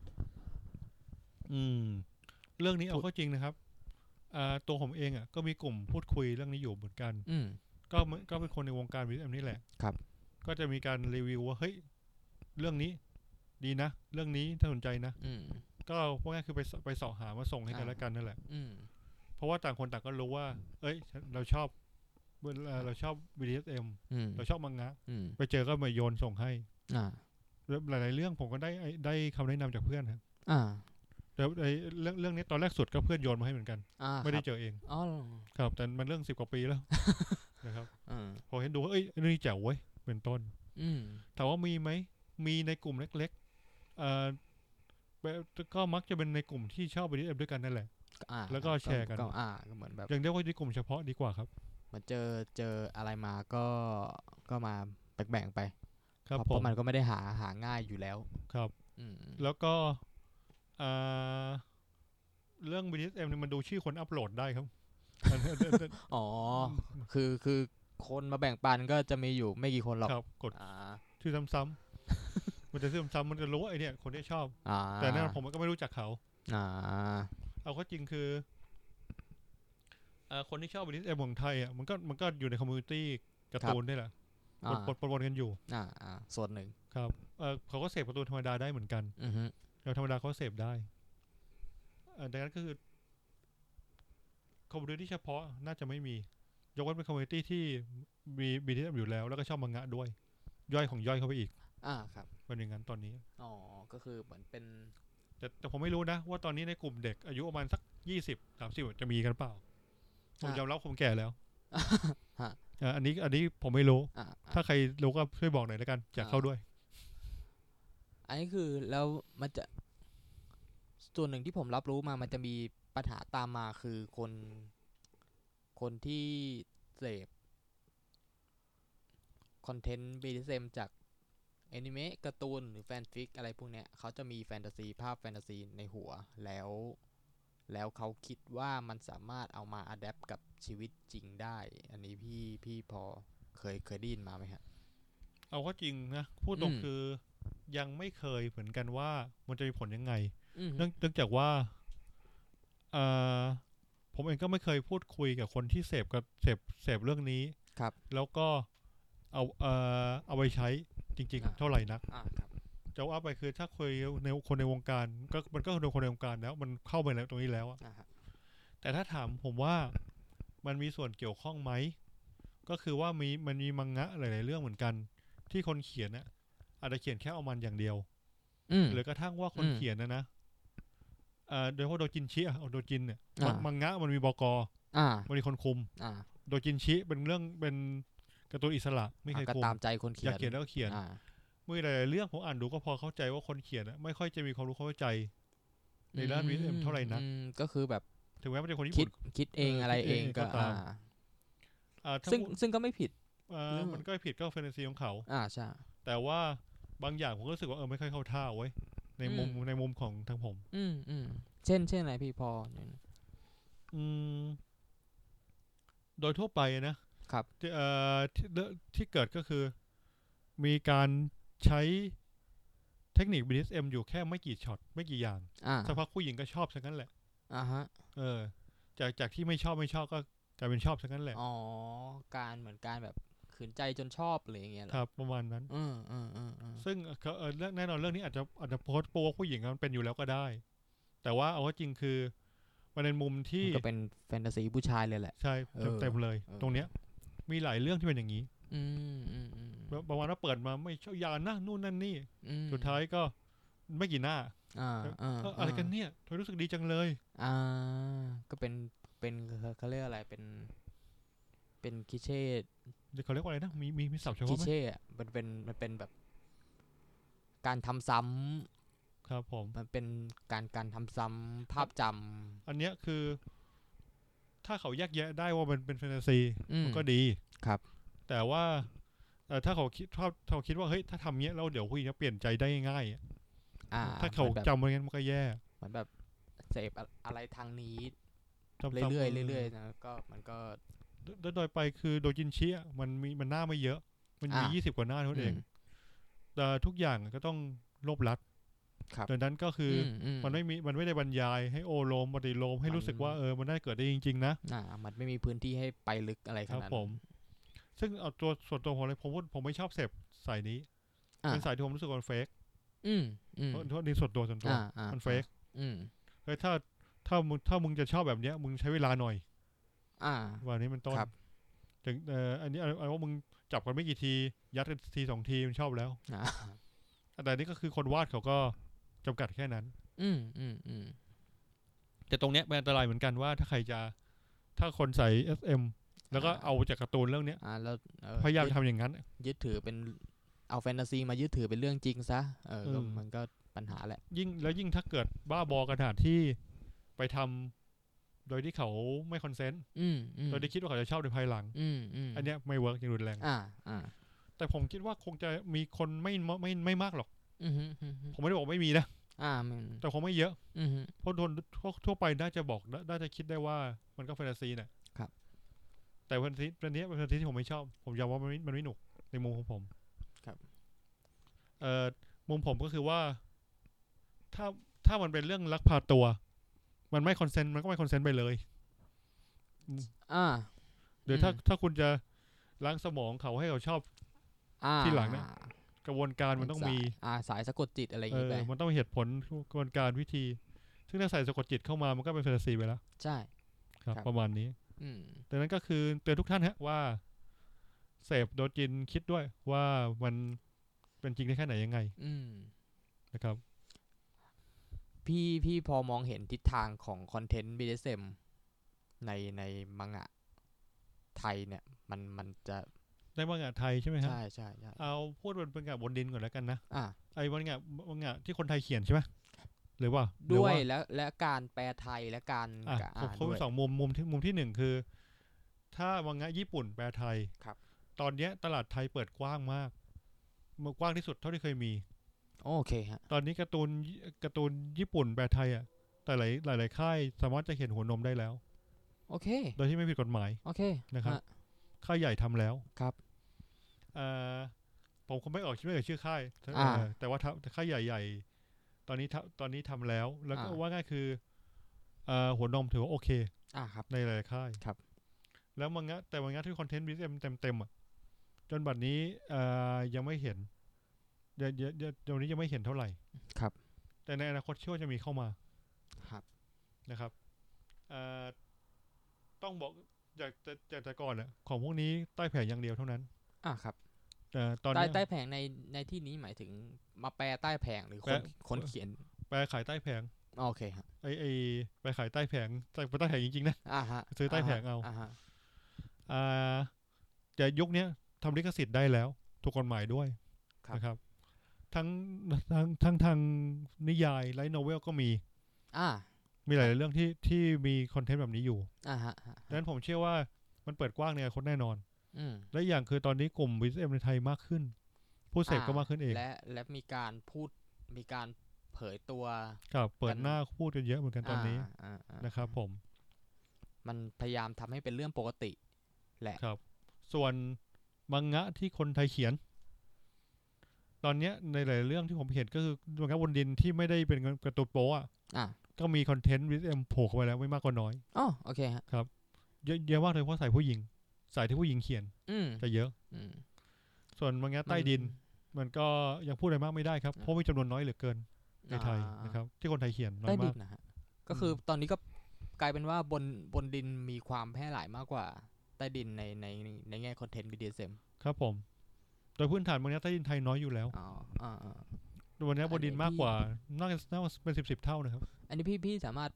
อืมเรื่องนี้เอาพูดเข้าจริงนะครับอ่าตัวผมเองอ่ะก็มีกลุ่มพูดคุยเรื่องนี้อยู่เหมือนกันอืมก็เหมือนก็เป็นคนในวงการ บี ดี เอส เอ็ม นี่แหละครับก็จะมีการรีวิวว่าเฮ้ยเรื่องนี้ดีนะเรื่องนี้ถ้าสนใจนะอืมก็พวกนี้คือไปสไปเสาะหามาส่งให้กันอ่าและกันนั่นแหละอืมเพราะว่าต่างคนต่างก็รู้ว่าเอ้ยเราชอบเอ่อเราชอบ บี ดี เอส เอ็มอืมเราชอบมังงะอืมไปเจอก็มาโยนส่งให้อ่าแล้วหลายๆเรื่องผมก็ได้ไอ้ได้คำแนะนำจากเพื่อนครับอ่าแล้วไอ้เรื่องเรื่องนี้ตอนแรกสุดก็เพื่อนโยนมาให้เหมือนกันอ่าไม่ครับได้เจอเองอ๋อครับแต่มันเรื่องสิบกว่าปีแล้ว นะครับอืมพอเห็นดูว่าเอ้ยเรื่องนี้แจ๋วเว้ยเป็นต้นอืมถามว่ามีไหมมีในกลุ่มเล็กๆเอ่อก็มักจะเป็นในกลุ่มที่ชอบ บี ดี เอส เอ็ม ด้วยกันนั่นแหละอ่าแล้วก็แชร์กันก็อ่าก็เหมือนแบบอย่างเรียกว่าในกลุ่มเฉพาะดีกว่าครับมันเจอเจออะไรมาก็ก็มาแบ่งๆไปครับเพผมราะมันก็ไม่ได้หาหาง่ายอยู่แล้วครับอืมแล้วก็อ่าเรื่อง บี ดี เอส เอ็ม เนี่ยมันดูชื่อคนอัปโหลดได้ครับอ๋อคือคือคนมาแบ่งปันก็จะมีอยู่ไม่กี่คนหรอกครับกดอ่าชื่อซ้ำๆมันจะชื่อซ้ำๆมันจะรู้ว่าไอเนี่ยคนที่ชอบอ่าแต่นั่นผมก็ไม่รู้จักเขาอ่าเอาก็จริงคืออ่าคนที่ชอบ บี ดี เอส เอ็ม ของไทยอ่ะมันก็มันก็อยู่ในคอมมูนิตี้การ์ตูนนี่แหละอ่าปนปนกันอยู่อ่าอ่าส่วนหนึ่งครับเออเขาก็เสพการ์ตูนธรรมดาได้เหมือนกันอือฮึเราธรรมดาเขาเสพได้เออดังนั้นก็คือคอมมูนิตี้เฉพาะน่าจะไม่มียกเว้นเป็นคอมมูนิตี้ที่มี บี ดี เอส เอ็ม อยู่แล้วแล้วก็ชอบมังงะด้วยย่อยของย่อยเข้าไปอีกอ่าครับเป็นอย่างนั้นตอนนี้อ๋อก็คือเหมือนเป็นแต่แต่ผมไม่รู้นะว่าตอนนี้ในกลุ่มเด็กอายุประมาณสักยี่สิบสามสิบจะมีกันเปล่าผมยอมรับผมแก่แล้วอ่าอันนี้อันนี้ผมไม่รู้ถ้าใครรู้ก็ช่วยบอกหน่อยแล้วกันอยากเข้าด้วยอันนี้คือแล้วมันจะส่วนหนึ่งที่ผมรับรู้มามันจะมีปัญหาตามมาคือคนคนที่เสพคอนเทนต์ บี ดี เอส เอ็ม จากแอนิเมะการ์ตูนหรือแฟนฟิกอะไรพวกเนี้ยเขาจะมีแฟนตาซีภาพแฟนตาซีในหัวแล้วแล้วเขาคิดว่ามันสามารถเอามาอัดแอปกับชีวิตจริงได้อันนี้พี่พี่พอเคยเคยได้ยินมาไหมฮะเอาก็จริงนะพูดตรงคือยังไม่เคยเหมือนกันว่ามันจะมีผลยังไงเนื่องจากว่าอ่าผมเองก็ไม่เคยพูดคุยกับคนที่เสพกับเสพเสพเรื่องนี้ครับแล้วก็เอาเอ่อเอาไปใช้จริงๆเท่าไหร่นักจะว่าไปคือถ้าคุยในคนในวงการก็มันก็คือคนในวงการแล้วมันเข้าไปแล้วตรงนี้แล้วแต่ถ้าถามผมว่ามันมีส่วนเกี่ยวข้องไหมก็คือว่ามีมันมีมังงะหลายๆเรื่องเหมือนกันที่คนเขียนน่ะอาจจะเขียนแค่เอามันอย่างเดียวหรือกระทั่งว่าคนเขียนนะนะอ่าโดยเฉพาะโดจินชิอะโดจินเนี่ยมังงะมันมีบกมันมีคนคุมโดจินชิเป็นเรื่องเป็นการ์ตูนอิสระไม่เคยคุมตามใจคนเขียนอยากเขียนแล้วก็เขียนเมื่อหลายๆเรื่องผมอ่านดูก็พอเข้าใจว่าคนเขียนไม่ค่อยจะมีความรู้เข้าใจในด้าน บี ดี เอส เอ็ม เท่าไหร่นักก็คือแบบถึงแม้เป็นคนญี่ปุ่นคิดเองอะไรเองก็ซึ่งซึ่งก็ไม่ผิดมันก็ผิดก็แฟนตาซีของเขาอ่าใช่แต่ว่าบางอย่างผมก็รู้สึกว่าเออไม่ค่อยเข้าท่าไว้ในมุมในมุมของทางผมอืมอืมเช่นเช่นอะไรพี่พออืมโดยทั่วไปนะครับที่เอ่อที่ที่เกิดก็คือมีการใช้เทคนิค บี ดี เอส เอ็ม อยู่แค่ไม่กี่ช็อตไม่กี่อย่างสักพักผู้หญิงก็ชอบซะงั้นแหละอ่าฮะเออจากจากที่ไม่ชอบไม่ชอบก็กลายเป็นชอบซะงั้นแหละอ๋อการเหมือนการแบบขืนใจจนชอบอะไรอย่างเงี้ยครับประมาณนั้นอืมอืมอืมซึ่งเออแน่นอนเรื่องนี้อาจจะอาจจะโพสต์โป๊ผู้หญิงมันเป็นอยู่แล้วก็ได้แต่ว่าเอาว่าจริงคือมันเป็นมุมที่ก็เป็นแฟนตาซีผู้ชายเลยแหละใช่เต็มเลยตรงเนี้ยมีหลายเรื่องที่เป็นอย่างนี้อืมอืมอืมประมาณว่าเปิดมาไม่เช่ายานะนู่นนั่นนี่สุดท้ายก็ไม่กี่หน้าอ่าอ่าอะไรกันเนี่ยทำไมรู้สึกดีจังเลยอ่าก็เป็นเป็นเขาเรียกอะไรเป็นเป็นคิเช่เขาเรียกว่าอะไรนะมีมีมีศัพท์เฉพาะไหมคิเช่มันเป็นมันเป็นแบบการทำซ้ำครับผมมันเป็นการการทำซ้ำภาพจำอันเนี้ยคือถ้าเขาแยกแยะได้ว่ามันเป็นแฟนตาซีมันก็ดีครับแต่ว่าถ้าเขาคิดถ้าเขาคิดว่าเฮ้ยถ้าทำเนี้ยแล้วเดี๋ยวผู้หญิงจะเปลี่ยนใจได้ง่ายถ้าเขาจำไว้งั้นมันก็แย่เหมือนแบบเสพอะไรทางนี้เรื่อยๆเรื่อยๆนะก็มันก็โดยโดยไปคือโดจินชิอะมันมีมันหน้าไม่เยอะมันมีอ่ายี่สิบกว่าหน้าเท่านั้นอืเอมงแต่ทุกอย่างก็ต้องรวบรัดครับดังนั้นก็คืออมอืมมันไม่มีมันไม่ได้บรรยายให้โอโลมปฏิโลมให้มันรู้สึกว่าเออมันได้เกิดได้จริงๆนะอ่ามันไม่มีพื้นที่ให้ไปลึกอะไรขครับนาดผนั้มนซึ่งเอาตัวส่วนตัวผมเลยผมว่าผมไม่ชอบเสพสายนี้อ่าเป็นสายที่ผมรู้สึกว่ามันเฟกอืมอืมเพราะเพราะนี่ส่วนตัวส่วนตัวอ่าอ่ามันเฟกอืมเฮ้ยถ้าถ้ามึงถ้ามึงจะชอบแบบเนี้ยมึงใช้เวลาหน่อยอ่าวันนี้มันต้นครับถึงเอ่ออันนี้เอาเอาว่ามึงจับกันไม่กี่ทียัดกันทีสองทีมันชอบแล้วอ่าแต่อันนี้ก็คือคนวาดเขาก็จำกัดแค่นั้นอืมอืมอืมแต่ตรงเนี้ยเป็นอันตรายเหมือนกันว่าถ้าใครจะถ้าคนใส่ เอส เอ็ม แล้วก็เอาจากการ์ตูนเรื่องเนี้ยอ่าแล้วเออพยายามยึดทำอย่างนั้นยึดถือเป็นเอาแฟนตาซีมายึดถือเป็นเรื่องจริงซะเออก็อืมมันก็ปัญหาแหละยิ่งแล้วยิ่งถ้าเกิดบ้าบอกระดาษที่ไปทำโดยที่เขาไม่คอนเซนต์อืมอืมโดยที่คิดว่าเขาจะชอบในภายหลังอืมอืมอันเนี้ยไม่เวิร์กอย่างรุนแรงอ่าอ่าแต่ผมคิดว่าคงจะมีคนไม่ไม่ไม่ไม่มากหรอกอืมอืมอืมผมไม่ได้บอกไม่มีนะอ่ามันแต่คงไม่เยอะอืมเพราะคนทั่วทั่วไปน่าจะบอกน่าน่าจะคิดได้ว่ามันก็แฟนตาซีน่ะครับแต่แฟนตาซีเรื่องนี้เป็นแฟนตาซีที่ผมไม่ชอบ ผมยอมว่ามันไม่มันไม่หนุกในมุมของผมครับเอ่อมุมผมก็คือว่า ถ้าถ้ามันเป็นเรื่องลักพาตัว มันไม่คอนเซนต์มันก็ไม่คอนเซนต์ไปเลยอ่าหรือถ้าถ้าคุณจะล้างสมองเขาให้เขาชอบอ่าที่หลังเนี่ย กระบวนการมันต้องมีสายอ่าสายสะกดจิตอะไรอย่างเองี้อไปมันต้องมีเหตุผลกระบวนการวิธี ซึ่งถ้าใส่สะกดจิตเข้ามามันก็เป็นแฟนตาซีไปแล้วใช่ครับครับประมาณนี้อืมดังนั้นก็คือเตือนทุกท่านฮะว่าเสพโดจินคิดด้วยว่ามันเป็นจริงได้แค่ไหนยังไงอืมนะครับพี่พี่พอมองเห็นทิศทางของคอนเทนต์ บี ดี เอส เอ็ม ในในมังงะไทยเนี่ย มันมันจะได้มังงะไทยใช่ไหมฮะใช่ใช่ใช่เอาพูดเป็นมังงะบนดินก่อนแล้วกันนะอ่าไอ้มังงะมังงะที่คนไทยเขียนใช่ไหมหรือว่าหรือด้วยว่าและและการแปลไทยและการอ่ะกะผมอ่านเขาด้วมียสองมุมมุมที่มุมที่หนึ่งคือ ถ้ามังงะญี่ปุ่นแปลไทยครับตอนเนี้ยตลาดไทยเปิดกว้างมากมันกว้างที่สุดเท่าที่เคยมีโอเคฮะตอนนี้การ์ตูนการ์ตูนญี่ปุ่นแปลไทยอ่ะแต่หลายหลายหลายค่ายสามารถจะเขียนหัวนมได้แล้วโอเคโดยที่ไม่ผิดกฎหมายโอเคนะครับฮะค่ายใหญ่ทำแล้วครับเอ่อผมคงไม่ออกชื่อไม่เอ่ยชื่อค่ายอ่าเออแต่ว่าทำค่ายใหญ่ๆ ตอนนี้ทำตอนนี้ทำแล้ว แล้วก็อ่าว่าง่ายคือเอ่อหัวนมถือว่าโอเคอ่าครับในหลายๆค่ายครับแล้วมังงะแต่มังงะที่คอนเทนต์บีเอ็มเต็มเต็มๆอ่ะจนบัดนี้เอ่อยังไม่เห็นเดี๋ยวเดี๋ยวเดี๋ยวเดี๋ยวนี้ยังไม่เห็นเท่าไหร่ครับแต่ในอนาคตเชื่อว่าจะมีเข้ามาครับนะครับเอ่อต้องบอกจากแต่จากแต่ก่อนอะของพวกนี้ใต้แผงอย่างเดียวเท่านั้นอ่าครับแต่ตอนใต้เนี้ยใต้แผงในในที่นี้หมายถึงมาแปลใต้แผงหรือคแปลนคนเขียนไปขายใต้แผงโอเคฮะไอไอไปขายใต้แผงใต้ใต้แผงจริงๆนะอ่าฮะซื้อใต้แผงเอาอ่าฮะอ่าแต่ยุคเนี้ยทำลิขสิทธิ์ได้แล้วถูกกฎหมายด้วยครับนะครับ ทั้งทั้งทั้งทางนิยายไลท์โนเวลก็มีอ่ามีหลายๆเรื่องที่ที่มีคอนเทนต์แบบนี้อยู่อ่าฮะฮะดังนั้นผมเชื่อว่ามันเปิดกว้างในอนาคตแน่นอนอืมและอีกอย่างคือตอนนี้กลุ่ม บี เอส เอ็ม ในไทยมากขึ้น ผู้เสพก็มากขึ้นเองและและมีการพูดมีการเผยตัวกับเปิดหน้าพูดกันเยอะเหมือนกันตอนนี้อ่าอ่านะครับผมมันพยายามทำให้เป็นเรื่องปกติแหละครับ ส่วนมังงะที่คนไทยเขียน ตอนเนี้ยในหลายๆเรื่องที่ผมเห็นก็คือมังงะบนดินที่ไม่ได้เป็นการ์ตูนโป๊ะอ่าก็มีคอนเทนต์ บี เอส เอ็ม โผล่เข้าไปแล้วไม่มากก็น้อยอ๋อโอเคฮะเยอะเยอะมากเลยเพราะสายผู้หญิง สายที่ผู้หญิงเขียนอืมจะเยอะอืมส่วนมังงะใต้ดิน มันก็ยังพูดอะไรมากไม่ได้ครับ เพราะมีจำนวนน้อยเหลือเกินในไทยอ่านะครับ ที่คนไทยเขียนน้อใต้ยดิมากนนะฮะก็คือตอนนี้ก็กลายเป็นว่าบนบนดินมีความแพร่หลายมากกว่าใต้ดินในในในแง่คอนเทนต์ บี ดี เอส เอ็มครับผม โดยพื้นฐานมังงะใต้ดินไทยน้อยอยู่แล้วอ๋ออ่าอ่ามังงะบนดินมากกว่าน่าจะน่าจะเป็นสิบสิบเท่านะครับอันนี้พี่พี่สามารถ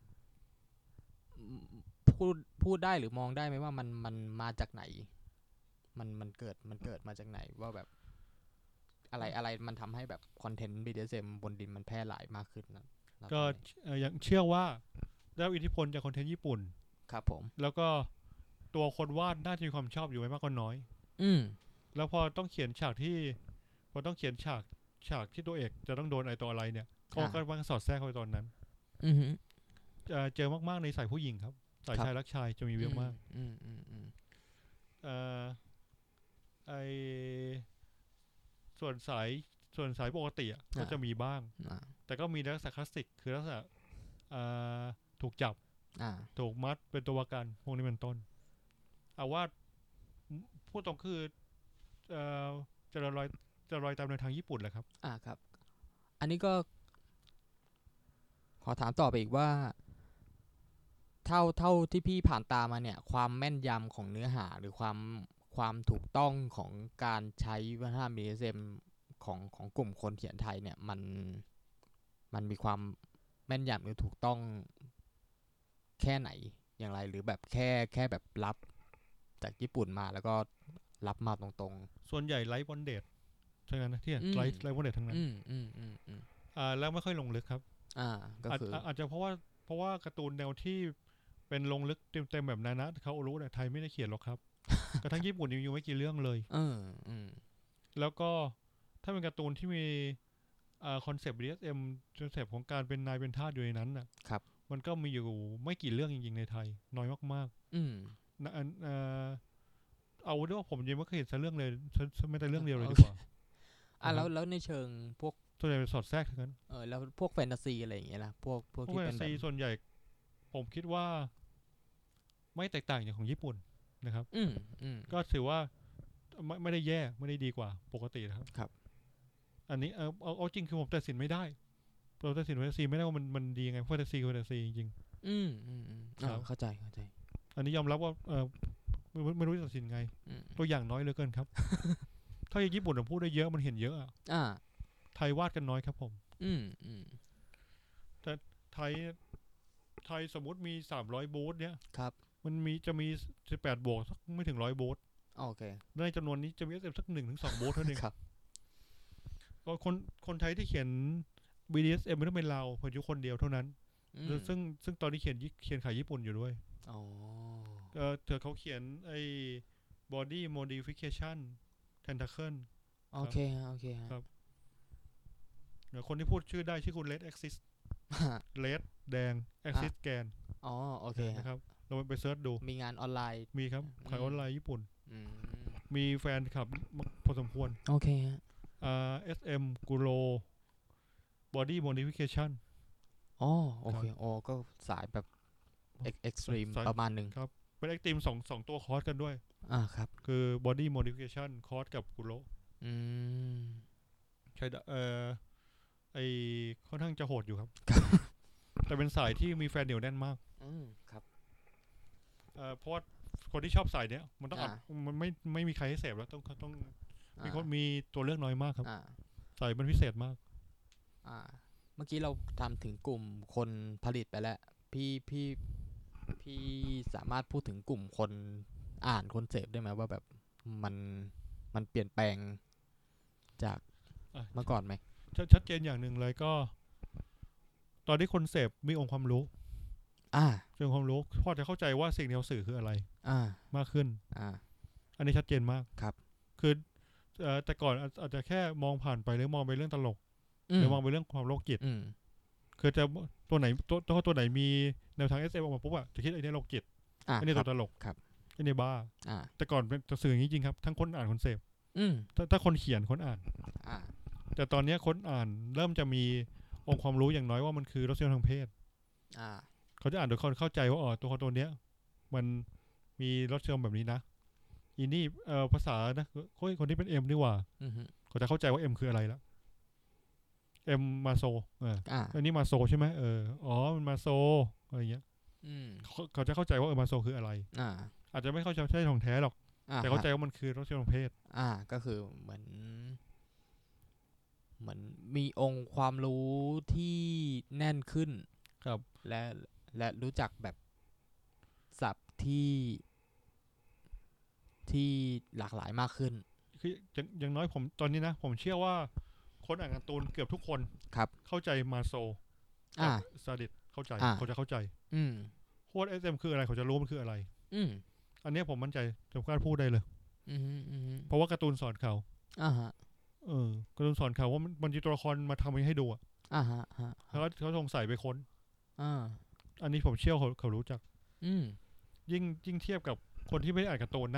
พูดพูดได้หรือมองได้ไหมว่ามันมันมาจากไหน มันมันเกิดมันเกิดมาจากไหนว่าแบบ อะไรอะไรมันทำให้แบบคอนเทนต์ บี ดี เอส เอ็ม บนดินมันแพร่หลายมากขึ้นนะณก็ตอนนี้เอ่อยังเชื่อว่าได้รับอิทธิพลจากคอนเทนต์ญี่ปุ่นครับผมแล้วก็ตัวคนวาดน่าจะมีความชอบอยู่ไม่มากก็น้อยอืมแล้วพอต้องเขียนฉากที่พอต้องเขียนฉากฉากที่ตัวเอกจะต้องโดนอะไรตัวอะไรเนี่ยเขาก็มังสอดแทรกเข้าไปตอนนั้นอือหือเอ่อเจอมากๆในสายผู้หญิงครับ สายครับชายรักชายจะมีเยอะมากอืมอืมอืมเอ่อไอส่วนสายส่วนสายปกติอ่ะก็จะมีบ้างอ่าแต่ก็มีลักษณะคลาสสิกคือลักษณะเอ่อถูกจับอ่าถูกมัดเป็นตัวประกันพวกนี้เป็นต้นเอาว่าพูดตรงคือเอ่อจะรอยจะรอยตามในทางญี่ปุ่นแหละครับอ่าครับ อันนี้ก็ ขอถามต่อไปอีกว่า เท่าเท่าที่พี่ผ่านตามาเนี่ย ความแม่นยำของเนื้อหาหรือความความถูกต้องของการใช้วัฒนธรรม บี ดี เอส เอ็ม ของของกลุ่มคนเขียนไทยเนี่ยมันมันมีความแม่นยำหรือถูกต้องแค่ไหนอย่างไรหรือแบบแค่แค่แบบรับจากญี่ปุ่นมาแล้วก็รับมาตรงส่วนใหญ่ไลฟ์บอนเดตทั้งนั้นนะที่อืมไลฟ์ไลฟ์บอนเดตทั้งๆนั้นอืมอืมอืมอืมอ่าแล้วไม่ค่อยลงลึกครับอ่าก็อาจคืออาจจะเพราะว่าเพราะว่าการ์ตูนแนวที่เป็นลงลึกเต็มๆแบบนั้นนะเขารู้เนี่ยไทยไม่ได้เขียนหรอกครับ กระทั่งญี่ปุ่นยังอยู่ไม่กี่เรื่องเลยเอออืมแล้วก็ถ้าเป็นการ์ตูนที่มีอ่าคอนเซปต์ บี ดี เอส เอ็ม คอนเซปต์ของการเป็นนายเป็นทาสอยู่ในนั้นน่ะครับมันก็มีอยู่ไม่กี่เรื่องจริงๆในไทย น้อยมากอืมๆนะอันเอ่อเอาด้วยว่าผมยังไม่เคยเห็นสักเรื่องเลยสักไม่แต่เรื่องเดียวเลยโอดีเคกว่าอ่ะนะครับแล้วแล้วในเชิงพวกส่วนใหญ่เป็นสอดแทรกทั้งนั้นเออแล้วพวกแฟนตาซีอะไรอย่างเงี้ยนะพวกพวกพวกที่แฟเป็นนแบซีบส่วนใหญ่ผมคิดว่าไม่แตกต่างจากของญี่ปุ่นนะครับอืมอืมก็ถือว่าไม่ไม่ได้แย่ไม่ได้ดีกว่าปกตินะครับครับอันนี้เอาเอาเอาจริงคือผมตัดสินไม่ได้เราตัดสินแฟนตาซีไม่ได้ว่ามันมันดียังไงแฟนตาซีคือแฟนตาซีจริงอืมอืมอืมครัอ่าบเข้าใจเข้าใจๆอันนี้ยอมรับว่าเออไม่ไม่ไม่รู้จะตัดสินไงอืมตัวอย่างน้อยเหลือเกินครับ ถ้าอย่างญี่ปุ่นผมพูดได้เยอะมันเห็นเยอะอะอ่าไทยวาดกันน้อยครับผมอืมอืมไทยไทยสมมติมีสามร้อยบูธเนี้ยครับมันมีจะมีสิบแปดบวกสักไม่ถึงร้อยบูธโอเคในจำนวนนี้จะมีเอสเอ็มสักหนึ่งถึงสองบูธเท่านั้นเองครับก็คนคนไทยที่เขียน บี ดี เอส เอ็ม ไม่ต้องเป็นเราเพียงคนเดียวเท่านั้นอืมซึ่งซึ่งตอนนี้เขียนเขียนขายญี่ปุ่นอยู่ด้วยอ๋อเออเธอเขาเขียนไอ้ body modification tentacle โอเคฮะโอเคฮะครับ เดี๋ยวคนที่พูดชื่อได้ชื่อคุณ red axis red แดง axis แกนอ๋อโอเคฮะนะครับเราไปเซิร์ชดูมีงานออนไลน์มีครับขายอืมออนไลน์ญี่ปุ่นอืมมีแฟนคลับพอสมควรโอเคฮะอ่า เอส เอ็ม Guro body modification อ๋อโอเคโอ้ก็สายแบบเอ็กซ์ตรีมสายประมาณหนึ่งครับเป็น a อ t ทีมสองสองตัวคอร์สกันด้วยอ่าครับคือ body modification คอร์สกับ Guro อืมใช่เอ่อไอค่อนข้างจะโหดอยู่ครับ แต่เป็นสายที่มีแฟนเหนียวแน่นมากอืมครับเอ่อเพราะว่าคนที่ชอบสายเนี้ยมันต้องอัดอ่ามันไม่ไม่มีใครให้เสพแล้วต้องต้องมีอ่าคนมีตัวเลือกน้อยมากครับอ่าสายมันพิเศษมากอ่า เมื่อกี้เราทำถึงกลุ่มคนผลิตไปแล้ว พี่พี่พี่สามารถพูดถึงกลุ่มคนอ่านคนเสพได้ไหมว่าแบบมันมันเปลี่ยนแปลงจากอ่ะเมื่อก่อนไหมชัดชัดเจนอย่างหนึ่งเลยก็ ตอนที่คนเสพมีองค์ความรู้อ่ามีองค์ความรู้พอจะเข้าใจว่าสิ่งที่เขาสื่อคืออะไรอ่ามากขึ้นอ่าอันนี้ชัดเจนมากครับคือเอ่อแต่ก่อนอาจอาจจะแค่มองผ่านไปหรือมองไปเรื่องตลกอืหมรือมองไปเรื่องความโรคจิตอืมคือจะตัวไหนตัวตัวตัวไหนมีแนวทาง เอส เอ็ม ออกมาปุ๊บอะจะคิดไอ้นี่โรคจิตอ่าไอ้นี่คตัรับวตลกครับไอ้นี่บ้าอ่าแต่ก่อนเป็นจะสื่ออย่างนี้จริงครับทั้งคนอ่านคนเสพอืมถ้าถ้าคนเขียนคนอ่านอ่าแต่ตอนเนี้ยคนอ่านเริ่มจะมีองค์ความรู้อย่างน้อยว่ามันคือรสนิยมทางเพศอ่าเขาจะอ่านโดยคนเข้าใจว่าอ๋อตัวคนตัวเนี้ย มันมีรสนิยมแบบนี้นะอีนี่เอ่อภาษานะเฮ้ยคนที่เป็นเอ็มนี่หว่าอืมฮึเขาจะเข้าใจว่าเอ็มคืออะไรละเอ็มมาโซเอออ่าอันนี้มาโซใช่ไหมเอออ๋อมันมาโซอะไรเงี้ยอืมเขาเขาจะเข้าใจว่าเออมาโซคืออะไรอ่าอาจจะไม่เข้าใจใช่ของแท้หรอกอ่าแต่เข้าใจว่ามันคือรสนิยมทางเพศอ่า ก็คือเหมือน เหมือนมีองค์ความรู้ที่แน่นขึ้นครับและและรู้จักแบบศัพท์ที่ที่หลากหลายมากขึ้นคืออย่างอย่างน้อยผมตอนนี้นะ ผมเชื่อว่าคนอ่านการ์ตูนเกือบทุกคนครับเข้าใจมาโซอ่าซาดิสเข้าใจอ่าเขาจะเข้าใจอืมโค้ดเอสเอ็มคืออะไรเขาจะรู้มันคืออะไรอืมอันเนี้ยผมมั่นใจผมกล้าพูดได้เลยอืมฮึอืมฮึเพราะว่าการ์ตูนสอนเขาอ่าฮะเออการ์ตูนสอนเขาว่ามันมันมีตัวละครมาทำให้ดูอะอ่าฮะฮะแล้วก็เขาสงสัยไปค้นอ่าอันนี้ผมเชื่อเขาเขารู้จักอืมยิ่งยิ่งเทียบกับคนที่ไม่ได้อ่านการ์ตูนนะ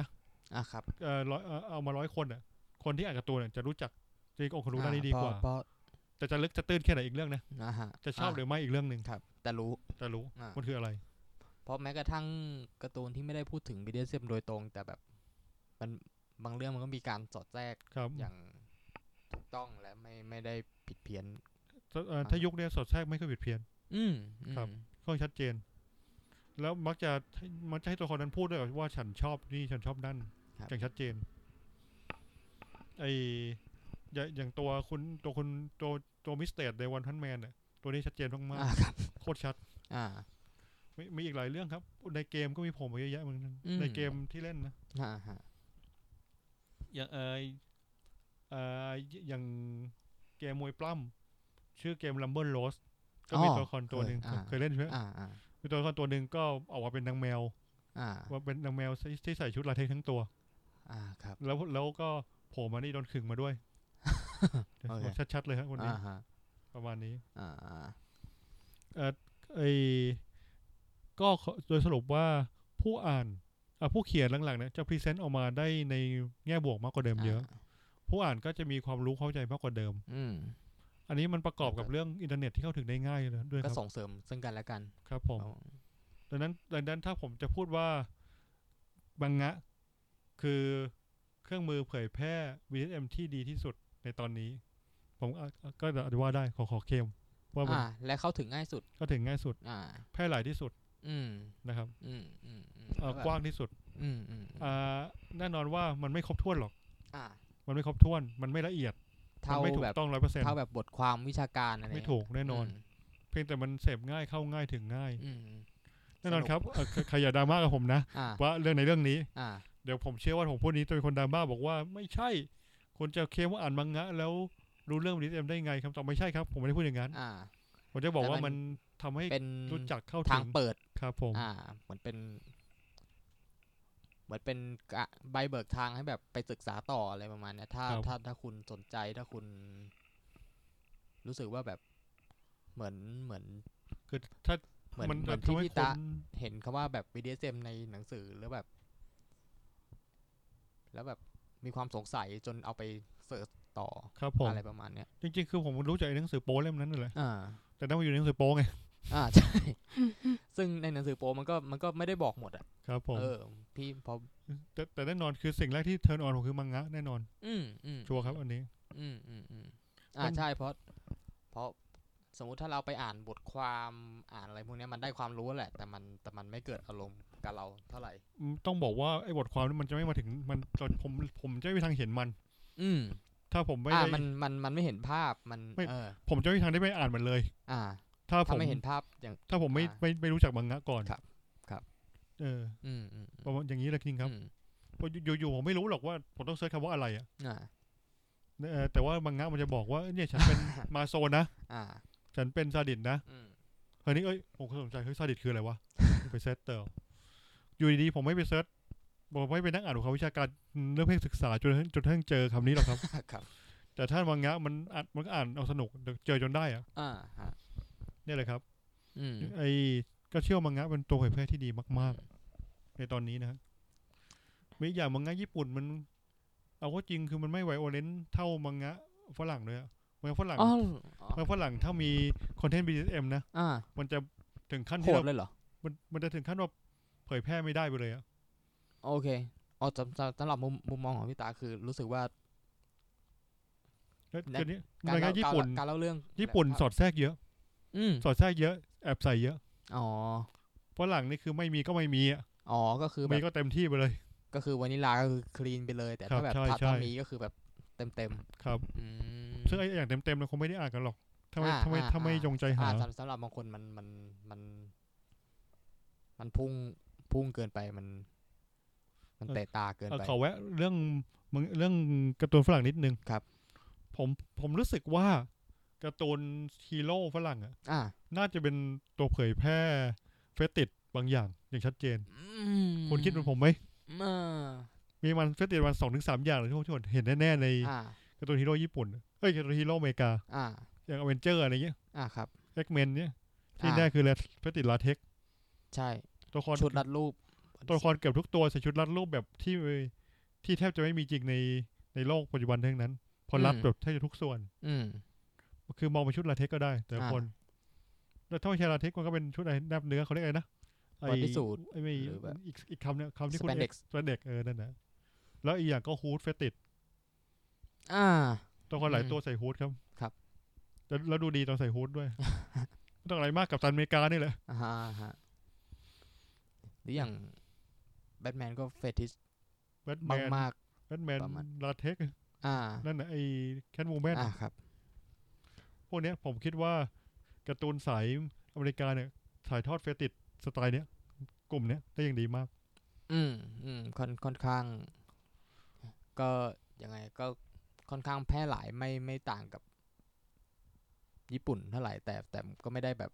อ่ะครับเอ่อร้อยเอ่อเอามาร้อยคนอ่ะคนที่อ่านการ์ตูนอะจะรู้จักจริงองค์รู้ด้านนี้ดีเพกราะว่าเพราะแต่จะลึกจะตื้นแค่ไหนอีกเรื่องนะอ่าฮะจะชอบหรือไม่อีกเรื่องหนึ่งครับ แต่รู้แต่รู้อ่ามันคืออะไรเพราะแม้กระทั่งการ์ตูนที่ไม่ได้พูดถึง บี ดี เอส เอ็ม โดยตรง แต่แบบมันบางเรื่องมันก็มีการสอดแทรกครับอย่างถูกต้องและไม่ไม่ได้ผิดเพี้ยนถ้าเอ่อถ้ายุคเนี้ยสอดแทรกไม่ค่อยผิดเพี้ยนอืมอืครับมค่อนข้างชัดเจน แล้วมักจะให้มักจะให้ตัวคนนั้นพูดด้วยว่าฉันชอบนี่ฉันชอบนั่นครับอย่างชัดเจนไออย่าอย่างตัวคุณตัวคุณตัวตัวมิสเตอร์ในวันพันแมนเนี่ยตัวนี้ชัดเจนมากอ่าครับๆโคตรชัดอ่ามีมีอีกหลายเรื่องครับ ในเกมก็มีผมมาเยอะแยะเหมือนกันอืมในเกมที่เล่นนะอ่าฮะอย่างเออเอ่ออย่างเกมมวยปล้ำชื่อเกม Rumble Rose ก็มีอ๋อตัวละครตัวหนึ่งเคยอ่าเคยเล่นใช่ไหมอ่าอ่ามีตัวละครตัวหนึ่งก็ออกมาเป็นนางแมวอ่าว่าเป็นนางแมวที่ที่ใส่ชุดลาเทคซ์ทั้งตัวอ่าครับแล้วแล้วก็โผล่มานี่โดนขึงมาด้วยโอเคชัดๆเลยครับคนนี้อ่าฮะประมาณนี้อ่าอ่าเออไอก็โดยสรุปว่าผู้อ่านอ่ะผู้เขียนหลังๆเนี่ยจะพรีเซนต์ออกมาได้ในแง่บวกมากกว่าเดิมเยอะ ผู้อ่านก็จะมีความรู้เข้าใจมากกว่าเดิมอืมอันนี้มันประกอบกับเรื่องอินเทอร์เน็ตที่เข้าถึงได้ง่ายเลยด้วยคก็รับส่งเสริมซึ่งกันและกันครับผมอ๋อดังนั้นดังนั้นถ้าผมจะพูดว่าบังงะคือเครื่องมือเผยแพร่ วี เอส เอ็ม ที่ดีที่สุดในตอนนี้ ผมอ่ะก็จะว่าได้ขอขอเคลมว่ามันอ่า และเข้าถึงง่ายสุดก็ถึงง่ายสุดอ่าแพร่หลายที่สุดอืมนะครับอืมอืมอืมเอ่อแล้วแบบกว้างที่สุดอืมอืมอ่าแน่นอนว่ามันไม่ครบถ้วนหรอกอ่ามันไม่ครบถ้วน มันไม่ละเอียด มันเท่าไม่ถูแบกบต้องร้อยเปอร์เซ็นต์เท่าแบบบทความวิชาการอะไรไม่ถูกแน่นอนมเพียงแต่มันเสพง่ายเข้าง่ายถึงง่ายอืมแน่นอนสนุกครับเอ่อใครใครอย่าดราม่ากับผมนะอ่าว่าเรื่องในเรื่องนี้อ่าเดี๋ยวผมเชื่อว่าผมพูดนี้จะมีคนดราม่าบอกว่าไม่ใช่คุณจะเคลมว่าอ่านมังงะ แล้วรู้เรื่อง วี เอส เอ็ม ได้ไงคำตอบไม่ใช่ครับ ผมไม่ได้พูดอย่างนั้นอ่าผมจะบอกแต่ว่ามัมัน นทำให้เป็นรู้จักเข้าทาถึงงเปิดครับผมอ่า เหมือนเป็น เหมือนเป็นกะใบเบิกทางให้แบบไปศึกษาต่ออะไรประมาณเนี้ยถ้าครับถ้าถ้าคุณสนใจถ้าคุณ รู้สึกว่าแบบเหมือนเหมือนคือถ้าเหมือนมันเหมือนทำที่ให้พี่คตะนเห็นคำว่าแบบ บี ดี เอส เอ็ม ในหนังสือแล้วแบบ แล้วแบบมีความสงสัยจนเอาไปเสิร์ชต่อครับผมอะไรประมาณเนี้ยจริงๆ คือผมรู้จากไอ้หนังสือโป๊เล่มนั้นนั่นแหละอ่าแต่นั่นมันอยู่ในหนังสือโป๊ไงอ่า ใช่ ซึ่งในหนังสือโปรมันก็มันก็ไม่ได้บอกหมดอ่ะครับผมเออ พี่พอแต่แต่แน่นอนคือสิ่งแรกที่เทิร์นออนผมคือมังงะแน่นอนอืมอืมชัวร์ครับอันนี้อืมอืมอืมอ่ามันใช่เพราะ เพราะสมมุติถ้าเราไปอ่านบทความอ่านอะไรพวกเนี้ยมันได้ความรู้แหละ แต่มันแต่มันไม่เกิดอารมณ์กับเราเท่าไหร่อืมต้องบอกว่าไอ้บทความนี้มันจะไม่มาถึงมันตอนผมผมจะไม่มีทางเห็นมันอืมถ้าผมไม่อ่าได้มันมันมันไม่เห็นภาพมันไม่เออผมจะไม่มีทางได้ไปอ่านมันเลยอ่าถ้าผถ้าม ไม่เห็นภาพอย่างถ้าผมไม่อ่าไม่ไม่รู้จักมังงะก่อนครับครับเอออืมอืมประมาณอย่างนี้เลยจริงครับอืมเพราะอยู่อยู่ผมไม่รู้หรอกว่าผมต้องเซิร์ชคำว่าอะไรอ่ะอ่าเออแต่ว่ามังงะมันจะบอกว่าเนี่ยฉันเป็น มาโซนะอ่าฉันเป็นซาดิสนะอืมเฮ้ยนี่เอ้ยผมก็สนใจเฮ้ยซาดิสคืออะไรวะ ไปเซิร์ชเตอร์อยู่ดีๆผมไม่ไปเซิร์ชผมไม่ไปนั่งอ่านของวิชาการเรื่องเพศศึกษาจนจนกระทั่งเจอคำนี้หรอกครับครับแต่ถ้ามังงะมันอ่านมันก็อ่านเอาสนุกเจอจนได้อะอ่าฮะเนี่ยเลยครับอืมไอ้ก็เชื่อว่ามังงะเป็นตัวเผยแพร่ที่ดีมากๆ ในตอนนี้นะครับมีอีกอย่างมังงะญี่ปุ่นมัน เอาก็จริงคือมันไม่ไวโอเลนต์เท่ามังงะฝรั่งเลยอะมังงะฝรั่งอ๋อมังงะฝรั่งถ้ามีคอนเทนต์ บี ดี เอส เอ็ม นะอ่ามันจะถึงขั้นโหที่ดเราเลยเหรอมันมันจะถึงขั้นว่าเผยแพร่ไม่ได้ไปเลยอะโอเคอ๋อสำสำสำหรับมุมมุมมองของพี่ตาคือรู้สึกว่าแล้วและทีนี้การมังงะเล่าญี่การปุ่นเล่าการเล่าเรื่องญี่ปุ่นแบบสอดแทรกเยอะอืมสอดแทรกเยอะแอบใส่เยอะอ๋อฝรั่งนี่คือไม่มีก็ไม่มีอะอ๋อ ก็คือแบมีบก็เต็มที่ไปเลยก็คือวานิลาก็คือคลีนไปเลย แต่ครัถ้าบแบบใช่ถ้าใช่ถ้ามีก็คือแบบเต็มเต็มครับๆอืมซึ่งไอ้อย่างเต็มๆเราคงไม่ได้อ่านกันหรอกถ้าไม่อ่าถ้าไม่อ่าถ้าไม่อ่าจงใจหาอ่าสำสำหรับบางคนมันมันมันมันพุ่งพุ่งเกินไปมัน มันเออเตะตาเกินเอ่อไปขอแวะเรื่องมึงเรื่องการ์ตูนฝรั่งนิดนึงครับผมผมรู้สึกว่าการ์ตูนฮีโร่ฝรั่งอะอ่าน่าจะเป็นตัวเผยแพร่เฟติชบางอย่างอย่างชัดเจนอืมคุณคิดเหมือนผมไหมอ่ามีมันเฟติชวันสองถึงสามอย่างเลยที่ผมเห็นแน่ๆในอ่าการ์ตูนฮีโร่ญี่ปุ่นเอ้ยการ์ตูนฮีโร่อเมริกาอ่าอย่างอเวนเจอร์อะไรเงี้ยอ่าครับเอ็กเมนเนี่ยที่อ่าแน่คือเฟติชลาเท็กซ์ใช่ตัวละครชุดรัดรูปตัวละครเกือบทุกตัวใส่ชุดรัดรูปแบบที่ที่แทบจะไม่มีจริงในในโลกปัจจุบันทั้งนั้นพอรัดแบบแทบจะทุกส่วนอืมคือมองเป็นชุดลาเทคก็ได้แต่ละอ่าคนแล้วถ้าไม่ใช่ลาเทคมันก็เป็นชุดอะไรแนบเนื้อเขาเรียกอะไรนะไอ้ bodysuit ไอ้ไม่หรือแบบอีกอีกคำเนี่ยคำที่คุณ spandex สแปนเด็กเออนั่นนะแล้วอีกอย่างก็ฮูดเฟติดอ่าตัวคนหลายอืมตัวใส่ฮูดครับครับแล้วแล้วดูดีตอนใส่ฮูดด้วย ไม่ต้องอะไรมากกับตันอเมริกานี่แหละอ่าฮะอ่าฮะหรืออย่างแบทแมนก็เฟติชแบทแมมากนมากแบทแมนประมาณลาเทคๆอ่านั่นนะไอ้แคทวูแมนอ่าครับพวกเนี้ยผมคิดว่าการ์ตูนสายอเมริกาเนี่ยถ่ายทอดเฟติดสไตล์เนี้ยกลุ่มเนี้ยได้อย่างดีมากอืมอืมค่อนค่อนข้าง ก็ยังไงก็ค่อนข้างแพร่หลายไม่ไม่ต่างกับญี่ปุ่นเท่าไหร่แต่แต่ก็ไม่ได้แบบ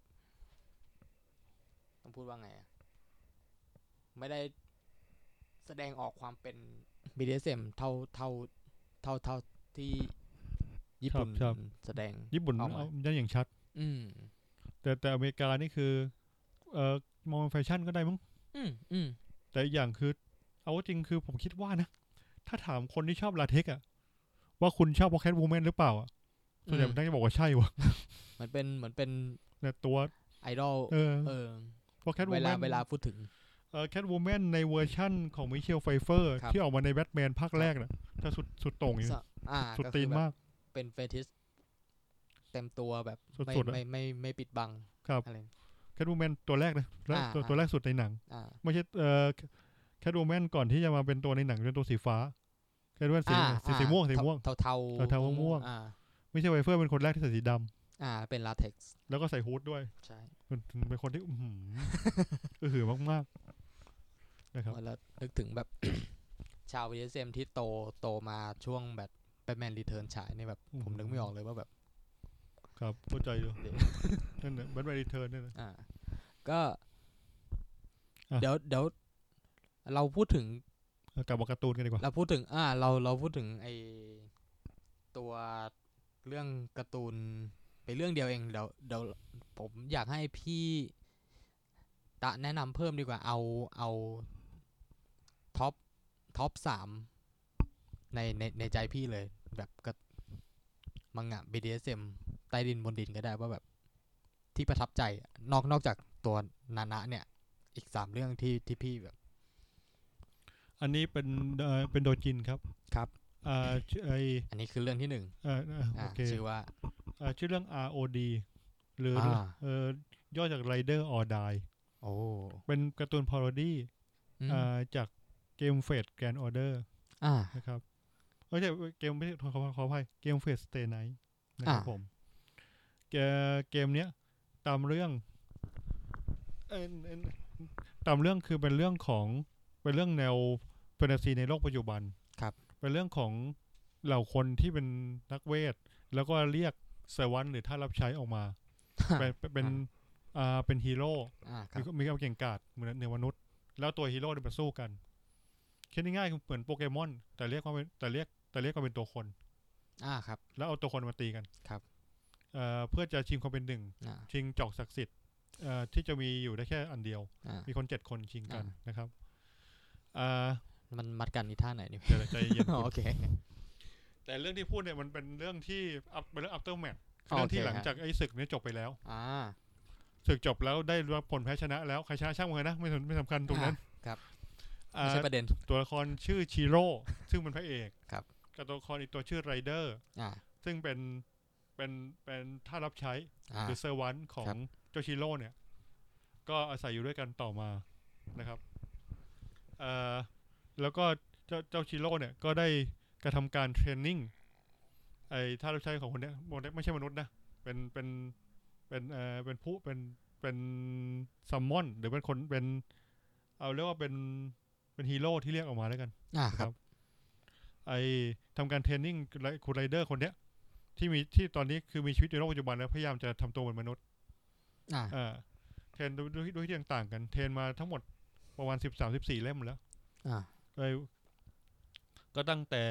ต้องพูดว่าไงอะไม่ได้แสดงออกความเป็น บี ดี เอส เอ็ม เท่าเท่าเท่าเท่าที่ญี่ปุ่นครับแสดงญี่ปุ่นออกมาเอาได้อย่างชัดอืมแต่แต่อเมริกานี่คือเอ่อมองเป็นแฟชั่นก็ได้มั้งอืมอืมแต่อีกอย่างคือ เอาว่าจริงคือผมคิดว่านะ ถ้าถามคนที่ชอบลาเทคอะว่าคุณชอบวอลแคทวูแมนหรือเปล่าอะส่วนใหญ่มันน่าจะบอกว่าใช่วะมันเป็นเหมือนเป็นแต่ตัวไอดอลเออเออวอลแคทวูเวแมลาน เวลาพูดถึงเออแคทวูแมนในเวอร์ชั่นของมิเชลไฟเฟอร์ครับที่ออกมาในแบทแมนภาคแรกน่ะถ้าสุดสุดโต่งอยู่สะอ่าสุดก็ตีคืนอแบบมากเป็นเฟติชเต็มตัวแบบไม่สุดๆอะไม่ไม่ไม่ปิดบังครับอะไรแคทวูแมนตัวแรกนะและอ่าตัวอ่าตัวแรกสุดในหนังอ่าไม่ใช่เอ่อแคทวูแมนก่อนที่จะมาเป็นตัวในหนังเป็นตัวสีฟ้าแคทวูแมนสีอ่าสีอ่าสีม่วงสีม่วงเทาเทาเทาๆม่วงอ่าไม่ใช่ไวเฟอร์เป็นคนแรกที่ใส่สีดำอ่าเป็นลาเท็กซ์แล้วก็ใส่ฮูดด้วยใช่เป็นเป็นคนที่อื้อหือ อื้อหือมากๆนะครับแล้วนึกถึงแบบ ชาว บี ดี เอส เอ็ม ที่โตโตมาช่วงแบบแบทแมนรีเทิร์นฉายนี่แบบอืมผมนึกไม่ออกเลยว่าแบบครับเข้าใจอยู่เดี๋ยวนั่นแหละแบทแมนรีเทิร์นนั่นแหละอ่า ก็อ่ะเดี๋ยวเดี๋ยวเราพูดถึงเอากลับมาการ์ตูนกันดีกว่าเราพูดถึง อ่า เราเราพูดถึงไอตัวเรื่องการ์ตูนไปเรื่องเดียวเองเดี๋ยวเดี๋ยวผมอยากให้พี่ตะแนะนำเพิ่มดีกว่าเอาเอาท็อปท็อปสามในในในใจพี่เลย แบบก็มังงะ บี ดี เอส เอ็ม ใต้ดินบนดินก็ได้ว่าแบบที่ประทับใจอะนอกนอกจากตัวนานะเนี่ย อีกสามเรื่องที่ที่พี่แบบอันนี้เป็นเอ่อเป็นโดจินครับครับอ่าชื่อไออันนี้คือเรื่องที่หนึ่งเอ่อเอ่อโออ่าเคชื่อว่าอ่าชื่อเรื่อง อาร์ โอ ดี หรืออ่าเอ่อย่อจาก Rider or Die โอ้เป็นการ์ตูนพาโรดี้อืมอ่าจากเกมเฟสแกรนด์ออเดอร์อ่านะครับไม่ใช่เกมไม่ใช่ขอขอขออภัยเกมเฟสสเตย์ไนท์นะครับอ่าผมเกเกมเนี้ยตามเรื่องเอ่อเอ่อตามเรื่องคือเป็นเรื่องของเป็นเรื่องแนวแฟนตาซีในโลกปัจจุบันครับเป็นเรื่องของเหล่าคนที่เป็นนักเวท แล้วก็เรียกสวรรค์หรือท่านรับใช้ออกมา เป็นเป็นอ่าเป็นฮีโร่อ่าคมีรับมีความเก่งกาจเหมือนในมนุษย์ แล้วตัวฮีโร่เนี่ยมาสู้กันคิดง่ายๆคือเหมือนโปเกมอน แต่เรียกว่าเป็นแต่เรียกแต่เรียกว่าเป็นตัวคนอ่าครับแล้วเอาตัวคนมาตีกันครับเอ่อเพื่อจะชิงความเป็นหนึ่งอ่าชิงจอกศักดิ์สิทธิ์เอ่อที่จะมีอยู่ได้แค่อันเดียวอ่ามีคนเจ็ดคนชิงกันอ่านะครับอ่ามันมัดกันอีท่าไหนนี่เดี๋ยวใจเย็นอ๋อคุณโอเคแต่เรื่องที่พูดเนี่ยมันเป็นเรื่องที่ up- เป็นเรื่อง after match อ๋อเรื่องที่โอเคหลังฮะจากไอ้ศึกเนี้จบไปแล้วอ่าศึกจบแล้วได้รับผลแพ้ชนะแล้วใครชนะช่างมันนะไม่สนไม่สำคัญตรงนั้นครับอ่าไม่ใช่ประเด็นตัวละครชื่อชิโร่ซึ่งเป็นพระเอกครับกับตัวละครอีกตัวชื่อไรเดอร์อ่าซึ่งเป็นเป็นเป็นท่าสรับใช้อ่าหรือเซอร์วันต์ของครับเจ้าชิโร่เนี่ย ก็อาศัยอยู่ด้วยกันต่อมานะครับเอ่อแล้วก็เจ้าเจ้าชิโร่เนี่ยก็ได้กระทำการเทรนนิ่งไอ้ท่าสรับใช้ของคนเนี้ยคนเนี้ยไม่ใช่มนุษย์นะเป็นเป็นเป็นเอ่อเป็นผู้เป็นเป็นซัมมอนหรือเป็นคนเป็นเอาเรียกว่าเป็นเป็นฮีโร่ที่เรียกออกมาแล้วกันอ่านะคครัรับ บ ไอทำการเทรนนิ่งคุณไรเดอร์คนเนี้ยที่มีที่ตอนนี้คือมีชีวิตในโลกปัจจุบันแล้วพยายามจะทำตัวเหมือนมนุษย์อ่าอ่าเทรนด้วยด้วยด้วยที่ต่างๆกัน เทรนมาทั้งหมดประมาณสิบสามสิบสี่เล่มแล้วอ่าเลยก็ตั้งแต่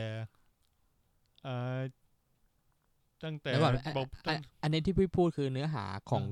อ่าตั้งแต่แล้วก่อนอันบอกอัตั้นงอันนี้ที่พี่พูดคือเนื้อหาของ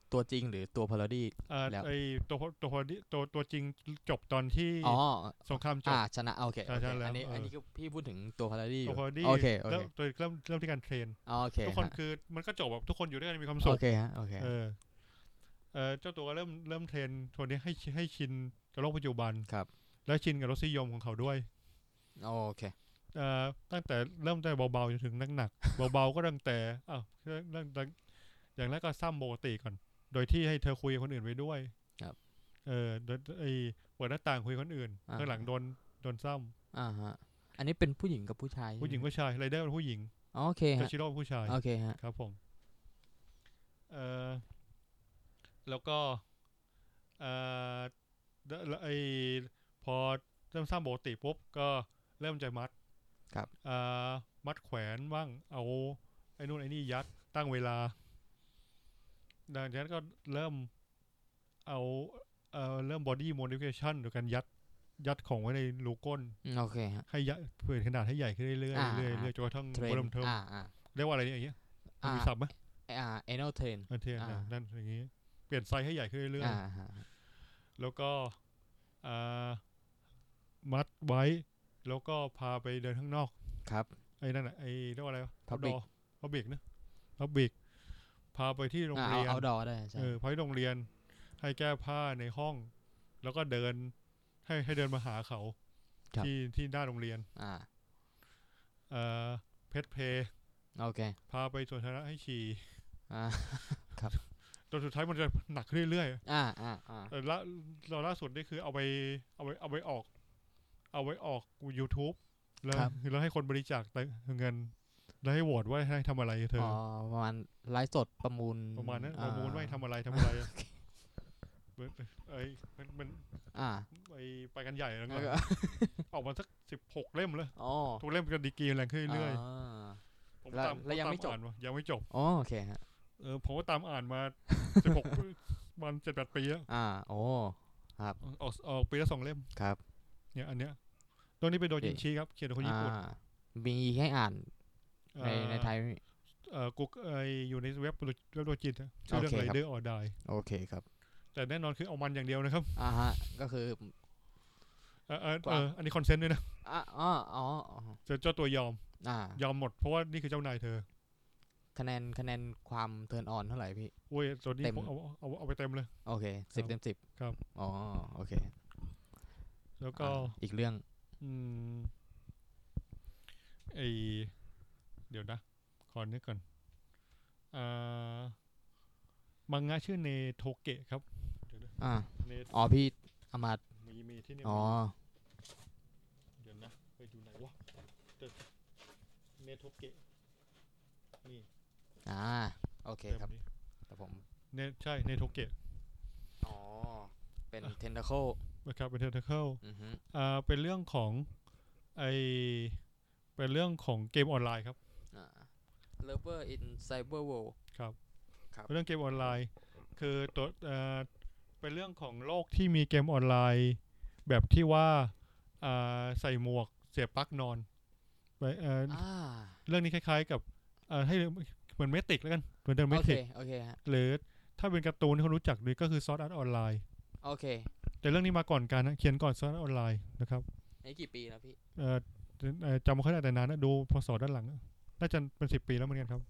ตัวจริงหรือตัวพาโรดี้เอ่อแล้วไอตัวตัวตัวตัวจริงจบตอนที่อ๋อสงครามจบอ่าชนะโอเคใช่โอเคใช่แล้วอันนี้เอออันนี้ก็พี่พูดถึงตัวพาโรดี้อตัวยู่พอดีโอเคโอเคเริ่มตัวเริ่มเริ่มที่การเทรนโอเคทุกคนฮะคือมันก็จบแบบทุกคนอยู่ด้วยกันมีความโอสุขเคฮะโอเคเออเออเจ้าตัวก็เริ่มเริ่มเทรนตัวนี้ให้ให้ชินกับโลกปัจจุบันครับและชินกับรสนิยมของเขาด้วยโอเคเอ่อตั้งแต่เริ่มแต่เบาๆจนถึงหนักๆเบาๆก็ตั้งแต่อ้าวเรื่องเรื่องอย่างแรกก็ซ้ำปกติก่อนโดยที่ให้เธอคุยกับคนอื่นไปด้วยครับเออโดยไอเปิดหน้าต่างคุยกับคนอื่นอ่าข้างหลังโดนโดนซ้อ่าฮะอันนี้เป็นผู้หญิงกับผู้ชายำใช่ผู้หญิงไหมผู้ชายไรเดอร์เป็นผู้หญิงอ๋อโอเคโตฮะชิโร่เป็นผู้ชายโอเคฮะครับผมเออแล้วก็เออแล้วไอพอเริ่มซ้ำปกติปุ๊บก็เริ่มจะมัดครับเอ่อมัดแขวนบ้างเอาไอ้นู่นไอ้นี่ยัดตั้งเวลาดังนั้นก็เริ่มเอาเอ่อเริ่ม body modification โดยการยัดยัดของไว้ในรูก้นอืมโอเคฮะให้ยัดเปลี่ยนขนาดให้ใหญ่ขึ้นเรื่อยๆเรื่อยอ่าๆเรื่อ่าอยๆจนกระทั่งเทรนเริ่มเทิมอ่าอ่าเรียกว่าอะไรเนี่ยอย่างเงี้ยมันอ่ามีศัพท์ไหมอ่า anal train อันเทียนอ่านะนั่นอย่างงี้เปลี่ยนไซส์ให้ใหญ่ขึ้นเรื่อยอ่าฮะๆแล้วก็อ่ามัดไว้แล้วก็พาไปเดินข้างนอกครับไอ้นั่นอ่ะไอ้เรียกว่าอะไรวะ public พับบิกนะพับบิกพาไปที่โรงอ่าเอาเรียน outdoor ได้ใช่เออพาที่โรงเรียนให้แก้ผ้าในห้อง แล้วก็เดินให้ให้เดินมาหาเขาที่ที่หน้าโรงเรียนอ่าเอ่อเพชรเพย์โอเคพาไปสวนสาธารณะให้ฉี่อ่าครับจนสุดท้ายมันจะหนักขึ้นเรื่อยอ่าอ่าอ่าๆแต่ละเราล่าสุดนี่คือเอาไปเอาไปเอาไปออก เอาไว้ออก YouTube แล้วแล้วให้คนบริจาคเงินแล้วให้โหวตว่าให้ทำอะไรเธออ๋อประมาณไลฟ์สดประมูลประมาณนั้นปอ่าระมูลว่าให้ทำอะไรทำอะไรไอ้มันมันอ่าไอไปกันใหญ่แล้วแล้วก็ออกมาสักสิบหกเล่มเลยอ๋อทุกเล่มก็ดีกรีแรงขึ้นเรื่อยอ่าๆผมแล้วตามแล้วยังไม่จบตาอ่านวะยังไม่จบอ๋อโอเคฮะเออผมก็ตามอ่านมาสิบหกวันเจ็ดแปดปีแล้วอ่าโอ้ครับออกออกปีละสองเล่มครับเนี่ยอันเนี้ยตรงนี้เป็นโดจินชีครับเขียนโดยคนญี่ปุ่นอ่ามีให้อ่านในในไทยเอ่อกูเอ่ออยู่ในเว็บเว็บโดจินนะชื่อเรื่องโอเคครับ Rider or Die โอเคครับแต่แน่นอนคือเอามันอย่างเดียวนะครับอ่าฮะก็คือเออเออเอออันนี้คอนเซนต์ด้วยนะอ่าอ๋ออ๋ออ๋อเจ้าเจ้าตัวยอมอ่ายอมหมดเพราะว่านี่คือเจ้านายเธอคะแนนคะแนนความเทิร์นออนเท่าไหร่พี่โอ้ยตัวนี้เต็มผมเอาเอาเอาไปเต็มเลยโอเคสิบเต็มสิบครับอ๋อโอเคแล้วก็อ่าอีกเรื่องอืมไอเดี๋ยวนะขอนึกก่อนอ่ามังงะชื่อเนโทเกะครับเดี๋ยวนะอ่าเนอ๋อพี่อามาดมีมีที่เนี่ยอ๋อเดี๋ยวนะไปดูไหนวะเดี๋ยวเนโทเกะนี่อ่าโอเคครับเล่มนี้แต่ผมเนใช่เนโทเกะอ๋อเป็น tentacle นะครับเป็นเทอร์เคิลอือฮึอ่าเป็นเรื่องของไอเป็นเรื่องของเกมออนไลน์ครับอ่า lover in cyber world ครับครับเป็นเรื่องเกมออนไลน์ คือตัวเอ่อเป็นเรื่องของโลกที่มีเกมออนไลน์ แบบที่ว่าอ่าใส่หมวกเสียบปลั๊กนอนไปเอ่ออ่าเรื่องนี้คล้ายๆกับเอ่อให้เหมือนเมติกแล้วกันเหมือนเดิมเมโอเคติกโอเคฮะหรือถ้าเป็นการ์ตูนที่เขารู้จักดีก็คือซอสอาร์ตออนไลน์โอเคแต่เรื่องนี้มาก่อนกันนะเขียนก่อนซอสอาร์ตออนไลน์นะครับนี่กี่ปีแล้วพี่เอ่อเอ่อจำไม่ค่อยได้แต่นานนะดูพศด้านหลังอะน่าจะเป็นสิบปีแล้วเหมือนกันครับ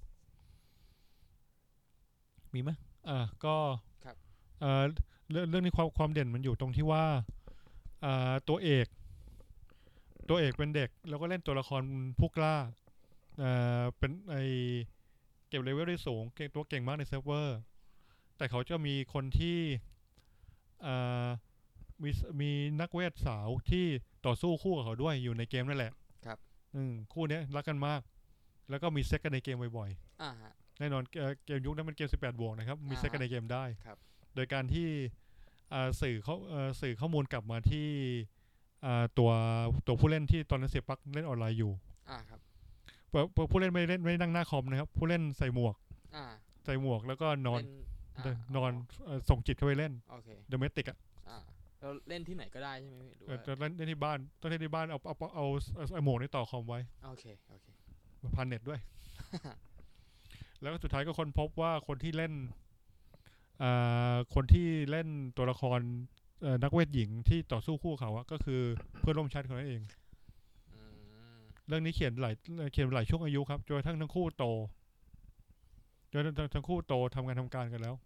มีไหมอ่าก็ครับเอ่อเรื่องเรื่องนี้ความความเด่นมันอยู่ตรงที่ว่าอ่าตัวเอก ตัวเอกเป็นเด็ก แล้วก็เล่นตัวละครผู้กล้าเอ่อเป็นไอเก็บเลเวลได้สูงเก่งตัวเก่งมากในเซิร์ฟเวอร์ แต่เขาจะมีคนที่อ่ามีมีนักเวทสาวที่ต่อสู้คู่กับเขาด้วยอยู่ในเกมนั่นแหละครับอืมคู่เนี้ยรักกันมาก แล้วก็มีเซ็กกันในเกมบ่อยอ่าฮะๆ แน่นอนเอ่อเกมยุคนั้นเป็นเกมสิบแปดบวกนะครับ มีอ่าเซ็กกันในเกมได้ครับโดยการที่อ่าสื่อเขาเอ่อสื่อข้อมูลกลับมาที่อ่าตัวตัวผู้เล่นที่ตอนนั้นเสียบปลั๊กเล่นออนไลน์อยู่อ่าครับเปิดเปิดผู้เล่นไม่ได้เล่นไม่ได้นั่งหน้าคอมนะครับ ผู้เล่นใส่หมวกอ่าใส่หมวกแล้วก็นอนเล่นนอนเอ่อส่งจิตเข้าไปเล่นโอเคเดอะเมติกอ่ะอ่าเราเล่นที่ไหนก็ได้ใช่ไหมพี่หรือเอ่อว่าจะเล่นได้ที่บ้านต้องเล่นที่บ้านเอาเอาเอาเอาเอาเอาหมวกนี้ต่อคอมไว้โอเคโอเคพันเน็ตด้วย แล้วก็สุดท้ายก็ค้นพบว่าคนที่เล่นอ่าคนที่เล่นตัวละครเอ่อนักเวทหญิงที่ต่อสู้คู่เขาอะก็คือเพื่อนร่วมชาติคนนั้นเองอืมเรื่องนี้เขียนหลายเขียนหลายช่วงอายุครับจนกระทั่งทั้งคู่โตจนทั้งทั้งคู่โตทำงานทำการกันแล้ว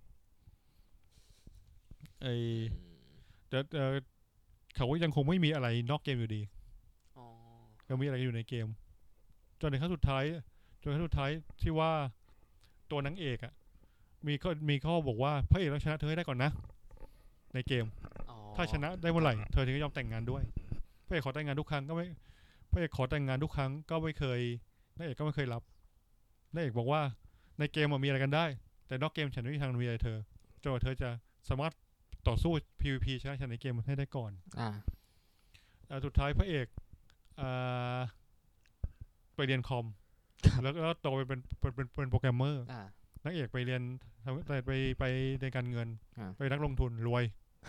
ไออืมแต่เอ่อเขาก็ยังคงไม่มีอะไรนอกเกมอยู่ดีอ๋อคยังรับมีอะไรอยู่ในเกมจนในขั้นสุดท้ายจนขั้นสุดท้ายที่ว่าตัวนางเอกอะมีข้อมีข้อบอกว่าพระเอกต้องชนะเธอให้ได้ก่อนนะในเกมอ๋อถ้าชนะได้เมื่อไหร่เธอถึงจะยอมแต่งงานด้วยพระเอกขอแต่งงานทุกครั้งก็ไม่พระเอกขอแต่งงานทุกครั้งก็ไม่เคยนางเอกก็ไม่เคยรับนางเอกบอกว่าในเกมมันมีอะไรกันได้แต่นอกเกมฉันไม่มีทางมีอะไรเธอจนกว่าเธอจะสามารถต่อสู้ พี วี พี ชนะฉันในเกมมันให้ได้ก่อนอ่าอ่าสุดท้ายพระเอกอ่าไปเรียนคอมแล้วก็โตไปเป็นเป็นเป็นเป็นโปรแกรมเมอร์อ่านางเอกไปเรียนทำไปไปไปในการเงินอ่าไปนักลงทุนรวย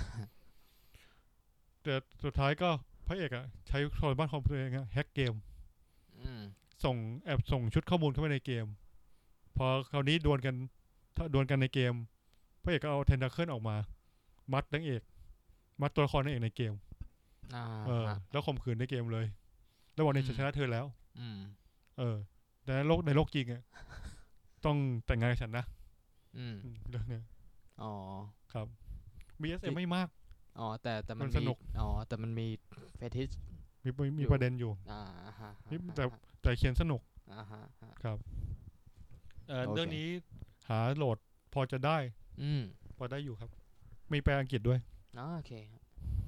แต่สุดท้ายก็พระเอกอะใช้โทรศัพท์บ้านคอมตัวเองอะแฮกเกมอืมส่งแอบส่งชุดข้อมูลเข้าไปในเกมพอคราวนี้ดวลกันดวลกันในเกมพระเอกก็เอาเทนทาเคิลออกมามัดนางเอกมัดตัวละครนางเอกในเกมอ่าเออฮะแล้วข่มขืนในเกมเลยแล้ววันนี้อืมจะชนะเธอแล้วอืมเออแต่ในโลกในโลกจริงอะต้องแต่งงานกับฉันนะอืมอืมเรื่องเนี้ยอ๋อครับ บี เอส เอ็มที่ไม่มากอ๋อแต่แต่มันมีมันสนุกอ๋อแต่มันมีเฟติชมีมีอยู่มีประเด็นอยู่อ่าฮะฮะนี่ฮะแต่ฮะแต่เขียนสนุกอ่าฮะฮะครับเอ่อโอเคเรื่องนี้หาโหลดพอจะได้อืมพอได้อยู่ครับมีแปลอังกฤษด้วยอ๋อโอเคครับ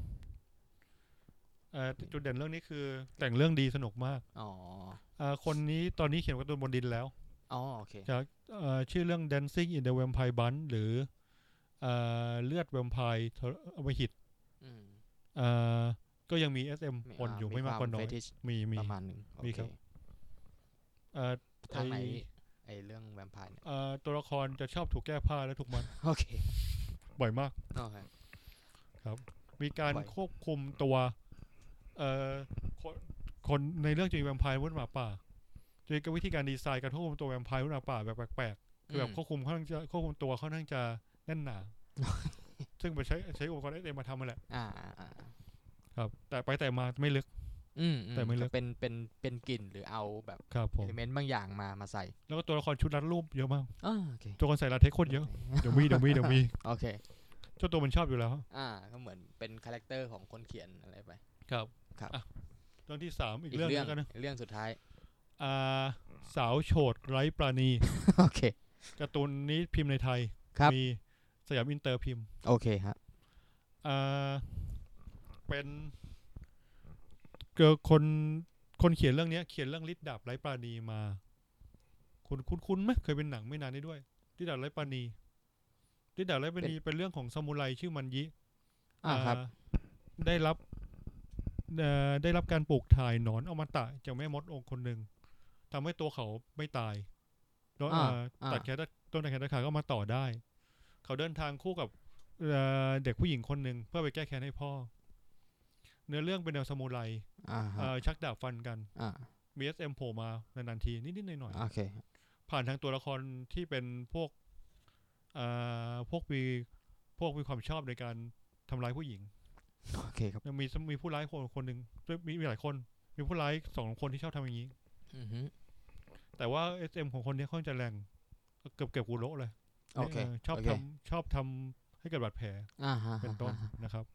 เอ่อจุดเด่นเรื่องนี้คือแต่งเรื่องดีสนุกมากอ๋อเอ่อคนนี้ตอนนี้เขียนการ์ตูนบนดินแล้วอ๋อโอเคจากเอ่อชื่อเรื่อง Dancing in the Vampire Bunch หรือเอ่อเลือดแวมไพร์อมหิตอืมเอ่อก็ยังมี เอส เอ็มมีปนอ่าอยู่มีความไม่มากก็น้อยเฟติชมีมีประมาณหนึ่งโอเคมีครับเอ่อไอทางไหนไอเรื่องแวมไพร์เนี่ยเอ่อตัวละครจะชอบถูกแก้ผ้าและถูกมัดโอเคบ่อยมากโอเคครับมีการบ่อยควบคุมตัวเอ่อคนคนในเรื่องจะมีแวมไพร์วุ้นหมาป่าจะมีวิธีการดีไซน์การควบคุมตัวแวมไพร์วุ้นหมาป่าแบบแปลกๆคือแบบควบคุมค่อนข้างจะควบคุมตัวค่อนข้างจะแน่นหนา ซึ่งไปใช้ใช้อุปกรณ์เอสเอ็มมาทำมาแหละอ่าอ่าอ่าครับแต่ไปแต่มาไม่ลึกอืมอืมแต่ไม่ลึกก็เป็นเป็นเป็นกลิ่นหรือเอาแบบครับผเอมลิเมนต์บางอย่างมามาใส่แล้วก็ตัวละครชุดรัดรูปเยอะมากอ่าโอเคตัวละครใส่ลาเทคโคตรเยอะเดี๋ยวมีเดี๋ยวมีเดี๋ยวมีโอเคเจ้าตัวมันชอบอยู่แล้วอ่าก็เหมือนเป็นคาแรคเตอร์ของคนเขียนอะไรไปครับครับอ่ะเรื่องที่สามอีกอีกเรื่องเรื่องนึงกันนะเรื่องสุดท้ายอ่าสาวโฉดไร้ปราณีโอเคการ์ตูนนี้พิมพ์ในไทยครับมีสยามอินเตอร์พิมพ์โอเคฮะอ่าเป็นเกิดคนคนเขียนเรื่องนี้เขียนเรื่องฤทธิ์ดาบไร้ปราณีมาคุณคุ้นคุ้นไหมเคยเป็นหนังไม่นานนี้ด้วยฤทธิ์ดาบไร้ปราณีฤทธิ์ดาบไร้ปราณีเป็นเรื่องของซามูไรชื่อมันยิอ่าครับได้รับได้รับการปลูกถ่ายหนอนอมตะจากแม่มดองค์คนหนึ่งทำให้ตัวเขาไม่ตายแล้วตัดแขนต้นตัดแขนตัดขาก็มาต่อได้ เขาเดินทางคู่กับเด็กผู้หญิงคนหนึ่งเพื่อไปแก้แค้นให้พ่อเนื้อเรื่องเป็นแนวซามูไรชักดาบฟันกันมี เอส เอ็ม โผล่มานานๆทีนิดๆหน่อยๆผ่านทางตัวละครที่เป็นพวกพวกมีพวกมีความชอบในการทำร้ายผู้หญิงโอเคครับมีมีผู้ร้ายคนคนหนึ่งมีมีหลายคนมีผู้ร้ายสองคนที่ชอบทำอย่างนี้แต่ว่า เอส เอ็ม ของคนนี้ค่อนข้างจะแรงเกือบเก็บกูโรเลยชอบทำชอบทำให้เกิดบาดแผลเป็นต้นนะครับ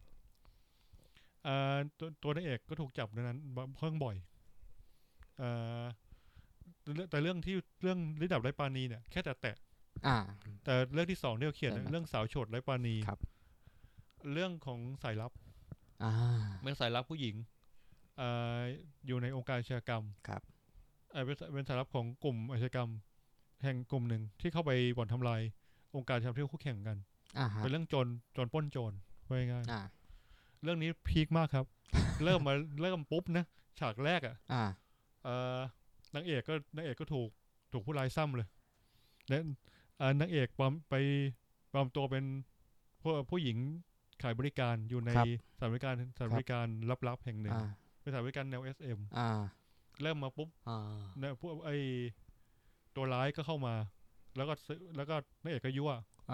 ตัวตัวนางเอกก็ถูกจับในนั้นเพิ่งบ่อยแต่เรื่องที่เรื่องฤทธิ์ดาบไร้ปราณีเนี่ยแค่แต่แตะแต่เรื่องที่สองที่เขาเขียนเรื่องสาวโฉดไร้ปราณีเรื่องของสายลับเป็นสายลับผู้หญิงอยู่ในองค์การอาชญากรรมเป็นสายลับของกลุ่มอาชญากรรมแห่งกลุ่มหนึ่งที่เข้าไปบ่อนทำลายองค์การทำเที่ยวคู่แข่งกันเป็นเรื่องโจรโจรป้นโจรว่าง่ายเรื่องนี้พีคมากครับ เริ่มมาเริ่มปุ๊บนะฉากแรกอ่ะนางเอกก็นางเอกก็ถูกถูกผู้ร้ายซ้ำเลยแล้วนางเอกปลอมไปปลอมตัวเป็นผู้ผู้หญิงขายบริการอยู่ในสถานบริการสถานบริการลับๆแห่งหนึ่งเป็นสถานบริการแนว เอส เอ็ม เริ่มมาปุ๊บเนี่ยพวกไอตัวร้ายก็เข้ามาแล้วก็แล้วก็นางเอกก็ยั่ว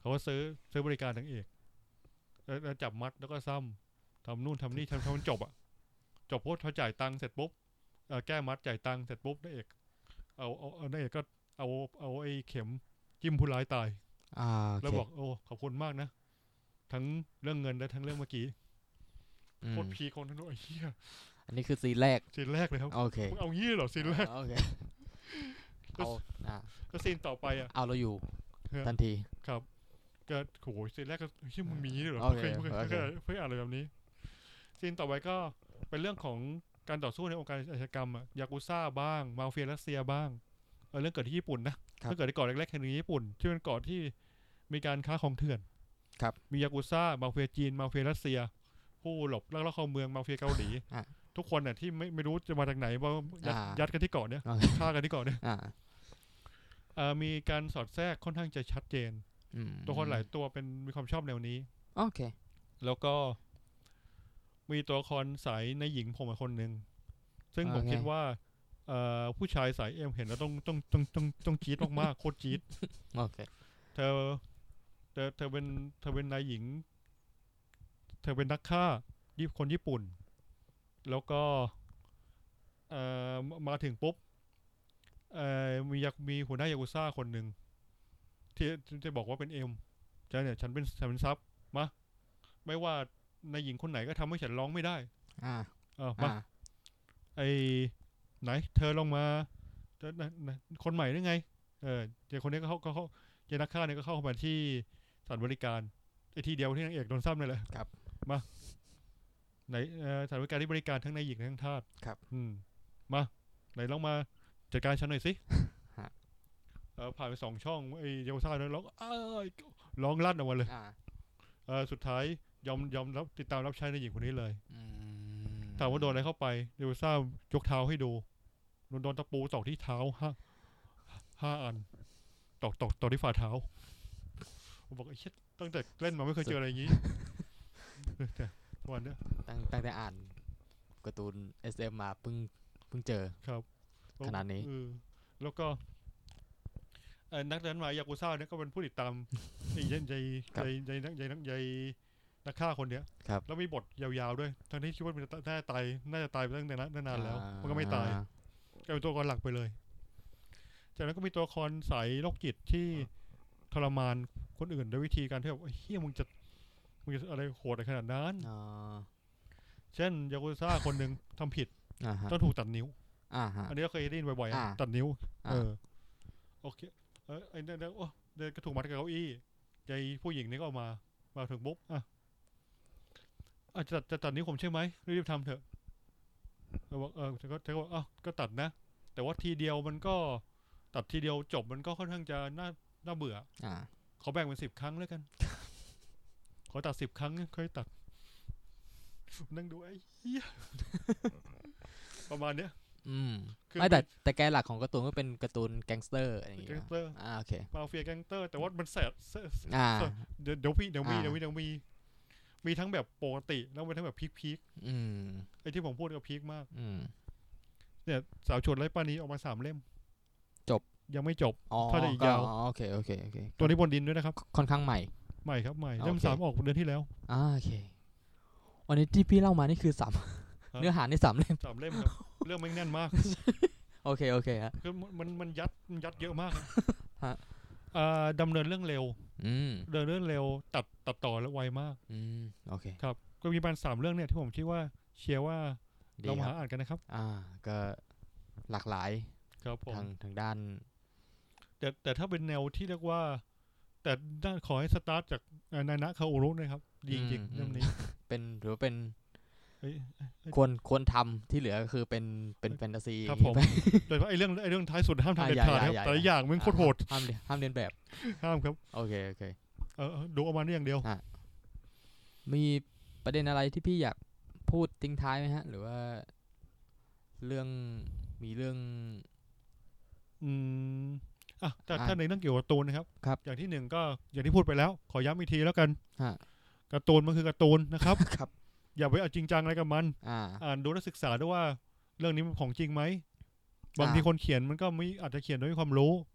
เขาก็ซื้อซื้อบริการนางเอกแล้วแล้วจับมัดแล้วก็ซ้ำทำนู่นทำนี่ทำทำจนจบอ่ะจบปุ๊บเขาจ่ายตังค์เสร็จปุ๊บเอ่อแก้มัดจ่ายตังค์เสร็จปุ๊บนางเอกเอาเอาเอานางเอกก็เอาเอาไอ้เข็มจิ้มผู้ร้ายตายอ่าโอแล้วเคบอกโอ้ขอบคุณมากนะ ทั้งเรื่องเงินและทั้งเรื่องเมื่อกี้อืโคมตรพีคนทั้งนู้นไอ้เหี้ยอันนี้คือซีนแรกซีนแรกเลยครับโอเคมึงเอางี้เหรอซีนแรกโอเคเอาอ่าแล้วซีนต่อไปอ่ะเอาเราอยู่ฮะทันทีครับก็โหซีนแรกก็เฮ้ยมึงมีด้วยเหรอโอไม่เคเคยไม่เคยโอไม่เคเคยไม่เคยอ่านอะไรแบบนี้ซีนต่อไปก็เป็นเรื่องของการต่อสู้ในองค์การอาชญากรรมอะยากุซ่าบ้างมาเฟียรัสเซียบ้างเออเรื่องเกิดที่ญี่ปุ่นนะถ้าเกิดที่เกาะเล็กๆแห่งหนึ่งในญี่ปุ่นที่เป็นเกาะที่มีการค้าของเถื่อนครับมียากุซ่ามาเฟียจีนมาเฟียรัสเซีย ผู้หลบลักลอบเข้าเมืองมาเฟียเกาหลีอ่ะทุกคนน่ะที่ไม่ไม่รู้จะมาจากไหนว่ายัดอ่ายัยัดกันที่เกาะเนี้ยโอเคฆ่ากันที่เกาะเนี้ยอ่าเอ่อมีการสอดแทรกค่อนข้างจะชัดเจนอืมตัวคนหลายตัวเป็นมีความชอบแนวนี้โอเคแล้วก็มีตัวละครสายในหญิงผมอีกคนหนึ่งซึ่งผมโอเคคิดว่าเอ่อผู้ชายสายเอ็มเห็นแล้วต้องต้องต้องต้องต้องจี๊ดมากๆโคตรจี๊ดโอเคเธอเธอเธอเป็นเธอเป็นนายหญิง เธอเป็นนักฆ่าญี่คนญี่ปุ่น แล้วก็เอ่อมามาถึงปุ๊บเอ่อมียักมีหัวหน้ายากุซ่าคนหนึ่งที่ที่จะบอกว่าเป็นเอ็มจะเนี่ยฉันเป็นฉันเป็นซับมาไม่ว่านายหญิงคนไหนก็ทำให้ฉันร้องไม่ได้อ่าเออมาอ่าไอไหน เธอลงมาเธอไหนไหนคนใหม่ได้ไง เออเจคนนี้ก็เขาก็เขาเจนักฆ่าเนี่ยก็เข้ามาที่สถานบริการไอที่เดียวที่นางเอกโดนซ้ำนี่แหละครับมาไหนเอ่อสถานบริการที่บริการทั้งนายหญิงและทั้งทาสครับอืมมาไหนลองมาจัดการฉันหน่อยสิฮะเออผ่านไปสองช่องไอ้เยาวซ่าเนี่ยร้องอ้ายร้องลั่นออกมาเลยอ่าเออสุดท้ายยอมยอมรับติดตามรับใช้นายหญิงคนนี้เลยอืมถามว่าโดนอะไรเข้าไปเดวซ่ายกเท้าให้ดูโดนโดนตะปูตอกที่เท้าห้าห้าอันตอกตอกตอกที่ฝ่าเท้าผมบอกไอ้เช็ดตั้งแต่เล่นมาไม่เคยเจออะไรอย่างงี้แต่วันเนี้ยตั้งตั้งแต่อ่านการ์ตูน เอส เอ็ม มาเพิ่งเพิ่งเจอครับขนาดนี้เออแล้วก็เอ่อนักเดินมายากุซ่าเนี่ยก็เป็นผู้ติดตามไอ้ยัยยัยครับยัยยัยนักยัยนักยัยนักฆ่าคนเนี้ยครับแล้วมีบทยาวๆด้วยทั้งที่คิดว่ามันจะน่าจะตายน่าจะตายไปตั้งแต่นั้นนานแล้ว มันก็ไม่ตายอ่กลายเป็นตัวละครหลักไปเลย จากนั้นก็มีตัวละครสายโรคจิตที่ทรมานคนอื่นด้วยวิธีการที่แบบเฮียมึงจะมึงจะอะไรโหดอะไรขนาดนั้นอ่าเช่นยากุซ่าคนหนึ่งทำผิดอ่าฮะต้องถูกตัดนิ้วอ่าฮะอันนี้ก็เคยได้ยินบ่อยๆอะอ่าตัดนิ้วอ่าเออ โอเค เออไอ้เนี่ยเนี่ยโอ้เดินก็ถูกมัดกับเก้าอี้ยายผู้หญิงนี่ก็ออกมา มาถึงปุ๊บ อ่ะอ่ะจะจะตัดนิ้วผมใช่ไหมรีบๆทำเถอะเออบอกเออเธอก็เธอก็บอกอ้าวก็ตัดนะ แต่ว่าทีเดียวมันก็ตัดทีเดียวจบมันก็ค่อนข้างจะน่าน่าเบื่ออ่าขอแบ่งเป็นสิบครั้งแล้วกัน ขอตัดสิบครั้งค่อยตัด นั่งดูไอ้เหี้ย ประมาณเนี้ยอืมคือไม่แต่แต่แกนหลักของการ์ตูนก็เป็นการ์ตูนแก๊งสเตอร์อะไรอย่างแก๊เงี้งยเตอร์อ่าโอเคมาเฟียแก๊งเตอร์ แต่ว่ามันแสบแสบอ่าเดี๋ยวเดี๋ยวพี่เดี๋ยวมีอ่าเดี๋ยวมีเดี๋ยวมี มีทั้งแบบปกติแล้วมีทั้งแบบพีคพีคอืมไอ้ที่ผมพูดก็พีคมากอืมเนี่ยสาวชวนไร้ป้านี้ออกมาสามเล่มจบยังไม่จบอ๋อเข้าใจอีกก็ยาวอ๋อโอเคโอเคโอเคตัวนี้บนดินด้วยนะครับค่อนข้างใหม่ใหม่ครับใหม่โอเคเล่มสามออกเดือนที่แล้วอ่าโอเควันนี้ที่พี่เล่ามานี่คือสามครับเนื้อหานี่สามเล่มสามเล่มครับ เรื่องแม่งแน่นมากโอเคโอเคฮะคือมันมันมันยัดมันยัดเยอะมากฮะอ่าดำเนินเรื่องเร็วอืมเดินเรื่องเร็วตัดตัดต่อแล้วไวมากอืมโอเคครับ ก็มีประมาณสามเรื่องเนี่ยที่ผมคิดว่าเชียร์ว่าดีเรามาครัหาบอ่านกันนะครับอ่าก็หลากหลายครับผมทางทางด้านแต่แต่ถ้าเป็นแนวที่เรียกว่า แต่ด้านขอให้สตาร์ทจากเอ่อนานะคาโอรุนะครับ ดีจริงอืมๆเรื่องนี้เป็นหรือว่าเป็นเฮ้ยควรควรทำที่เหลือก็คือเป็นเป็นแฟนตาซีครับผม โดยเฉพาะไอ้เรื่องไอ้เรื่องท้ายสุดห้ามทำอ่าเด็ดอย่าขาดนะครับอย่าแต่ละอย่าอย่างมันโคตรโหดห้ามเรียนห้ามเรียนแบบห้ามครับโอเคโอเคเออเออดูเอามานี่อย่างเดียวมีประเด็นอะไรที่พี่อยากพูดทิ้งท้ายไหมฮะ หรือว่า เรื่องมีเรื่องอืมอ่ะแต่อ่ะถ้าในเรื่องเกี่ยวกับการ์ตูนนะครับครับอย่างที่หนึ่งก็อย่างที่พูดไปแล้ว ขอย้ำอีกทีแล้วกันฮะการ์ตูนมันคือการ์ตูนนะครับครับอย่าไปเอาจริงจังอะไรกับมันอ่าอ่านดูและศึกษาด้วยว่า เรื่องนี้มันของจริงไหมบางทีอ่าคนเขียนมันก็ไม่อาจจะเขียนโดยไม่มีความรู้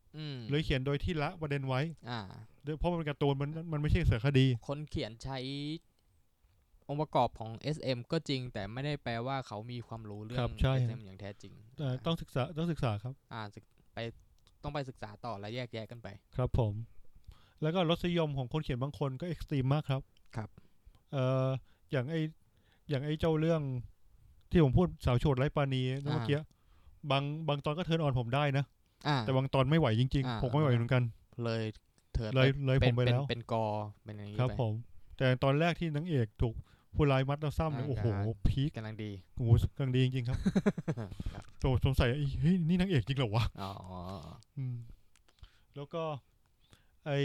อืมหรือเขียนโดยที่ละประเด็นไว้อ่าเพราะมันเป็นการ์ตูนมันมันไม่ใช่สารคดีคนเขียนใช้องค์ประกอบของ เอส เอ็ม ก็จริงแต่ไม่ได้แปลว่าเขามีความรู้เรื่คอรังบใช่เอส เอ็ม อย่างแท้จริงเอ่ออ่าต้องศึกษาต้องศึกษาครับอ่าศึกไปต้องไปศึกษาต่อและแยกแยะกันไปครับผม แล้วก็รสนิยมของคนเขียนบางคนก็เอ็กซ์ตรีมมากครับครับเอ่ออย่างไออย่างไอเจ้าเรื่องที่ผมพูดสาวโฉดไร้ปราณีเมื่อกี้บางบางตอนก็เทิร์นออนผมได้นะอ่าแต่บางตอนไม่ไหวจริงอ่าๆ ผมไม่ไหวเหมือนกันเลยเถิดเลยเลยเป็ผนมไปเป็นแล้วเป็นกอเป็นอย่างนี้ครับไปผม แต่ตอนแรกที่นางเอกถูกผู้ร้ายมัดแล้วซ้ำเนี่ยอ่าโอ้โหอ่าพีคกำลังดีโอ้โหกำลังดีจริงๆครับครับโตสงสัยไอ้เฮ้ยนี่นางเอกจริงเหรอวะอ๋ออืมแล้วก็ไอ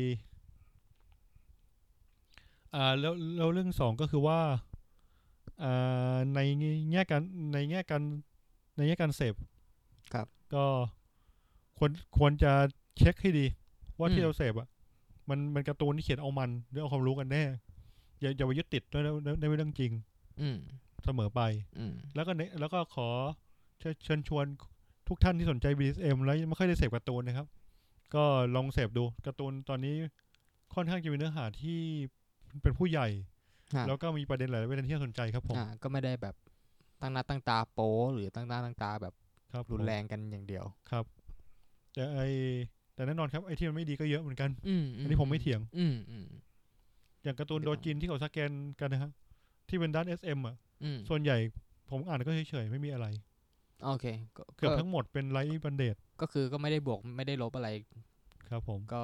อ่าแล้วแล้วเรื่องสองก็คือว่าอ่าในแง่การในแง่การในแง่การเสพครับก็ควรควรจะเช็คให้ดี ว่าอืมที่เราเสพอ่ะมันมันการ์ตูนที่เขียนเอามันหรือเอาความรู้กันแน่ อย่าอย่าไปยึดติดด้วยในเรื่องจริงอืมเสมอไปอืมแล้วก็เนแล้วก็ขอเชิญเชิญชวนทุกท่านที่สนใจ บี ดี เอส เอ็ม แล้วไม่ค่อยได้เสพการ์ตูนนะครับ ก็ลองเสพดูการ์ตูนตอนนี้ค่อนข้างจะมีเนื้อหาที่เป็นผู้ใหญ่ฮะแล้วก็มีประเด็นหลายประเด็นที่น่าสนใจครับผมอ่าก็ไม่ได้แบบตั้งหน้าตั้งตาโป๊หรือตั้งหน้าตั้งตาแบบครับรุนแรงกันอย่างเดียวครับแต่ไอแต่แน่นอนครับไอที่มันไม่ดีก็เยอะเหมือนกันอืมอันนี้ผมไม่เถียงอืมอืมอย่างการ์ตูนไม่โดต้องจินที่เขาสแกนกันนะครับที่เป็นด้าน เอส เอ็ม อ่ะอืมส่วนใหญ่ผมอ่านก็เฉยๆไม่มีอะไรโอเคก็เกือบก็ทั้งหมดเป็นไลท์บันเดดก็คือก็ไม่ได้บวกไม่ได้ลบอะไรครับผมก็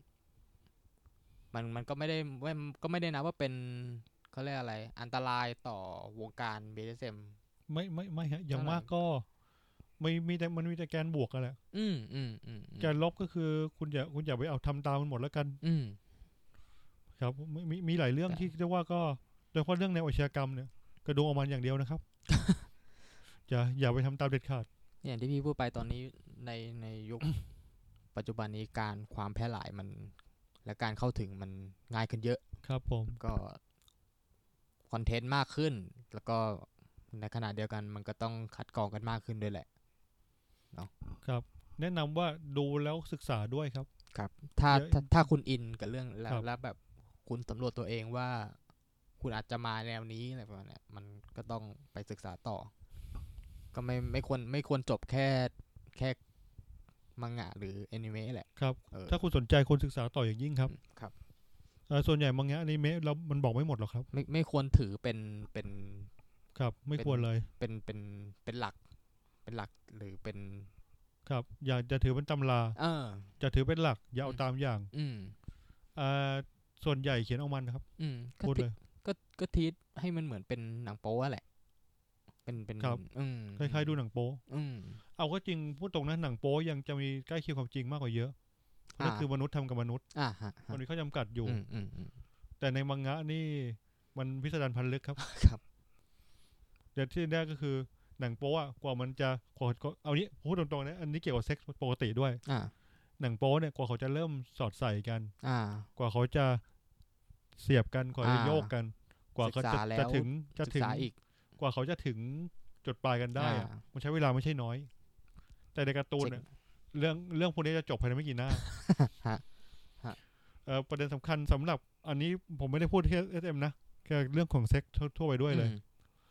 มันมันก็ไม่ได้ไม่ก็ไม่ได้นับว่าเป็นเขาเรียกอะไร อันตรายต่อวงการ บี ดี เอส เอ็มไม่ไม่ไม่ฮะอย่างเท่าไหร่มากก็ไม่มีแต่มันมีแต่แกนบวกกันแหละอืมอืมอืมอืมแกนลบก็คือคุณอย่าคุณอย่าไปเอาทำตามมันหมดแล้วกันอืมครับมีมีมีหลายเรื่องแต่ที่เรียกว่าก็โดยเฉพาะเรื่องแนวอาชญากรรมเนี่ยกระดูกเอามันอย่างเดียวนะครับ อย่าอย่าไปทำตามเด็ดขาดอย่างที่พี่พูดไปตอนนี้ในในยุค ปัจจุบันนี้การความแพร่หลายมัน และการเข้าถึงมันง่ายขึ้นเยอะครับผมก็คอนเทนต์มากขึ้น แล้วก็ในขณะเดียวกันมันก็ต้องคัดกรองกันมากขึ้นด้วยแหละครับ แนะนำว่าดูแล้วศึกษาด้วยครับครับ ถ้าเยอะถ้าถ้าคุณอินกับเรื่องแล้คว รับแล้วแบบคุณสำรวจตัวเองว่า คุณอาจจะมาแนวนี้อะไรประมาณเนี้ยมันก็ต้องไปศึกษาต่อ ก็ไม่ไม่ควรไม่ควรจบแค่แค่มังงะหรือแอนิเมะแหละครับเออถ้าคุณสนใจควรศึกษาต่ออย่างยิ่งครับครับเอ่อส่วนใหญ่มังงะอนิเมะเรามันบอกไม่หมดหรอกครับไม่ไม่ควรถือเป็นเป็นครับ ไม่เป็นควรเลยเป็นเป็นเป็นหลัก เป็นหลักหรือเป็นครับ อย่าจะถือเป็นตำราเออจะถือเป็นหลัก อย่าเอาอืมตามอย่างอืมอ่าส่วนใหญ่เขียนเอามันนะครับอืมก็พูดทิเลยก็ก็ทีทให้มันเหมือนเป็นหนังโป๊อะแหละ เป็นเป็นครับอืมคล้ายๆดูหนังโป๊อืมเอาก็จริงพูดตรงนั้นหนังโป๊ยังจะมีใกล้เคียงความจริงมากกว่าเยอะนั่นอ่าคือมนุษย์ทำกับมนุษย์อ่าฮะฮะมันมีข้อจำกัดอยู่อืมอืมอืมแต่ในมังงะนี่มันพิสดารพันลึกครับครับแต่ที่แน่ก็คือหนังโป๊อะกว่ามันจะกว่าก็เอานี้พูดตรงๆนะอันนี้เกี่ยวกับเซ็กส์ปกติด้วยอ่าหนังโป๊เนี่ยกว่าเขาจะเริ่มสอดใส่กันอ่ากว่าเขาจะเสียบกันกว่าจะอ่าโยกกัน กว่าเขาศึกจะษาแล้วจะถึงจะศึกถึงษาอีกกว่าเขาจะถึงจุดปลายกันได้อะอ่ามันใช้เวลาไม่ใช่น้อย แต่ในการ์ตูนเช็คเนี่ยเรื่องเรื่องพวกนี้จะจบภายในไม่กี่หน้าฮะฮะเอ่อประเด็นสำคัญสำหรับอันนี้ผมไม่ได้พูดที่ เอส เอ็ม นะแค่เรื่องของเซ็กส์ทั่วไปด้วยเลยอืม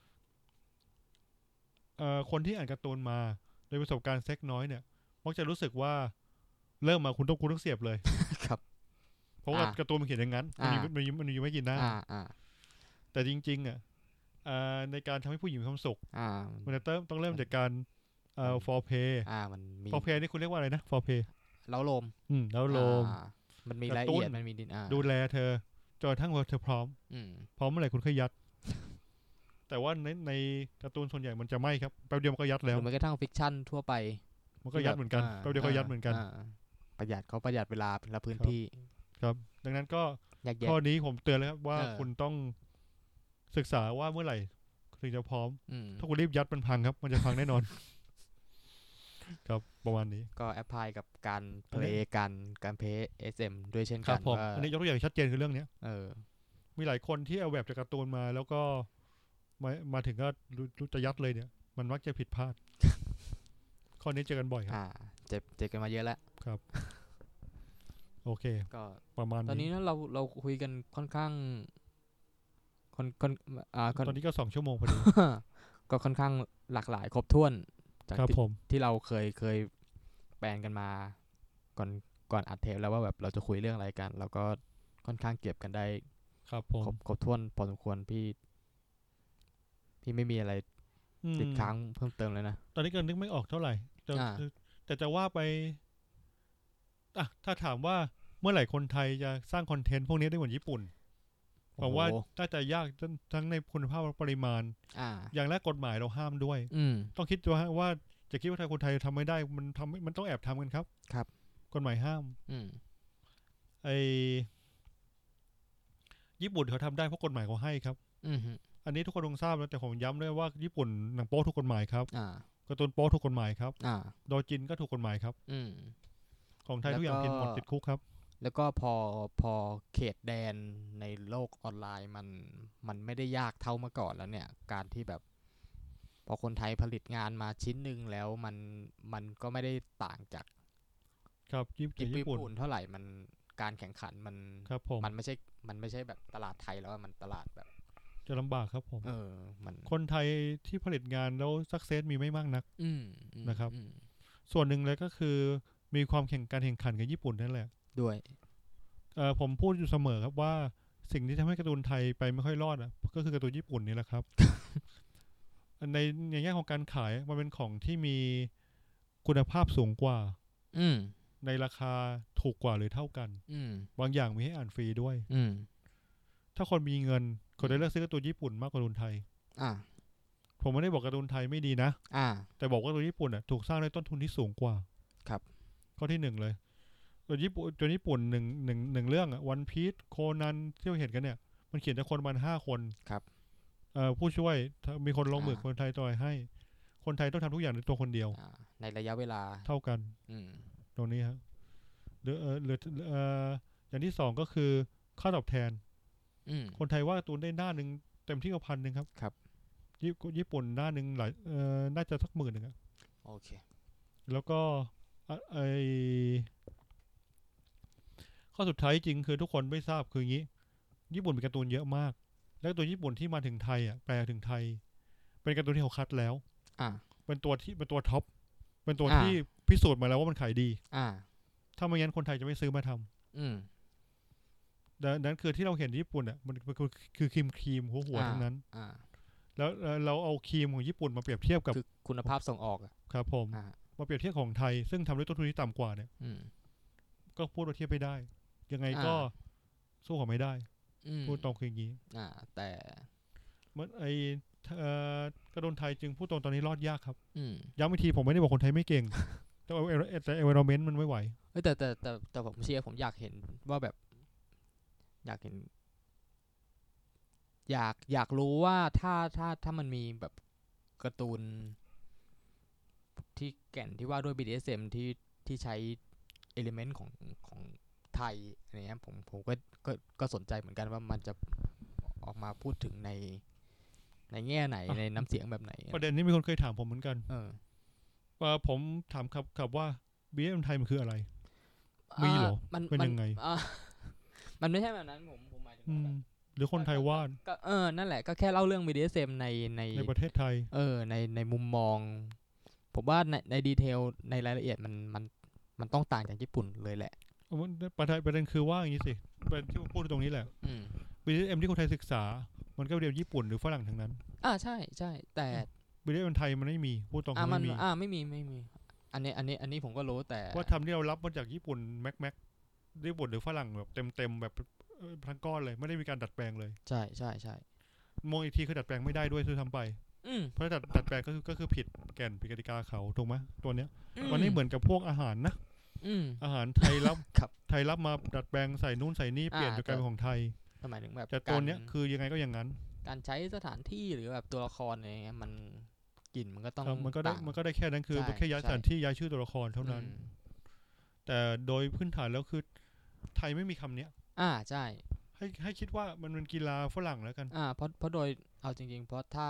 เอ่อคนที่อ่านการ์ตูนมาโดยประสบการณ์เซ็กน้อยเนี่ยมักจะรู้สึกว่าเริ่มมาคุณต้องคุณต้องเสียบเลยครับเพราะว่าอ่าการ์ตูนมันเขียนอย่างนั้นมันมีอ่ามันมีมันมีไม่กี่หน้าอ่าอ่าแต่จริงๆอ่ะเอ่อในการทำให้ผู้หญิงมีความสุขอ่ามันจะเริ่มต้องเริ่มจากการเอ่อ foreplay อ่ามันมี foreplay นี่คุณเรียกว่าอะไรนะ foreplay เล้าโลมอืมแล้วโลมอ่ามันมีกระรายละตุ้นเอียดมันมีดินอ่าดูแลเธอจนกระทั่งว่าเธอพร้อมอืมพร้อมเมื่อไหร่คุณค่อยยัด แต่ว่าในในการ์ตูนส่วนใหญ่มันจะไม่ครับแป๊บเดียวมันก็ยัดหแล้วรือแม้กระทั่งฟิกชันทั่วไปมันก็ยัดเหมือนกันอ่าแป๊บเดียวก็ยัดเหมือนกันาประหยัดเขาประหยัดเวลาและพื้นครับที่ครับ ดังนั้นก็แยกแยะข้อนี้ผมเตือนเลยครับว่าเออคุณต้องศึกษาว่าเมื่อไหร่ถึงจะพร้อมอืมถ้าคุณรีบยัดมันพังครับ มันจะพังแน่นอน ครับประมาณนี้ก็แอพพลายกับการอัเพนลนี้ย์การการเพลย์เอสเอ็มด้วยเช่นครักับ นผมว่าอันนี้ยกตัวอย่างชัดเจนคือเรื่องเนี้ยเออมีหลายคนที่เอาแบบจากการ์ตูนมา แล้วก็มามาถึงก็รู้รู้จะยัดเลยเนี่ย มันมักจะผิดพลาด ข้อนี้เจอกันบ่อยครับอ่าเจ็บเจ็บกันมาเยอะแล้วครับ โอเคก็ประมาณตอนนี้นี้นะเราเราคุยกันค่อนข้างค่อนค่อนอ่าค่อนตอนนี้ก็สองชั่วโมงพอดีก็ค่อนข้างหลากหลายครบถ้วนจากครับที่ผมที่เราเคยเคยแปลนกันมาก่อนก่อนอัดเทปแล้วว่าแบบเราจะคุยเรื่องอะไรกัน แล้วก็ค่อนข้างเก็บกันได้ครับผมครบครบถ้วนพอสมควรพี่พี่ไม่มีอะไรอืมติดค้างเพิ่มเติมเลยนะตอนนี้ก็นึกไม่ออกเท่าไหร่แต่อ่าแต่จะว่าไปอ่ะถ้าถามว่าเมื่อไหร่คนไทยจะสร้างคอนเทนต์พวกนี้ได้เหมือนญี่ปุ่นผมว่าโอ้โหน่าจะยากทั้งทั้งในคุณภาพและปริมาณอ่าอย่างแรกกฎหมายเราห้ามด้วยอืมต้องคิดว่าว่าจะคิดว่าไทยคนไทยทำไม่ได้มันทำมันต้องแอบทำกันครับครับกฎหมายห้ามอืมไอญี่ปุ่นเขาทำได้เพราะกฎหมายเขาให้ครับอืมฮึอันนี้ทุกคนคงทราบแล้วแต่ผมย้ำด้วยว่าญี่ปุ่นหนังโป๊ถูกกฎหมายครับอ่าการ์ตูนโป๊ถูกกฎหมายครับอ่าโดจินก็ถูกกฎหมายครับอืมของไทยแล้วทุกอย่างก็ผิดหมดติดคุกครับแล้วก็พอพอเขตแดนในโลกออนไลน์มันมันไม่ได้ยากเท่าเมื่อก่อนแล้วเนี่ย การที่แบบ พอคนไทยผลิตงานมาชิ้นหนึ่งแล้วมันมันก็ไม่ได้ต่างจากครับญี่ญี่ญี่ปุ่นปุ่นเท่าไหร่มันการแข่งขันมันครับผมมันไม่ใช่มันไม่ใช่แบบตลาดไทยแล้วอะมันตลาดแบบจะลำบากครับผมเออมันคนไทยที่ผลิตงานแล้วสักเซสมีไม่มากนักอืมอืมนะครับอืมส่วนหนึ่งเลยก็คือมีความแข่งการแข่งขันกับญี่ปุ่นนั่นแหละด้วยเอ่อผมพูดอยู่เสมอครับว่าสิ่งที่ทำให้การ์ตูนไทยไปไม่ค่อยรอดอ่ะก็คือการ์ตูนญี่ปุ่นนี่แหละครับ ในในแง่ของการขายมันเป็นของที่มีคุณภาพสูงกว่าอืมในราคาถูกกว่าหรือเท่ากันอืมบางอย่างมีให้อ่านฟรีด้วยอืมถ้าคนมีเงินคนจะเลือกซื้อการ์ตูนญี่ปุ่นมากกว่าการ์ตูนไทยอ่าผมไม่ได้บอกการ์ตูนไทยไม่ดีนะอ่าแต่บอกว่าการ์ตูนญี่ปุ่นอ่ะถูกสร้างด้วยต้นทุนที่สูงกว่าครับข้อที่หนึ่งเลยตัวญี่ปุ่นตัวญี่ปุ่นหนึ่งหนึ่งหนึ่งเรื่องอ่ะวันพีซโคนันที่เราเห็นกันเนี่ย มันเขียนจากคนประมาณห้าคนครับเอ่อผู้ช่วยถ้ามีคนลงมืออ่าคนไทยต่อยให้ คนไทยต้องทำทุกอย่างด้วยตัวคนเดียวอ่า ในระยะเวลาเท่ากันอืมตรงนี้ฮะหรือเออหรือเอ่ออย่างที่สองก็คือค่าตอบแทนอืมคนไทยว่าดการ์ตูนได้หน้าหนึ่งเต็มที่ก็พันหนึ่งครับครับญี่ปุ่นญี่ปุ่นหน้าหนึ่งหลายเอ่อน่าจะสักหมื่นหนึ่งอะโอเคแล้วก็อ่ะไอข้อสุดท้ายจริงคือทุกคนไม่ทราบคืออย่างนี้ ญี่ปุ่นมีการ์ตูนเยอะมาก แล้วตัวญี่ปุ่นที่มาถึงไทยอ่ะแปลถึงไทย เป็นการ์ตูนที่เขาคัดแล้วอ่าเป็นตัวที่เป็นตัวท็อปเป็นตัวอ่าที่พิสูจน์มาแล้วว่ามันขายดีอ่าถ้าไม่งั้นคนไทยจะไม่ซื้อมาทำอืมดังนั้นคือที่เราเห็นญี่ปุ่นอ่ะมันมันคือคือครีมครีมหัวหัวอ่าทั้งนั้นอ่าแล้วเอ่อเราเอาครีมของญี่ปุ่นมาเปรียบเทียบกับคือคุณภาพส่งออกอะครับผมอ่ามาเปรียบเทียบของไทย ซึ่งทำด้วยต้นทุนที่ต่ำกว่าเนี่ยอืมก็พูดว่าเทียบไม่ได้ ยังไงก็อ่าสู้เขาไม่ได้อืมพูดตรงคืออย่างนี้อ่า แต่เหมื่อนไอเอ่อกระโดนไทยจึงพูดตรงตอนนี้รอดยากครับอืมย้ำอีกทีผมไม่ได้บอกคนไทยไม่เก่ง แต่ว่า env- แต่ environment มันไม่ไหวเฮ้ยแต่แต่แต่แต่ผมเชียร์ผมอยากเห็นว่าแบบ อยากเห็น อยากอยากรู้ว่าถ้าถ้าถ้ามันมีแบบการ์ตูน ที่แก่นที่ว่าด้วย บี ดี เอส เอ็ม ที่ที่ใช้เอลิเมนต์ของของไทยอะไรเงี้ยผมผมก็ก็ก็สนใจเหมือนกันว่ามันจะออกมาพูดถึงใน ในแง่ไหนอ่ะในน้ำเสียงแบบไหนประเด็นนี้มีคนเคยถามผมเหมือนกันเออว่าผมถามครับครับว่า บี เอส เอ็ม ไทยมันคืออะไร มีเหรออ่ามันเป็นมัยังไงอ่า มันไม่ใช่แบบนั้นผมผมหมายถึงอืว่าแบมบหรือคนไทยวาดก็เออนั่นแหละก็แค่เล่าเรื่อง บี ดี เอส เอ็ม ในในในประเทศไทยเออในในมุมมอง ผมว่าในในดีเทลในรายละเอียดมันมันมันต้องต่างจากญี่ปุ่นเลยแหละประเด็นประเด็นคือว่าอย่างนี้สิประเด็นที่ผมพูดตรงนี้แหละอืมบี ดี เอส เอ็ม ที่คนไทยศึกษา มันก็เรียนญี่ปุ่นหรือฝรั่งทั้งนั้นอ่าใช่ใช่แต่บี ดี เอส เอ็ม ไทยมันไม่มีพูดตรงอ่าคือมันไม่มีอ่าไม่มีไม่มี อันนี้อันนี้อันนี้ผมก็รู้แต่ว่าทำที่เรารับมาจากญี่ปุ่นแม็กแม็กญี่ปุ่นหรือฝรั่งแบบเต็มเต็มๆแบบเอ่อทั้งก้อนเลยไม่ได้มีการดัดแปลงเลยใช่ใช่ใช่มองอีกทีคือดัดแปลงไม่ได้ด้วยคือทำไปอืมเพราะถ้าดัดดัดแปลงก็คือก็คือผิดแก่นผิดกติกาเขาถูกไหมตัวเนี้ยอืมันไม่เหมือนกับพวกอาหารนะอืมอาหารไทยรับครับไทยรับมาดัดแปลงใส่นู่นใส่นี่เปลี่ยนอ่าจนกลายเป็นของไทยหมายถึงแบบแต่ตัวเนี้ยคือยังไงก็อย่างนั้นการใช้สถานที่หรือแบบตัวละครอะไรเงี้ยมันกลิ่นมันก็ต้องครับมันก็ได้ต่างมันก็ได้แค่นั้นคือใช่แค่ย้ายใช่สถานที่ย้ายชื่อตัวละครเท่านั้นอืมแต่โดยพื้นฐานแล้วคือไทยไม่มีคำเนี้ยอ่าใช่ให้ให้คิดว่ามันเป็นกีฬาฝรั่งแล้วกันอ่าเพราะเพราะโดยเอาจริงๆ เพราะถ้า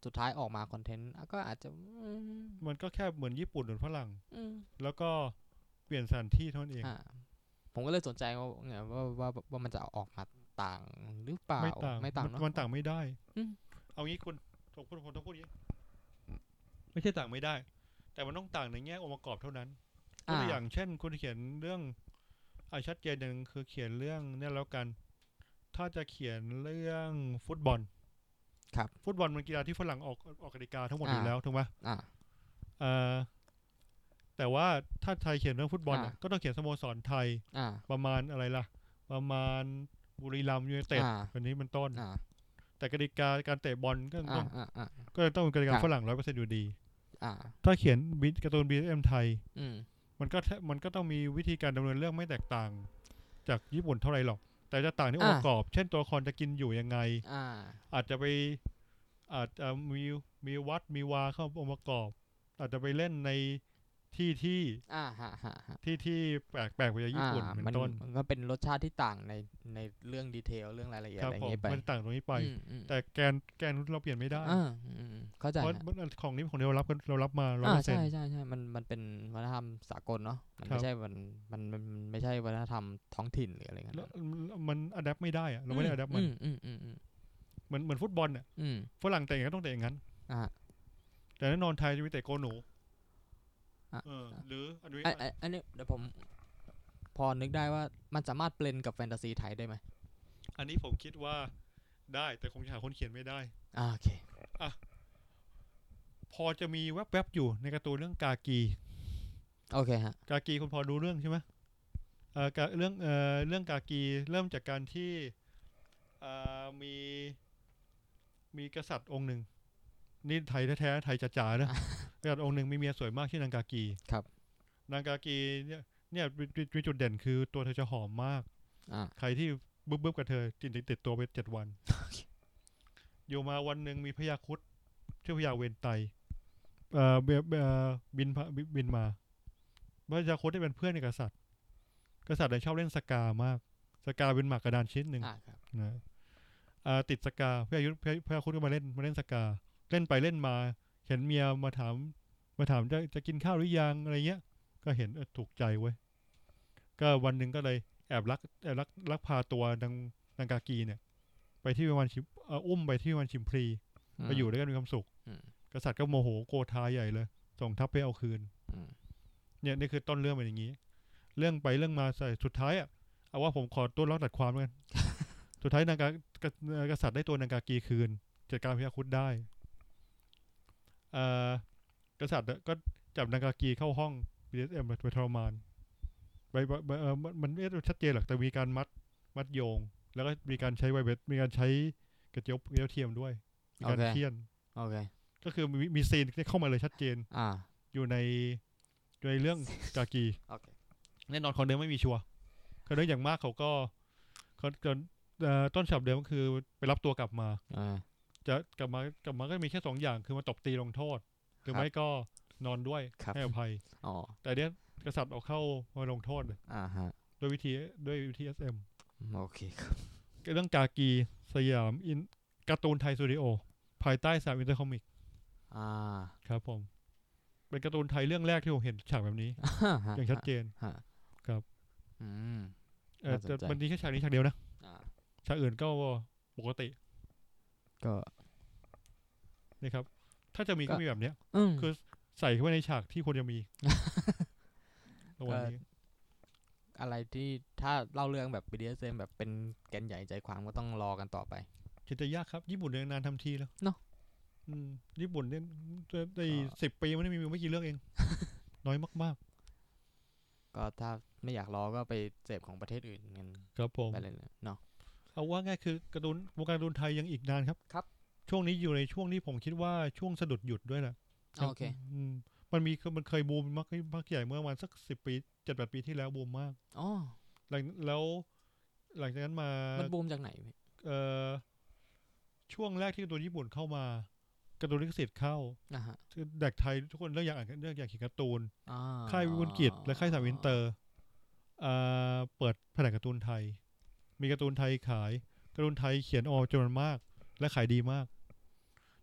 สุดท้ายออกมาคอนเทนต์ก็อาจจะอืมมันก็แค่เหมือนญี่ปุ่นหรือฝรั่งอืมแล้วก็เปลี่ยนสถานที่เท่านั้นเองอ่าผมก็เลยสนใจว่าไงว่าว่าว่ามันจะออกมาต่างหรือเปล่าไม่ต่างไม่ต่างมันเนาะมันต่างไม่ได้อืมเอางี้คุณผมคุณผมต้องพูดอย่างนี้ไม่ใช่ต่างไม่ได้แต่มันต้องต่างในแง่องค์ประกอบเท่านั้นยกอ่าตัวอย่างเช่นคุณเขียนเรื่องอ่าชัดเจนหนึ่งคือเขียนเรื่องเนี่ยแล้วกันถ้าจะเขียนเรื่องฟุตบอลครับฟุตบอลมันกีฬาที่ฝรั่งออกออกกติกาทั้งหมดออ่ายู่แล้วถูกไหมอ่าเอ่อแต่ว่าถ้าไทยเขียนเรื่องฟุตบอลอ่าอ่ะก็ต้องเขียนสโมสรไทยอ่าประมาณอะไรล่ะประมาณบุรีรัมย์ยูไนเต็ดอ่าแบบนี้เป็นต้นอ่าแต่กติกาการเตะบอลก็อ่าต้องอ่าอ่าก็ต้องเป็นกติครับกาฝรั่งร้อยเปอร์เซ็นต์อยู่ดีอ่าถ้าเขียนบีการ์ตูน บี เอส เอ็ม ไทยอืมมันก็แทมันก็ต้องมีวิธีการดำเนินเรื่องไม่แตกต่างจากญี่ปุ่นเท่าไหร่หรอกแต่จะต่างที่องค์อ่าประกอบเช่นตัวละครจะกินอยู่ยังไงอ่าอาจจะไปอาจจะมีมีวัดมีวาเข้าองค์ประกอบอาจจะไปเล่นในที่ที่อ่าฮะฮะฮะที่ที่แปลกแปลกไปจากญี่อ่าปุ่นเป็นมันต้นมันก็เป็นรสชาติที่ต่างในในเรื่องดีเทลเรื่องรายละเอียดครัอะไรอย่างบผมเงี้ยไปมันต่างตรงนี้ไปอืมอืมแต่แกนแกนเราเปลี่ยนไม่ได้อ่าอืมอืมเข้าใจเพราะฮะของนี้ของเรารับกันเรารับมาร้อยอ่าเปอร์เซ็นใช่ต์ใช่ใช่มันมันเป็นวัฒนธรรมสากลเนาะมันครับไม่ใช่มันมันมันมันไม่ใช่วัฒนธรรมท้องถิ่นหรืออะไรเงี้ยแล้วมันอัดแอปไม่ได้อะเราอืมไม่ได้อัดแอปอืมันมอืมอืมอืมเหมือนเหมือนฟุตบอลเนี่ยอืมฝรั่งเตะก็ต้องเตะอย่างนั้นอ่าแต่แน่นอนไทยจะมีเตะโกหนูอ่ะเออหรืออันนี้อันอันอันนี้เดี๋ยวผมพอนึกได้ว่ามันสามารถเบลนกับแฟนตาซีไทยได้ไหมอันนี้ผมคิดว่าได้แต่คงจะหาคนเขียนไม่ได้อ่าโอเคอ่ะพอจะมีแวบๆอยู่ในการ์ตูนเรื่องกากีโอเคฮะกากีคุณพอดูเรื่องใช่ไหมเอ่อกาเรื่องเอ่อเรื่องกากีเริ่มจากการที่เอ่อมีมีกษัตริย์องค์หนึ่งนี่ไทยแท้ๆไทยจ๋าๆนะกษัตริย์องค์หนึ่งมีเมียสวยมากชื่อนางกากีครับนางกากีเนี่ยเนี่ยมีมีมีจุดเด่นคือตัวเธอจะหอมมากอ่าใครที่บึ้บบึ้บกับเธอติดติดติดตัวไปเจ็ดวันอยู่มาวันหนึ่งมีพญาครุฑชื่อพญาเวนไตเอ่อเบเอ่อบินพะบิบินมาพญาครุฑที่เป็นเพื่อนในกษัตริย์กษัตริย์เนี่ยชอบเล่นสกามากสกาเป็นหมากกระดานชิ้นหนึ่งอ่าครับนะอ่าติดสกาพญายุทธพญาพญาครุฑก็มาเล่นมาเล่นสกาเล่นไปเล่นมาเห็นเมียมาถามมาถามจะจะกินข้าวหรือยังอะไรเงี้ยก็เห็นเออถูกใจเว้ยก็วันหนึ่งก็เลยแอบลักแอบลักลักพาตัวนางนางกากีเนี่ยไปที่วิมานชิมเอ่ออุ้มไปที่วิมานชิมพลีไปอยู่ด้วยกันมีความสุขอืมกษัตริย์ก็โมโหโกรธาใหญ่เลยส่งทัพไปเอาคืนอืมเนี่ยนี่คือต้นเรื่องเป็นอย่างนี้เรื่องไปเรื่องมาใส่สุดท้ายอ่ะเอาว่าผมขอตัวเล่าตัดความแล้วกัน สุดท้ายนางกากกษัตริย์ได้ตัวนางกากีคืนจัดการพญาครุฑได้เอ่อกษัตริย์ก็จับนางกากีเข้าห้อง บี ดี เอส เอ็ม ไปทรมานไปไปเออมันไม่ชัดเจนหรอกแต่มีการมัดมัดโยงแล้วก็มีการใช้ไวเบสมีการใช้กระเจี๊ยบกระเจี๊ยบเทียมด้วยมีการเคี่ยนโอเคก็คือมีมีซีนที่เข้ามาเลยชัดเจนอ่าอยู่ในอยู่ในเรื่องกากีโอเคแน่นอนคนเดิมไม่มีชัวร์คนเดิมอย่างมากเขาก็เขาจนต้นฉบับเดิมก็คือไปรับตัวกลับมาอ่าจะกลับมากลับมาก็มีแค่สองอย่างคือมาตบตีลงโทษหรือไม่ก็นอนด้วยให้อภัยอ๋อแต่เนี้ยกษัตริย์เอาเข้ามาลงโทษอ่าฮะด้วยวิธีด้วยวิธี เอส เอ็มโอเคครับเรื่องกากีสยามอินการ์ตูนไทยสตูดิโอภายใต้สามอินเตอร์คอมิกอ่าครับผมเป็นการ์ตูนไทยเรื่องแรกที่ผมเห็นฉากแบบนี้อย่างชัดเจนครับอืมเออแต่มันมีแค่ฉากนี้ฉากเดียวนะฉากอื่นก็ปกติก็นี่ครับถ้าจะมีก็มีแบบเนี้ยคือใส่เข้าไปในฉากที่ควรจะมีระหว่างนี้อะไรที่ถ้าเล่าเรื่องแบบ บี ดี เอส เอ็ม แบบเป็นแกนใหญ่ใจความก็ต้องรอกันต่อไปจะจะยากครับญี่ปุ่นเนี่ยนานทำทีแล้วเนาะอืมญี่ปุ่นเนี่ยได้สิบปีมันไม่มีไม่กี่เรื่องเอง น้อยมากๆก็ถ้าไม่อยากรอก็ไปเสพของประเทศอื่นกันครับผมไปเลยเนาะเอาว่าง่ายคือการ์ตูนวงการการ์ตูนไทยยังอีกนานครับครับช่วงนี้อยู่ในช่วงที่ผมคิดว่าช่วงสะดุดหยุดด้วยแหละโอเคมันมีมันเคยบูมมากมากใหญ่เมื่อประมาณสักสิบปีเจ็ดแปดปีที่แล้วบูมมากอ๋อแล้วหลังจากนั้นมามันบูมจากไหนเอ่อช่วงแรกที่การ์ตูนญี่ปุ่นเข้ามาการ์ตูนลิขสิทธิ์เข้าคือเด็กไทยทุกคนเลือกอยากอ่านเลือกอยากเขียนการ์ตูนค่ายวิบูลย์กิจและค่ายสามอินเตอร์เปิดแผนกการ์ตูนไทยมีการ์ตูนไทยขายการ์ตูนไทยเขียนออกจำนวนมากและขายดีมาก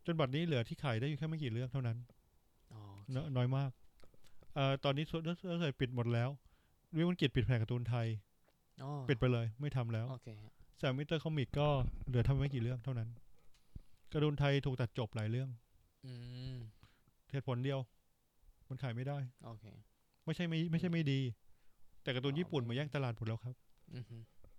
จนบัดนี้เหลือที่ขายได้อยู่แค่ไม่กี่เรื่องเท่านั้นอ๋อเนอะน้อยมากเอ่อตอนนี้ส่วนส่วนใหญ่ปิดหมดแล้ววิวัฒน์กิจปิดแผนการ์ตูนไทยอ๋อปิดไปเลยไม่ทำแล้วโอเคฮะแซมมิเตอร์คอมิกก็เหลือทำไม่กี่เรื่องเท่านั้นการ์ตูนไทยถูกตัดจบหลายเรื่องอืมเหตุผลเดียว มันขายไม่ได้โอเคไม่ใช่ไม่ไม่ใช่ไม่ดี แต่การ์ตูนอ๋อญี่ปุ่นไม่มาแย่งตลาดหมดแล้วครับอือฮึ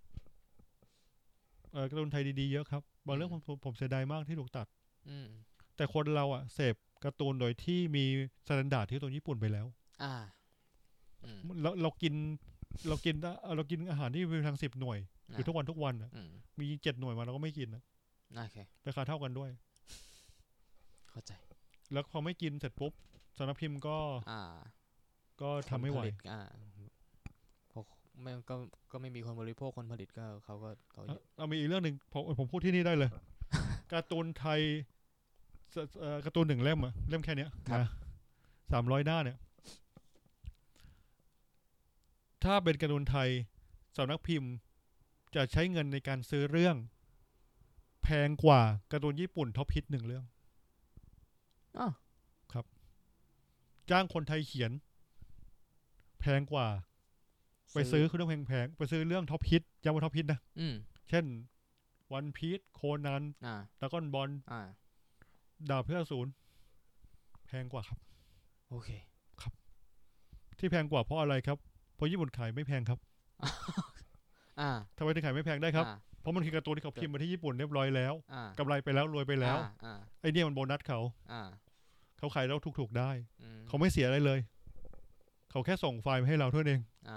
เออการ์ตูนไทยดีๆเยอะครับบางเรื่องอืผม มผมผมเสียดายมากที่ถูกตัดอืมแต่คนเราอะเสพการ์ตูนโดยที่มีสแตนดาร์ดที่การ์ตูนญี่ปุ่นไปแล้วอ่า อืมเราเรากินเรากินเรากินอาหารที่มีทางสิบหน่วยออ่ายู่ทุกวันทุกวันอะอืมมีเจ็ดหน่วยมาเราก็ไม่กินนะโอเคราคาเท่ากันด้วยเข้าใจแล้วพอไม่กินเสร็จปุ๊บสำนักพิมพ์ก็อ่าก็ทำไม่ไหวคนผลิตอ่าพวกไม่ก็ก็ไม่มีคนบริโภคคนผลิตก็เขาก็เขาเอ่อเอามีอีกเรื่องหนึ่งผมผมพูดที่นี่ได้เลย การ์ตูนไทยสเอ่อการ์ตูนหนึ่งเล่มอะเล่มแค่เนี้ยนะสามร้อยหน้าเนี่ย ถ้าเป็นการ์ตูนไทยสำนักพิมพ์จะใช้เงินในการซื้อเรื่อง แพงกว่าการ์ตูนญี่ปุ่นท็อปฮิตหนึ่งเรื่องอ้าวจ้างคนไทยเขียน แพงกว่า ไปซื้อคือเรื่องแพงๆไปซื้อเรื่องท็อปฮิตย้ำว่าท็อปฮิตนะอืมเช่นวันพีซโคนันอ่าดราก้อนบอลอ่าดาบเพื่อศูนย์แพงกว่าครับโอเคที่แพงกว่าเพราะอะไรครับ เพราะญี่ปุ่นขายไม่แพงครับอ่าทำไมถึงขายไม่แพงได้ครับอ่าเพราะมันคือการ์ตูนที่เขาพิมพ์มาที่ญี่ปุ่นเรียบร้อยแล้วอ่ากำไรไปแล้วรวยไปแล้วอ่าอ่าไอเนี่ยมันโบนัสเขาอ่าเขาขายแล้วถูกๆได้อืมเขาไม่เสียอะไรเลย เขาแค่ส่งไฟล์มาให้เราเท่านั้นเองอ่า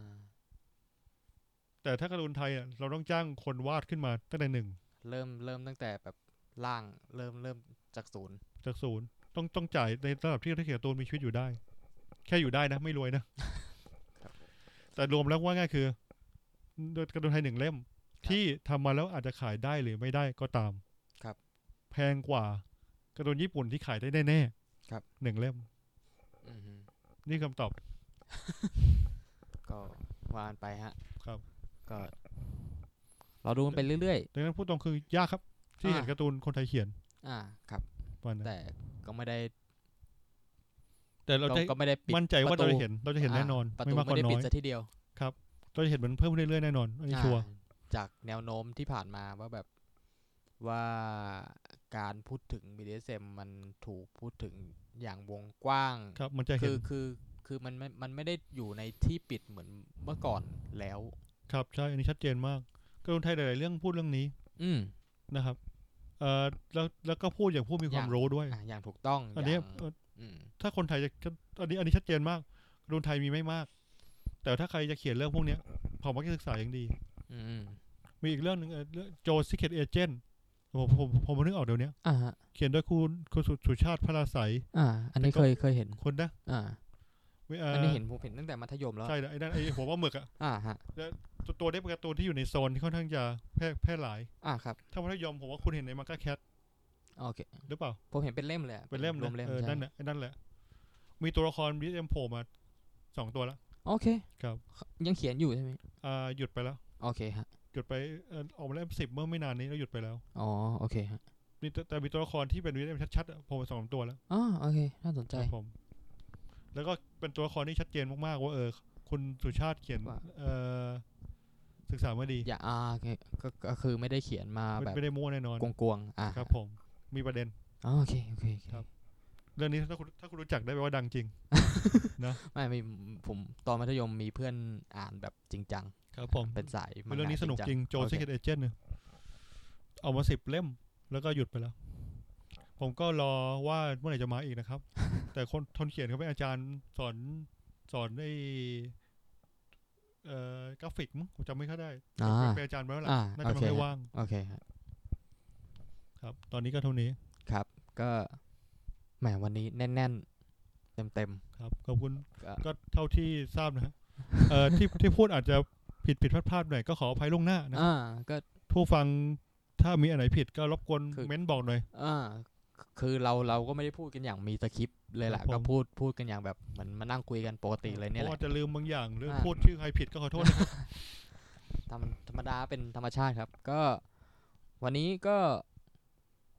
แต่ถ้าการ์ตูนไทยอ่ะเราต้องจ้างคนวาดขึ้นมาตั้งแต่หนึ่งเริ่มเริ่มตั้งแต่แบบล่างเริ่มเริ่มจากศูนย์จากศูนย์ต้องต้องจ่ายในระดับที่นักเขียนการ์ตูนมีชีวิตอยู่ได้ แค่อยู่ได้นะ ไม่รวยนะ แต่รวมแล้วว่าง่ายคือโดยการ์ตูนไทยหนึ่งเล่ม ที่ทำมาแล้วอาจจะขายได้หรือไม่ได้ก็ตามครับแพงกว่าการ์ตูนญี่ปุ่นที่ขายได้แน่ๆครับหนึ่งเล่มอือฮึนี่คำตอบก็วานไปฮะครับก็ เราดูมันไปเรื่อยดังนั้นพูดตรงคือยากครับ ที่อ่าเห็นการ์ตูนคนไทยเขียนๆ อ่า ครับวันนั้นแต่ก็ไม่ได้แต่เราก็จะก็ไม่ได้ปิดมั่นใจว่าประตูเราจะเห็น เราจะเห็นแน่นอนประไม่ตูมากก็ไม่ได้น้ปิดอยซะทีเดียวเราจะเห็นมันเพิ่มขึ้นเรื่อยๆแน่นอนอันนี้ชัวร์อ่าจากแนวโน้มที่ผ่านมาว่าแบบว่าการพูดถึง บี ดี เอส เอ็ม มันถูกพูดถึงอย่างวงกว้างครับ มันจะเห็คืนอคือคือมันไม่มันไม่ได้อยู่ในที่ปิดเหมือนเมื่อก่อนแล้วครับใช่อันนี้ชัดเจนมากการ์ตูนไทยหลายๆเรื่องพูดเรื่องนี้อืมนะครับเอ่อแล้วแล้วก็พูดอย่างผู้มีความรู้ด้วยอ่ะอย่างถูกต้องอันเนี้ยอย่างเอ่ออืมถ้าคนไทยจะอันนี้อันนี้ชัดเจนมากการ์ตูนไทยมีไม่มาก แต่ถ้าใครจะเขียนเรื่องพวกเนี้ยผมว่าจะศึกษาอย่างดีอืมอืมมีอีกเรื่องหนึ่งเอ่อเรื่องโจซิกเก็ตเอเจนต์ผมผมผมผมนึกออกเดี๋ยวนี้อ่าฮะเขียนโดยคุณคุณสุสุชาติพระราไสยอ่า อันนี้แต่ก็เคยเคยเห็นคนนะอ่าวิเอ่ออัอันนี้เห็นผมเห็นตั้งแต่มัธยมแล้วใช่ไอ้นั่นไอ้หัวว่าหมึกอะอ่าฮะตัวตัวนี้เป็นการ์ตูนที่อยู่ในโซนที่ค่อนข้างจะแพร่แพร่หลายอ่าครับถ้ามัธยมผมว่าคุณเห็นในมังกะแคทโอเคหรือเปล่าผมเห็นเป็นเล่มเลยอะเป็นเล่มรวนะมเล่มเออใช่นั่นแหละไอ้นั่นแหละ มีตัวละครบีเอ็มโผล่มาสองตัวแล้วโอเคครับยังเขียนอยู่ใช่ไหมอ่าหยุดไปแล้วโอเคฮะหยุดไปเอ่อออกมาเล่มสิบเมื่อไม่นานนี้แล้วหยุดไปแล้วอ๋อโอเคฮะมีแต่แต่มีตัวละครที่เป็นบีเอ็มชัดๆอะโผล่มาสองตัวแล้วอ๋อโอเคน่าสนใจครับผม แล้วก็เป็นตัวละครที่ชัดเจนมากๆว่าเออคุณสุชาติเขียนว่าเอ่อศึกษามาดีอย่าอ่าโอเคก็ก็คือไม่ได้เขียนมาไม่แบบไม่ได้มั่วแน่นอนกวงๆอ่าครับผมมีประเด็นอ๋อโอเคโอเคโอเคครับ เรื่องนี้ถ้าคุณถ้าคุณรู้จักได้แปลว่าดังจริงไม่ไม่ผมตอนมัธยมมีเพื่อนอ่านแบบจริงจังครับผมเป็นสายเรื่องนี้สนุกจริงโจโอเคซิกเก็ตเอเจนต์เนี่ยเอามาสิบเล่ม แล้วก็หยุดไปแล้ว ผมก็รอว่าเมื่อไหร่จะมาอีกนะครับ แต่คนทนเขียนเขาเป็นอาจารย์สอนสอนไอ้เอ่อกราฟิกมั้งผมจำไม่ค่อยได้อ่าเป็นอาจารย์มาแล้วแหละอ่าน่าจะโอไม่เคค่อยว่างโอเคฮะครับ ตอนนี้ก็เท่านี้ครับ ก็แหมวันนี้แน่นๆ เต็มเต็มครับขอบคุณๆก็ก็เท่าที่ทราบนะฮะเอ่อที่ที่พูดอาจจะผิดผิดพลาดพลาดหน่อยก็ขออภัยล่วงหน้านะอ่าก็ผู้ฟังถ้ามีอันไหนผิดก็รบกวนคือเม้นบอกหน่อยอ่าคือเราเราก็ไม่ได้พูดกันอย่างมีสคริปต์เลยแหละครับผมก็พูดพูดกันอย่างแบบเหมือนมานั่งคุยกันปกติเลยเนี่ยเพแหราะละว่าจะลืมบางอย่างหรืออ่าพูดชื่อใครผิดก็ขอโทษนะครับธรรมธรรมดาเป็นธรรมชาติครับ ก็วันนี้ก็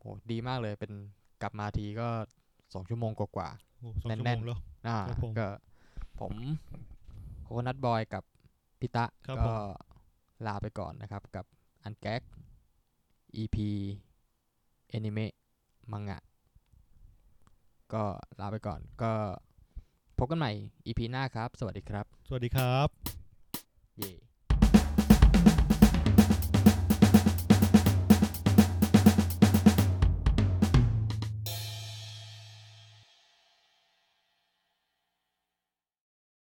โหดีมากเลยเป็นกลับมาทีก็สองชั่วโมงกว่าโอ้สองชั่วแน่นโมงแล้วๆอ่าครับผมก็ผมโคโคนัทบอยกับพิตะครับผก็มลาไปก่อนนะครับกับอันแก๊ก อี พี แอนิเมะมังงะก็ลาไปก่อนก็พบกันใหม่ อี พี หน้าครับสวัสดีครับสวัสดีครับเย่